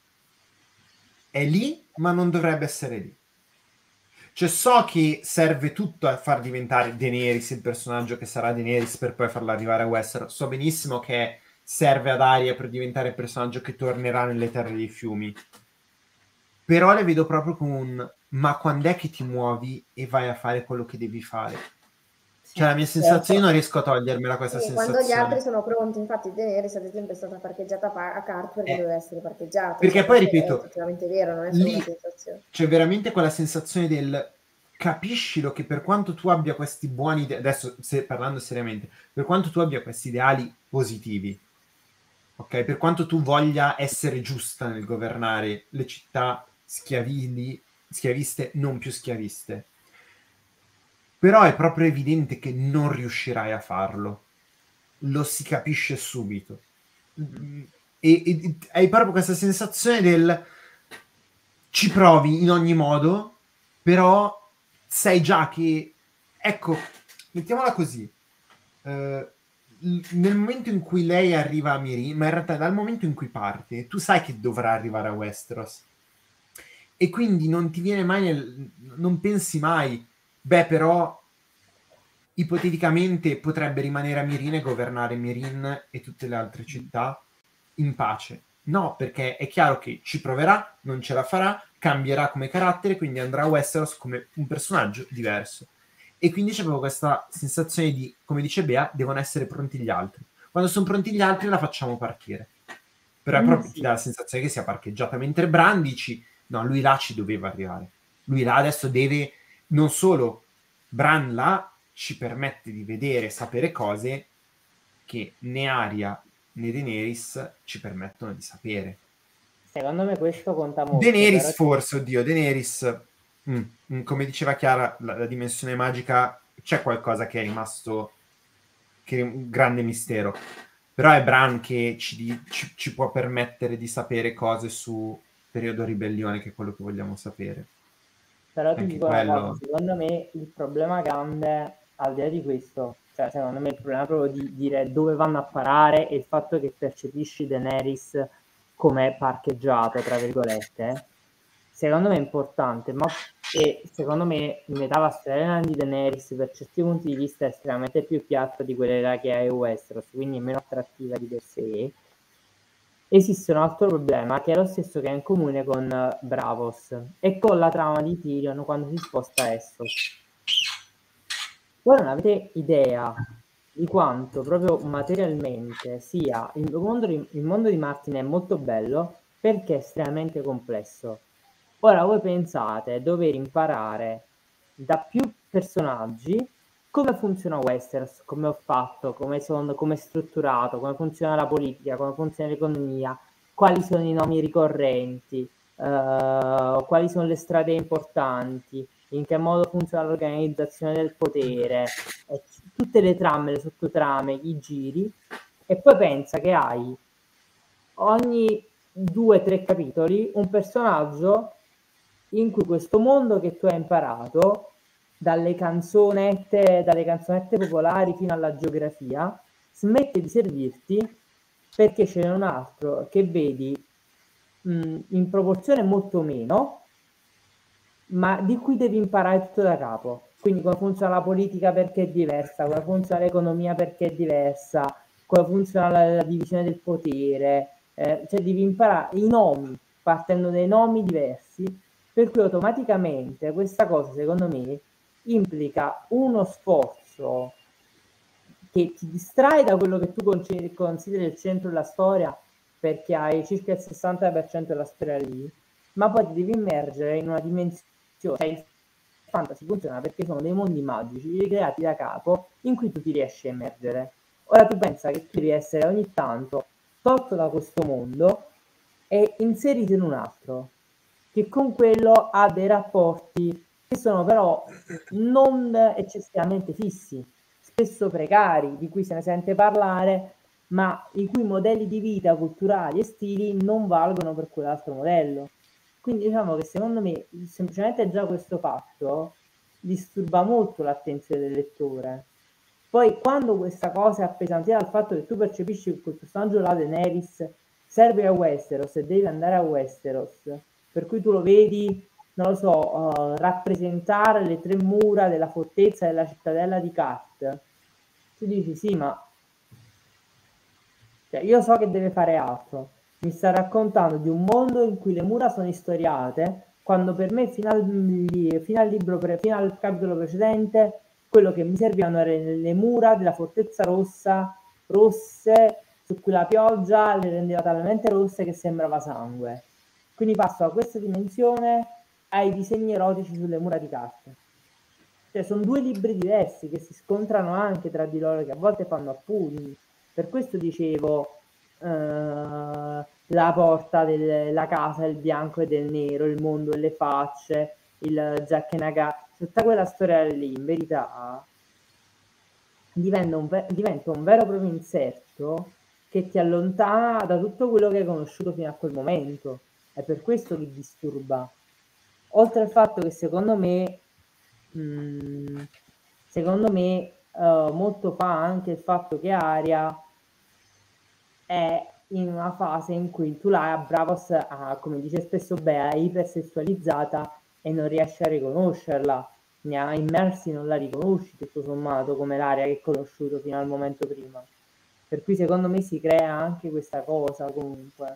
è lì, ma non dovrebbe essere lì. Cioè, so che serve tutto a far diventare Daenerys il personaggio che sarà Daenerys per poi farlo arrivare a Westeros. So benissimo che serve ad Arya per diventare il personaggio che tornerà nelle terre dei fiumi. Però le vedo proprio come un ma quando è che ti muovi e vai a fare quello che devi fare? Cioè, la mia sensazione, io non riesco a togliermela questa Sì, sensazione. quando gli altri sono pronti, infatti Daenerys ad esempio è stata parcheggiata a pa- a Cart perché Eh. doveva essere parcheggiata. Perché Cioè, poi, questo ripeto, è effettivamente vero, non è solo lì una sensazione. c'è veramente quella sensazione del capiscilo che per quanto tu abbia questi buoni ide- adesso se, parlando seriamente, per quanto tu abbia questi ideali positivi, ok, per quanto tu voglia essere giusta nel governare le città schiavili, schiaviste, non più schiaviste, però è proprio evidente che non riuscirai a farlo, lo si capisce subito. E, e hai proprio questa sensazione del ci provi in ogni modo, però sai già che, ecco, mettiamola così, eh, l- nel momento in cui lei arriva a Miri, ma in realtà dal momento in cui parte, tu sai che dovrà arrivare a Westeros, e quindi non ti viene mai nel, non pensi mai, beh, però ipoteticamente potrebbe rimanere a Mirin e governare Mirin e tutte le altre città in pace. No, perché è chiaro che ci proverà, non ce la farà, cambierà come carattere, quindi andrà a Westeros come un personaggio diverso. E quindi c'avevo questa sensazione di, come dice Bea, devono essere pronti gli altri. Quando sono pronti gli altri la facciamo partire. Però è Mm, proprio, sì. ti dà la sensazione che sia parcheggiata, mentre Bran dici, no, lui là ci doveva arrivare. Lui là adesso deve, non solo Bran là ci permette di vedere, sapere cose che né Arya né Daenerys ci permettono di sapere. Secondo me questo conta molto. Daenerys però... forse, oddio, Daenerys, mm, mm, come diceva Chiara, la, la dimensione magica, c'è qualcosa che è rimasto, che è un grande mistero. Però è Bran che ci, ci, ci può permettere di sapere cose su periodo ribellione, che è quello che vogliamo sapere. Però ti Anche dico una quello... cosa, secondo me il problema grande, al di là di questo, cioè secondo me il problema è proprio di dire dove vanno a parare e il fatto che percepisci Daenerys come parcheggiato, tra virgolette, secondo me è importante, ma e secondo me in metà la storia di Daenerys per certi punti di vista è estremamente più piatta di quella che è Westeros, quindi è meno attrattiva di per sé. Esiste un altro problema che è lo stesso che è in comune con uh, Bravos e con la trama di Tyrion quando si sposta a Essos. Voi non avete idea di quanto proprio materialmente sia il mondo di, il mondo di Martin è molto bello perché è estremamente complesso. Ora voi pensate dover imparare da più personaggi come funziona Westeros, come ho fatto, come, sono, come è strutturato, come funziona la politica, come funziona l'economia, quali sono i nomi ricorrenti, uh, quali sono le strade importanti, in che modo funziona l'organizzazione del potere, eh, tutte le trame, le sottotrame, i giri, e poi pensa che hai ogni due o tre capitoli un personaggio in cui questo mondo che tu hai imparato dalle canzonette, dalle canzonette popolari fino alla geografia, smette di servirti perché ce n'è un altro che vedi mh, in proporzione molto meno, ma di cui devi imparare tutto da capo. Quindi come funziona la politica perché è diversa, come funziona l'economia perché è diversa, come funziona la, la divisione del potere, eh, cioè devi imparare i nomi partendo dai nomi diversi, per cui automaticamente questa cosa secondo me implica uno sforzo che ti distrae da quello che tu consideri il centro della storia, perché hai circa il sessanta per cento della storia lì, ma poi ti devi immergere in una dimensione, cioè il fantasy funziona perché sono dei mondi magici ricreati da capo in cui tu ti riesci a immergere. Ora tu pensa che tu devi essere ogni tanto tolto da questo mondo e inserito in un altro, che con quello ha dei rapporti che sono però non eccessivamente fissi, spesso precari, di cui se ne sente parlare, ma i cui modelli di vita culturali e stili non valgono per quell'altro modello. Quindi diciamo che secondo me semplicemente già questo fatto disturba molto l'attenzione del lettore. Poi quando questa cosa è appesantita dal fatto che tu percepisci che quel personaggio là, Daenerys, serve a Westeros e deve andare a Westeros, per cui tu lo vedi, non lo so, uh, rappresentare le tre mura della fortezza della cittadella di Kart, tu dici sì, ma cioè, io so che deve fare altro, mi sta raccontando di un mondo in cui le mura sono istoriate, quando per me fino al, fino al libro pre, fino al capitolo precedente quello che mi servivano erano le mura della fortezza rossa, rosse, su cui la pioggia le rendeva talmente rosse che sembrava sangue. Quindi passo da questa dimensione ai disegni erotici sulle mura di carta. Cioè sono due libri diversi che si scontrano anche tra di loro, che a volte fanno appunti. Per questo dicevo uh, la porta della casa, il bianco e del nero, il mondo e le facce, il Jack e Naga, tutta quella storia lì in verità diventa un, ve- diventa un vero e proprio inserto che ti allontana da tutto quello che hai conosciuto fino a quel momento. È per questo che disturba. Oltre al fatto che secondo me mh, secondo me uh, molto fa anche il fatto che Arya è in una fase in cui tu l'hai a Bravos, a, come dice spesso Bea, è ipersessualizzata e non riesci a riconoscerla, ne ha immersi, non la riconosci tutto sommato come l'Arya che hai conosciuto fino al momento prima, per cui secondo me si crea anche questa cosa comunque.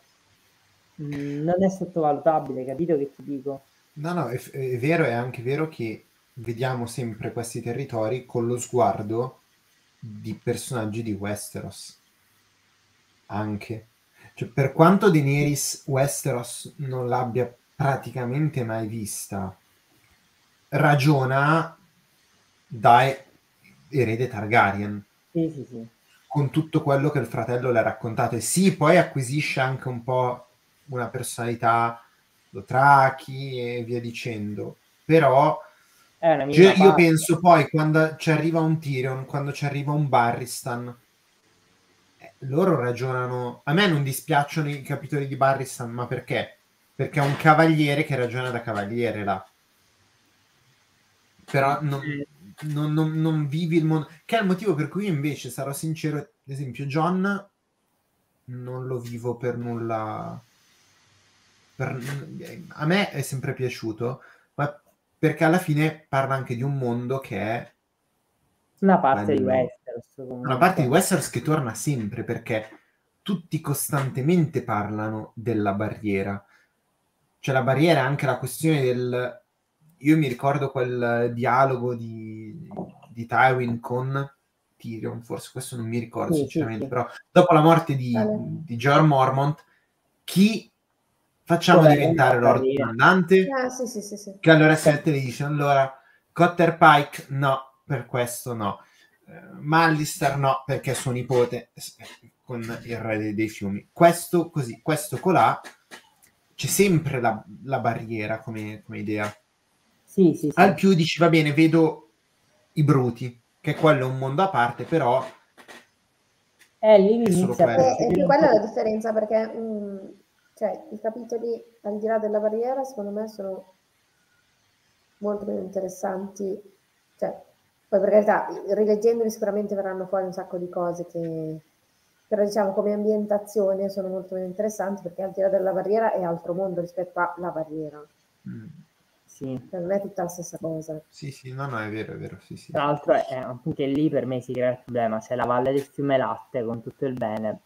Mm, non è sottovalutabile, capito che ti dico? No, no, è, è vero, è anche vero che vediamo sempre questi territori con lo sguardo di personaggi di Westeros. Anche. Cioè, per quanto Daenerys Westeros non l'abbia praticamente mai vista, ragiona da erede Targaryen. Sì, sì, sì. Con tutto quello che il fratello le ha raccontato. E sì, poi acquisisce anche un po' una personalità Dothraki e via dicendo. Però È una cioè, minima io parte. penso poi quando ci arriva un Tyrion, quando ci arriva un Barristan, eh, loro ragionano. A me non dispiacciono i capitoli di Barristan, ma perché? Perché è un cavaliere che ragiona da cavaliere là. Però non, non, non, non vivi il mondo, che è il motivo per cui invece, sarò sincero, ad esempio Jon non lo vivo per nulla per, a me è sempre piaciuto, ma perché alla fine parla anche di un mondo che è Una parte quello, di Westeros comunque. una parte di Westeros che torna sempre, perché tutti costantemente parlano della barriera. Cioè la barriera è anche la questione del... Io mi ricordo quel dialogo di, di Tywin con Tyrion, forse questo non mi ricordo Sì, sinceramente, sì, sì. però dopo la morte di, Vale. di Jorah Mormont, chi facciamo Dov'è diventare la Lord barriera? Comandante? Ah, sì, sì, sì, sì. Che allora Sette le dice, allora Cotter Pike no, per questo no. Uh, Mallister no, perché è suo nipote con il re dei, dei fiumi. Questo così, questo colà, c'è sempre la, la barriera come, come idea. Sì, sì, sì. Al più dici, va bene, vedo i bruti, che quello è un mondo a parte, però Eh, lì è solo inizia a quello. E, e più percepire un quella è la po'. differenza, perché mh, cioè, i capitoli al di là della barriera, secondo me, sono molto meno interessanti. Cioè, poi per carità, rileggendoli sicuramente verranno fuori un sacco di cose che... Però diciamo come ambientazione sono molto meno interessanti, perché al di là della barriera è altro mondo rispetto alla barriera. Mm. Sì. Cioè, non è tutta la stessa cosa. Sì, sì, no, no, è vero, è vero, sì, sì. Tra l'altro è anche lì per me si crea il problema, c'è la valle del fiume Latte con tutto il bene.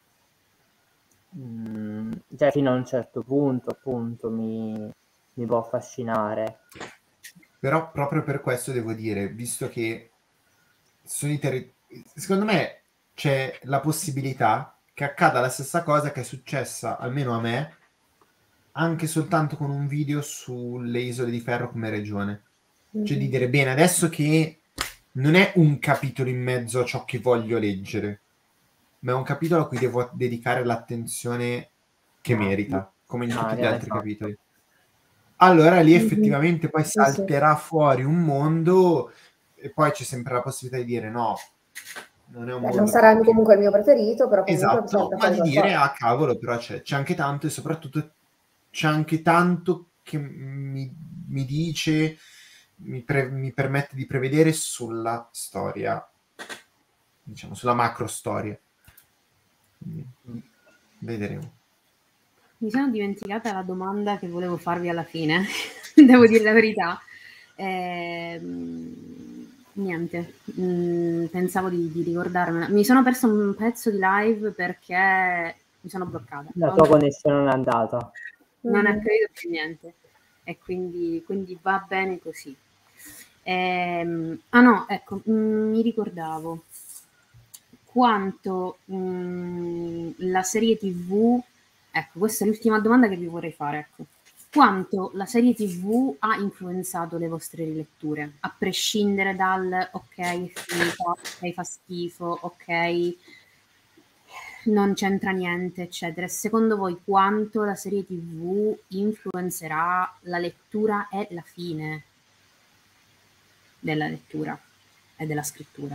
Mm, cioè fino a un certo punto appunto mi, mi può affascinare. Però proprio per questo devo dire, visto che sono i terri- secondo me c'è la possibilità che accada la stessa cosa che è successa, almeno a me, anche soltanto con un video sulle isole di ferro come regione. Mm-hmm. Cioè di dire, bene, adesso che non è un capitolo in mezzo a ciò che voglio leggere, ma è un capitolo a cui devo dedicare l'attenzione che No, merita, come in no, tutti gli no, altri esatto. capitoli. Allora lì Mm-hmm. effettivamente poi Sì, salterà sì. fuori un mondo e poi c'è sempre la possibilità di dire no, non è un Beh, mondo non sarà che... comunque il mio preferito, però comunque Esatto, salta ma fuori di dire qualcosa. ah cavolo, però c'è, c'è anche tanto e soprattutto c'è anche tanto che mi, mi dice, mi, pre, mi permette di prevedere sulla storia, diciamo, sulla macro storia. Quindi, vedremo. Mi sono dimenticata la domanda che volevo farvi alla fine, devo dire la verità. Eh, niente, mm, pensavo di, di ricordarmela. Mi sono perso un pezzo di live perché mi sono bloccata. La tua connessione non è andata. Non Mm-hmm. è credo più niente e quindi, quindi va bene così. Ehm, ah no, ecco, mh, mi ricordavo quanto mh, la serie tivù, ecco, questa è l'ultima domanda che vi vorrei fare, ecco. Quanto la serie tivù ha influenzato le vostre riletture, a prescindere dal ok, è finita, ok, fa schifo, ok, non c'entra niente, eccetera. Secondo voi quanto la serie tivù influenzerà la lettura e la fine della lettura e della scrittura?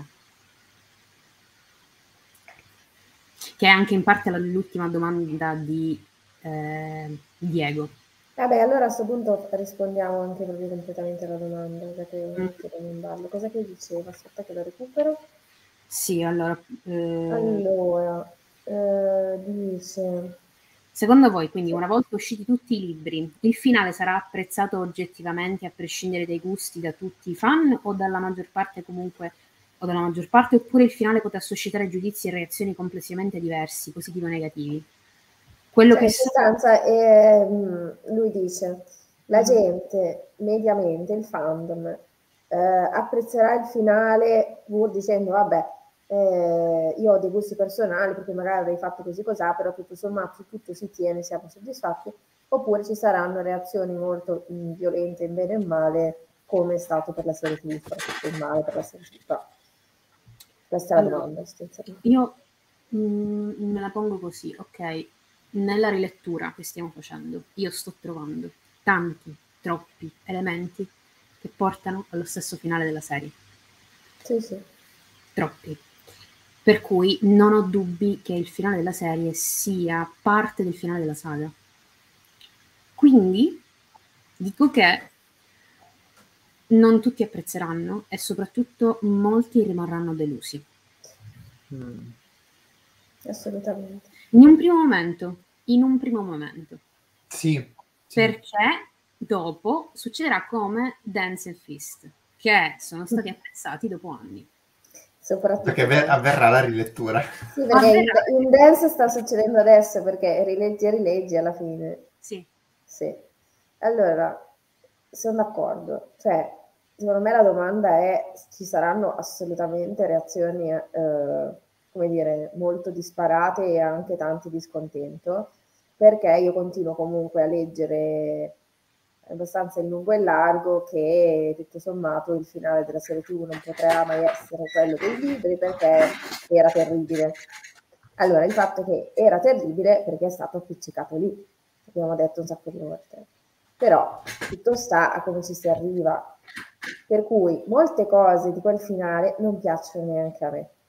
Che è anche in parte l'ultima domanda di eh, Diego. Vabbè, allora a questo punto rispondiamo anche proprio completamente alla domanda, già che non chiedono in ballo. Cosa che diceva? Aspetta che lo recupero. Sì, allora... Eh... Allora, eh, dice... Secondo voi, quindi, una volta usciti tutti i libri, il finale sarà apprezzato oggettivamente a prescindere dai gusti da tutti i fan o dalla maggior parte comunque, o dalla maggior parte, oppure il finale potrà suscitare giudizi e reazioni complessivamente diversi, positivi o negativi? Quello cioè, che in sostanza, eh, lui dice, la mm-hmm. gente, mediamente, il fandom, eh, apprezzerà il finale pur dicendo vabbè, eh, io ho dei gusti personali perché magari avrei fatto così cos'ha, però tutto sommato tutto si tiene, siamo soddisfatti, oppure ci saranno reazioni molto mh, violente in bene e in male, come è stato per la serie tivù, soprattutto il male per la serie tivù. Questa è la Allora, domanda. Io mh, me la pongo così, ok? Nella rilettura che stiamo facendo, io sto trovando tanti, troppi elementi che portano allo stesso finale della serie. Sì, sì. Troppi. Per cui non ho dubbi che il finale della serie sia parte del finale della saga. Quindi dico che non tutti apprezzeranno e soprattutto molti rimarranno delusi. Mm. Assolutamente. In un primo momento, in un primo momento. Sì, sì. Perché dopo succederà come Dance and Feast, che sono stati apprezzati dopo anni. Perché avver- avverrà la rilettura. Sì, perché in, in Dance sta succedendo adesso, perché rileggi e rileggi alla fine. Sì. Sì. Allora, sono d'accordo. Cioè, secondo me la domanda è: ci saranno assolutamente reazioni, eh, come dire, molto disparate e anche tanti discontento, perché io continuo comunque a leggere abbastanza in lungo e largo che tutto sommato il finale della serie tivù non potrà mai essere quello dei libri perché era terribile. Allora, il fatto che era terribile perché è stato appiccicato lì, abbiamo detto un sacco di volte, però tutto sta a come ci si arriva, per cui molte cose di quel finale non piacciono neanche a me.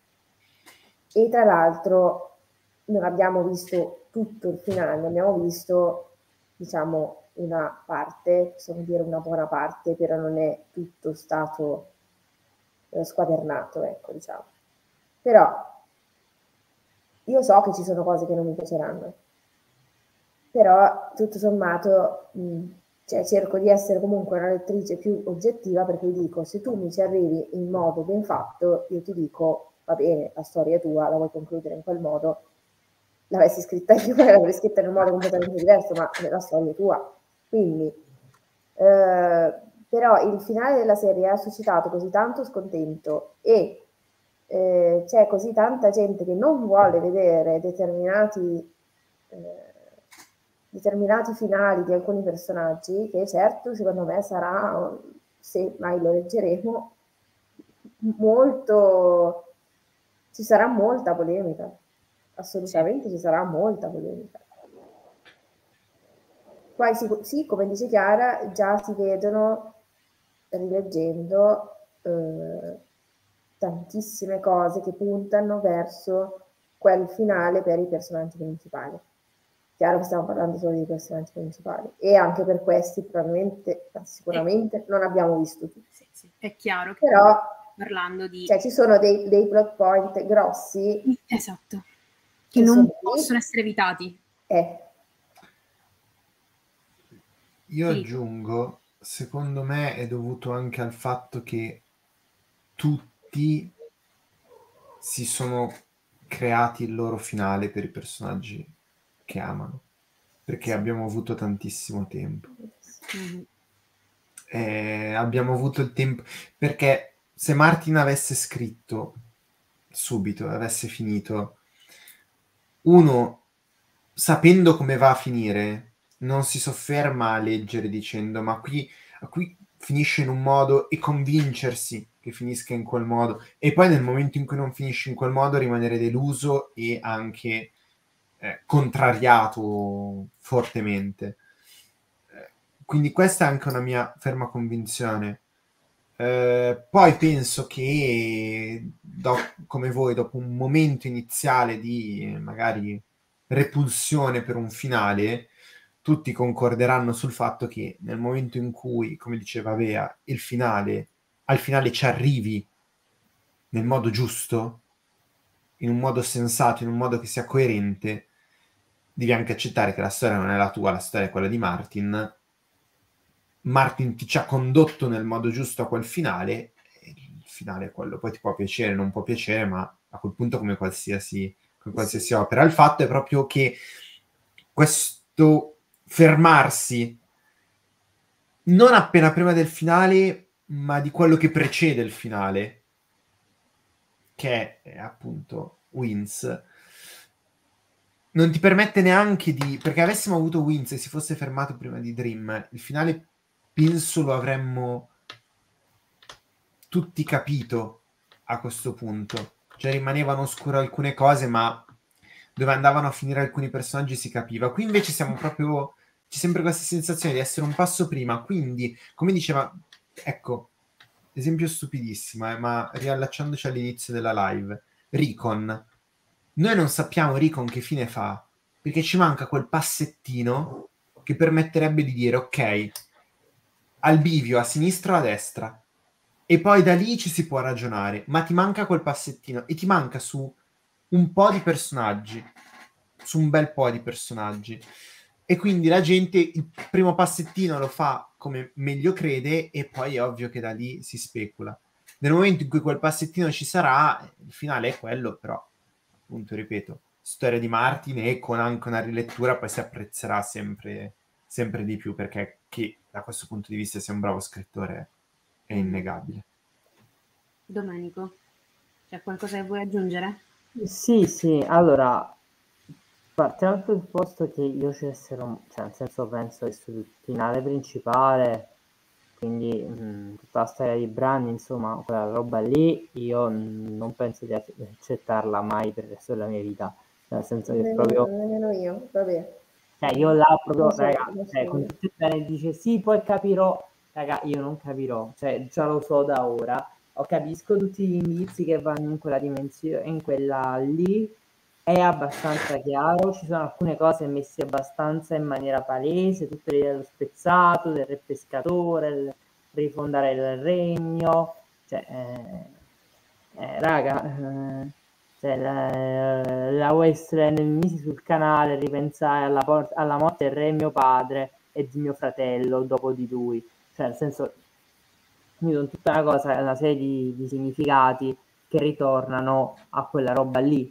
E tra l'altro non abbiamo visto tutto il finale, abbiamo visto, diciamo, una parte, possiamo dire una buona parte, però non è tutto stato eh, squadernato, ecco, diciamo. Però io so che ci sono cose che non mi piaceranno, però tutto sommato mh, cioè, cerco di essere comunque una lettrice più oggettiva, per cui dico, se tu mi ci arrivi in modo ben fatto, io ti dico, va bene, la storia è tua, la vuoi concludere in quel modo, l'avessi scritta io, l'avrei scritta in un modo completamente diverso, ma la storia è tua. Quindi, eh, però il finale della serie ha suscitato così tanto scontento e eh, c'è così tanta gente che non vuole vedere determinati, eh, determinati finali di alcuni personaggi, che certo, secondo me, sarà, se mai lo leggeremo, molto... ci sarà molta polemica. Assolutamente ci sarà molta polemica. Poi sì, sì, come dice Chiara, già si vedono, rileggendo, eh, tantissime cose che puntano verso quel finale per i personaggi principali. Chiaro che stiamo parlando solo dei personaggi principali e anche per questi probabilmente, sicuramente, non abbiamo visto tutti. Sì, sì. È chiaro che però parlando di... Cioè ci sono dei, dei plot point grossi. Esatto. Che, che non possono essere evitati. Eh. Io aggiungo, secondo me è dovuto anche al fatto che tutti si sono creati il loro finale per i personaggi che amano, perché abbiamo avuto tantissimo tempo. Mm-hmm. Eh, abbiamo avuto il tempo, perché se Martin avesse scritto subito, avesse finito, uno, sapendo come va a finire, non si sofferma a leggere dicendo ma qui, qui finisce in un modo e convincersi che finisca in quel modo, e poi nel momento in cui non finisce in quel modo rimanere deluso e anche eh, contrariato fortemente. Eh, quindi questa è anche una mia ferma convinzione. Eh, poi penso che do, come voi, dopo un momento iniziale di magari repulsione per un finale, tutti concorderanno sul fatto che nel momento in cui, come diceva Bea, il finale, al finale ci arrivi nel modo giusto, in un modo sensato, in un modo che sia coerente, devi anche accettare che la storia non è la tua, la storia è quella di Martin. Martin ti ci ha condotto nel modo giusto a quel finale, e il finale è quello, poi ti può piacere, non può piacere, ma a quel punto come qualsiasi, come qualsiasi opera. Il fatto è proprio che questo fermarsi non appena prima del finale ma di quello che precede il finale, che è appunto Wins, non ti permette neanche di... Perché avessimo avuto Wins e si fosse fermato prima di Dream, il finale penso lo avremmo tutti capito a questo punto. Cioè rimanevano oscure alcune cose, ma dove andavano a finire alcuni personaggi si capiva. Qui invece siamo proprio... C'è sempre questa sensazione di essere un passo prima. Quindi, come diceva... Ecco, esempio stupidissimo, eh, ma riallacciandoci all'inizio della live. Recon. Noi non sappiamo Recon che fine fa, perché ci manca quel passettino che permetterebbe di dire, ok, al bivio, a sinistra o a destra, e poi da lì ci si può ragionare, ma ti manca quel passettino, e ti manca su un po' di personaggi, su un bel po' di personaggi, e quindi la gente il primo passettino lo fa come meglio crede, e poi è ovvio che da lì si specula. Nel momento in cui quel passettino ci sarà, il finale è quello, però appunto, ripeto, storia di Martin, e con anche una rilettura poi si apprezzerà sempre, sempre di più, perché che da questo punto di vista sia un bravo scrittore è innegabile. Domenico, c'è qualcosa che vuoi aggiungere? Sì, sì, allora, partiamo dal presupposto che io ci essero, cioè nel senso penso che sul finale principale, quindi mh, tutta la storia di Bran, insomma, quella roba lì, io mh, non penso di accettarla mai per il resto della mia vita, nel senso che Nemmeno, proprio... nemmeno io, vabbè. Cioè, io là proprio, Non so, raga, non cioè, so. con tutto il bene dice sì, poi capirò, raga, io non capirò, cioè, già lo so da ora, o capisco tutti gli indizi che vanno in quella dimensione, in quella lì, è abbastanza chiaro, ci sono alcune cose messe abbastanza in maniera palese, tutto l'idea dello spezzato, del re pescatore, il rifondare il regno, cioè, eh, eh, raga, eh, cioè, la, la Westland mi misi sul canale, ripensai alla, por- alla morte del re mio padre e di mio fratello dopo di lui, cioè nel senso mi sono tutta una cosa, una serie di, di significati che ritornano a quella roba lì.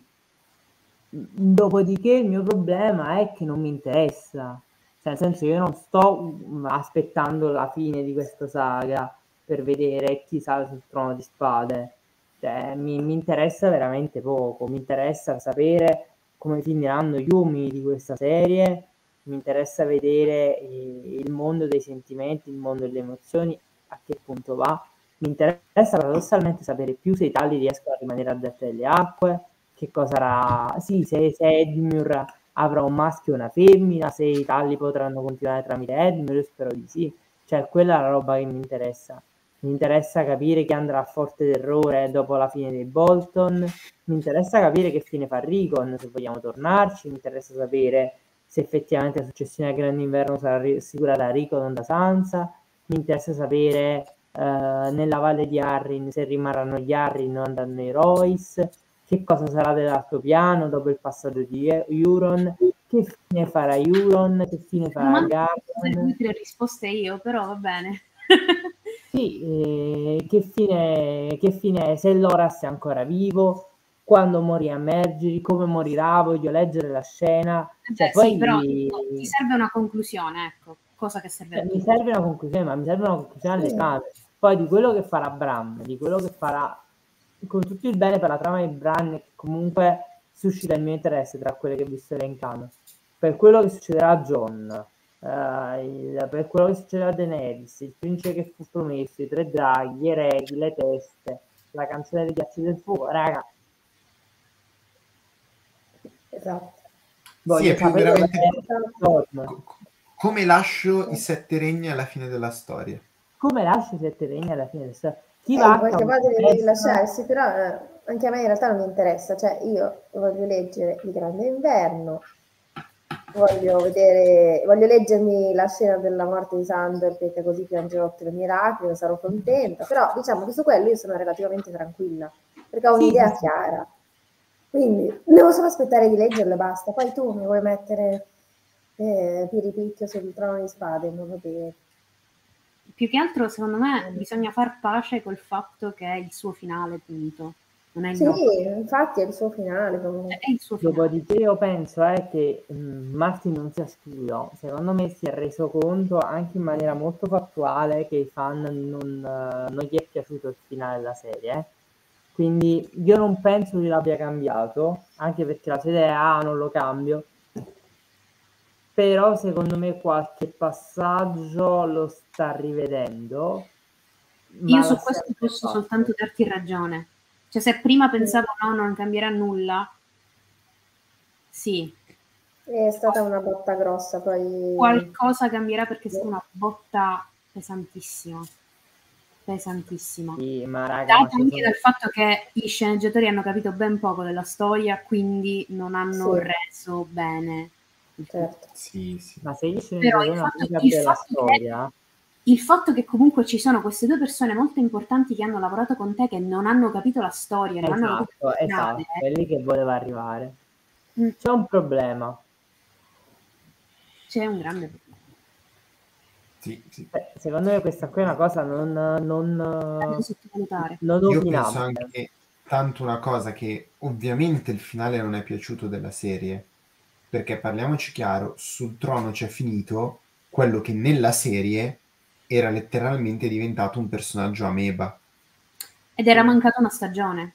Dopodiché il mio problema è che non mi interessa, cioè nel senso io non sto aspettando la fine di questa saga per vedere chi sale sul trono di spade, cioè mi, mi interessa veramente poco, mi interessa sapere come finiranno gli uomini di questa serie, mi interessa vedere eh, il mondo dei sentimenti, il mondo delle emozioni, a che punto va, mi interessa paradossalmente sapere più se i tagli riescono a rimanere a detta delle acque, che cosa sarà, sì, se, se Edmure avrà un maschio e una femmina, se i talli potranno continuare tramite Edmure, io spero di sì, cioè quella è la roba che mi interessa. Mi interessa capire chi andrà a Forte Terrore dopo la fine dei Bolton, mi interessa capire che fine fa Recon, se vogliamo tornarci, mi interessa sapere se effettivamente la successione al Grande Inverno sarà assicurata a Recon o non da Sansa, mi interessa sapere eh, nella Valle di Arryn se rimarranno gli Arryn o andranno i Royce, che cosa sarà dell'altopiano dopo il passaggio di Euron, che fine farà Euron, che fine farà Garden. Tre risposte io, però va bene. Sì, eh, che fine, che fine, se Loras è ancora vivo, quando morì a Margaery, come morirà, voglio leggere la scena. Cioè, Beh, poi sì, però ti serve una conclusione, ecco, cosa che serve cioè, a mi tutti. serve una conclusione, ma mi serve una conclusione alle spalle. Poi di quello che farà Bran, di quello che farà, con tutto il bene per la trama di Bran, che comunque suscita il mio interesse tra quelle che vi sto elencando. Per quello che succederà a Jon, Uh, il, per quello che succederà a Daenerys, il principe che fu promesso, i tre draghi, gli eredi, le teste, la canzone dei ghiacci del fuoco, raga. Esatto. Voglio sì, è più veramente co- come lascio i sette regni alla fine della storia. Come lascio i sette regni alla fine della storia? Chi eh, va in qualche modo devi lasciarsi, però eh, anche a me in realtà non mi interessa, cioè io voglio leggere Il Grande Inverno, voglio vedere, voglio leggermi la scena della morte di Sandor perché così piangerò tutte le mie lacrime, sarò contenta, però diciamo che su quello io sono relativamente tranquilla, perché ho sì, un'idea sì. chiara, quindi devo solo aspettare di leggerlo e basta, poi tu mi vuoi mettere eh, Piripicchio sul trono di spade, non va bene. Più che altro, secondo me, bisogna far pace col fatto che è il suo finale, punto. non è il Sì, nostro. infatti è il suo finale comunque. È il suo finale. Dopodiché io penso è che mh, Martin non sia stupido, secondo me si è reso conto anche in maniera molto fattuale che i fan non, eh, non gli è piaciuto il finale della serie, quindi io non penso che l'abbia cambiato, anche perché la serie è ah non lo cambio, però secondo me qualche passaggio lo sta rivedendo. ma Io l'ha su questo sempre posso fatto. soltanto darti ragione. Cioè, se prima pensavo no, non cambierà nulla, sì, È stata una botta grossa, poi... qualcosa cambierà perché è stata una botta pesantissima. Pesantissima. Sì, ma raga, ma Data ci anche sono... dal fatto che gli sceneggiatori hanno capito ben poco della storia, quindi non hanno Sì. reso bene il Certo. Sì, sì. Ma se gli Però sceneggiatori il hanno fatto, capito il della fatto che storia... il fatto che comunque ci sono queste due persone molto importanti che hanno lavorato con te che non hanno capito la storia, non hanno capito Esatto, il finale, esatto, è lì che voleva arrivare. mm, C'è un problema. c'è un grande problema. Sì, sì. Eh, Secondo me questa qui è una cosa non, non, Da non sottovalutare. non Io penso opinabile. anche tanto una cosa che ovviamente il finale non è piaciuto della serie, perché parliamoci chiaro, sul trono c'è finito quello che nella serie era letteralmente diventato un personaggio ameba. Ed era mancata una stagione.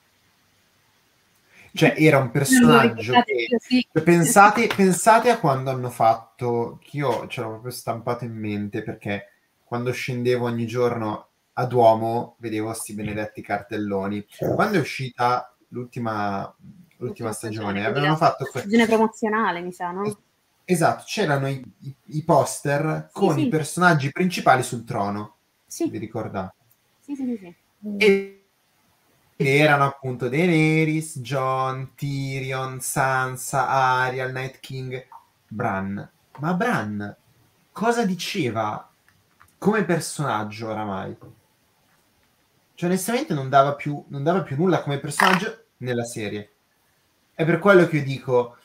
Cioè era un Non lo personaggio ricordate che... più, sì. Pensate, pensate a quando hanno fatto, che io ce l'ho proprio stampato in mente, perché quando scendevo ogni giorno a Duomo vedevo sti benedetti cartelloni. Quando è uscita l'ultima, l'ultima stagione, quindi avevano la fatto... que- stagione promozionale, mi sa, no? Esatto, c'erano i, i- i poster Sì, con sì. i personaggi principali sul trono, Sì. vi ricordate? Sì, sì, sì, sì. E ed erano appunto Daenerys, Jon, Tyrion, Sansa, Arya, il Night King, Bran. Ma Bran cosa diceva come personaggio oramai? Cioè onestamente non dava più, non dava più nulla come personaggio nella serie. È per quello che io dico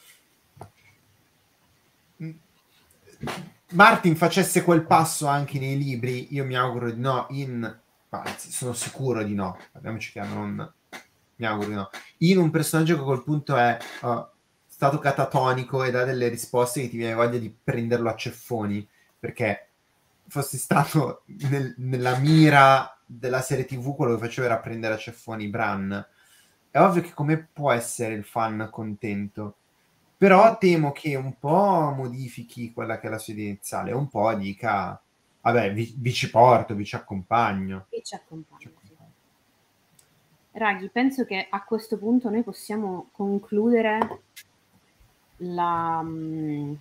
Martin facesse quel passo anche nei libri, io mi auguro di no, in... anzi sono sicuro di no, parliamoci chiaro, non... mi auguro di no, in un personaggio che a quel punto è uh, stato catatonico e dà delle risposte che ti viene voglia di prenderlo a ceffoni, perché fossi stato nel, nella mira della serie tv, quello che facevo era prendere a ceffoni Bran. È ovvio che come può essere il fan contento? Però temo che un po' modifichi quella che è la sua idea iniziale, un po' dica, vabbè, vi, vi ci porto, vi ci accompagno. E ci accompagna, Ci sì. accompagno. Raghi, penso che a questo punto noi possiamo concludere la, mm,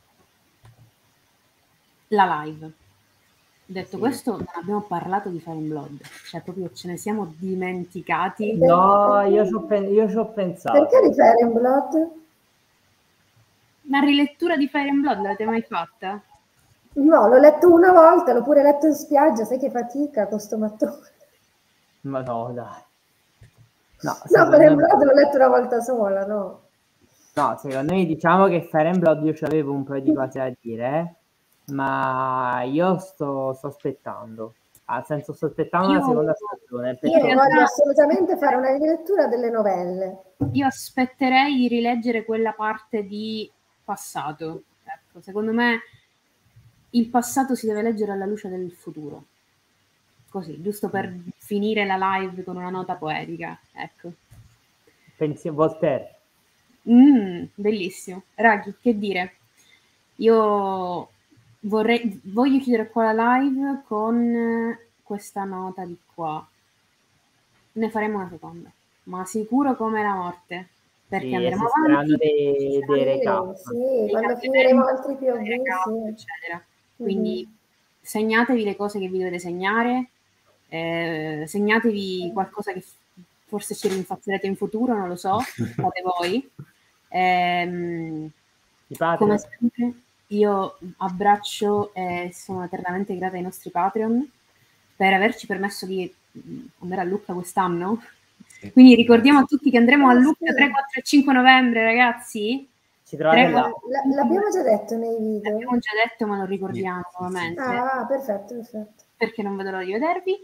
la live. Detto Sì. questo, non abbiamo parlato di Fire and Blood, cioè proprio ce ne siamo dimenticati. No, io ci ho, pen- io ci ho pensato. Perché di Fire and Blood? Una rilettura di Fire and Blood l'avete mai fatta? No, l'ho letto una volta, l'ho pure letto in spiaggia, sai che fatica con sto mattone. Ma no, dai. No, No, secondo Fire and me- Blood l'ho letto una volta sola, no. no, secondo me diciamo che Fire and Blood io ci avevo un po' di cose da dire, ma io sto, sto aspettando. Nel senso, sto aspettando Io- la seconda stagione. io Perché... Io in voglio realtà- assolutamente fare una rilettura delle novelle. Io aspetterei di rileggere quella parte di passato. Ecco, secondo me il passato si deve leggere alla luce del futuro. Così, giusto per finire la live con una nota poetica. Ecco. Pensi a Voltaire? Mm, bellissimo. Raghi, che dire? Io vorrei, voglio chiudere qua la live con questa nota di qua. Ne faremo una seconda, ma sicuro come la morte, perché Sì, andremo esisteranno avanti, dei, dei recap. Sì, dei quando cambiamenti, finiremo altri P O V, dei recap, sì. eccetera. Quindi segnatevi le cose che vi dovete segnare, eh, segnatevi qualcosa che f- forse ci rinfaccerete in futuro, non lo so, fate voi. Ehm, I Patreon? come sempre, io abbraccio e sono eternamente grata ai nostri Patreon per averci permesso di mm, andare a Lucca quest'anno. Quindi ricordiamo a tutti che andremo a Lucca tre, quattro e cinque novembre, ragazzi. Ci trovate Tre, là. quattro, L- l'abbiamo già detto nei video. L'abbiamo già detto, ma lo ricordiamo nuovamente, Ah, perfetto, perfetto. perché non vedo l'ora di vedervi.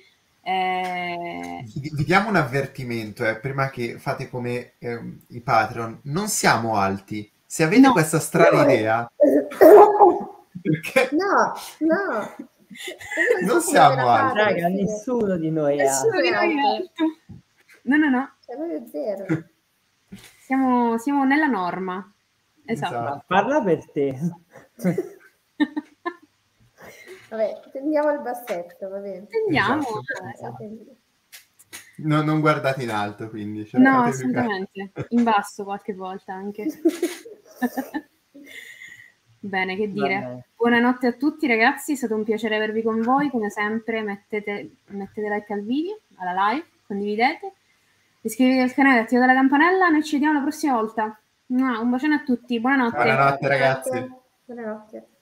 Eh... Vi, vi diamo un avvertimento, eh, prima che fate come ehm, i Patreon. Non siamo alti. Se avete No. questa strana No. idea... perché No, no. non siamo alti. Raga, nessuno di noi è Nessuno alto. di noi è alto. No, no, no. Cioè, noi è zero. Siamo, siamo nella norma. Esatto. Esatto. Ma parla per te. Vabbè, tendiamo il bassetto, va bene. Tendiamo. Esatto. eh, No, non guardate in alto, quindi. No, cercate più assolutamente. In basso qualche volta anche. Bene, che dire. Vabbè. Buonanotte a tutti ragazzi, è stato un piacere avervi con voi. Come sempre mettete, mettete like al video, alla live, condividete, iscrivetevi al canale, attivate la campanella. Noi ci vediamo la prossima volta. Un bacione a tutti, buonanotte. Buonanotte ragazzi. Buonanotte.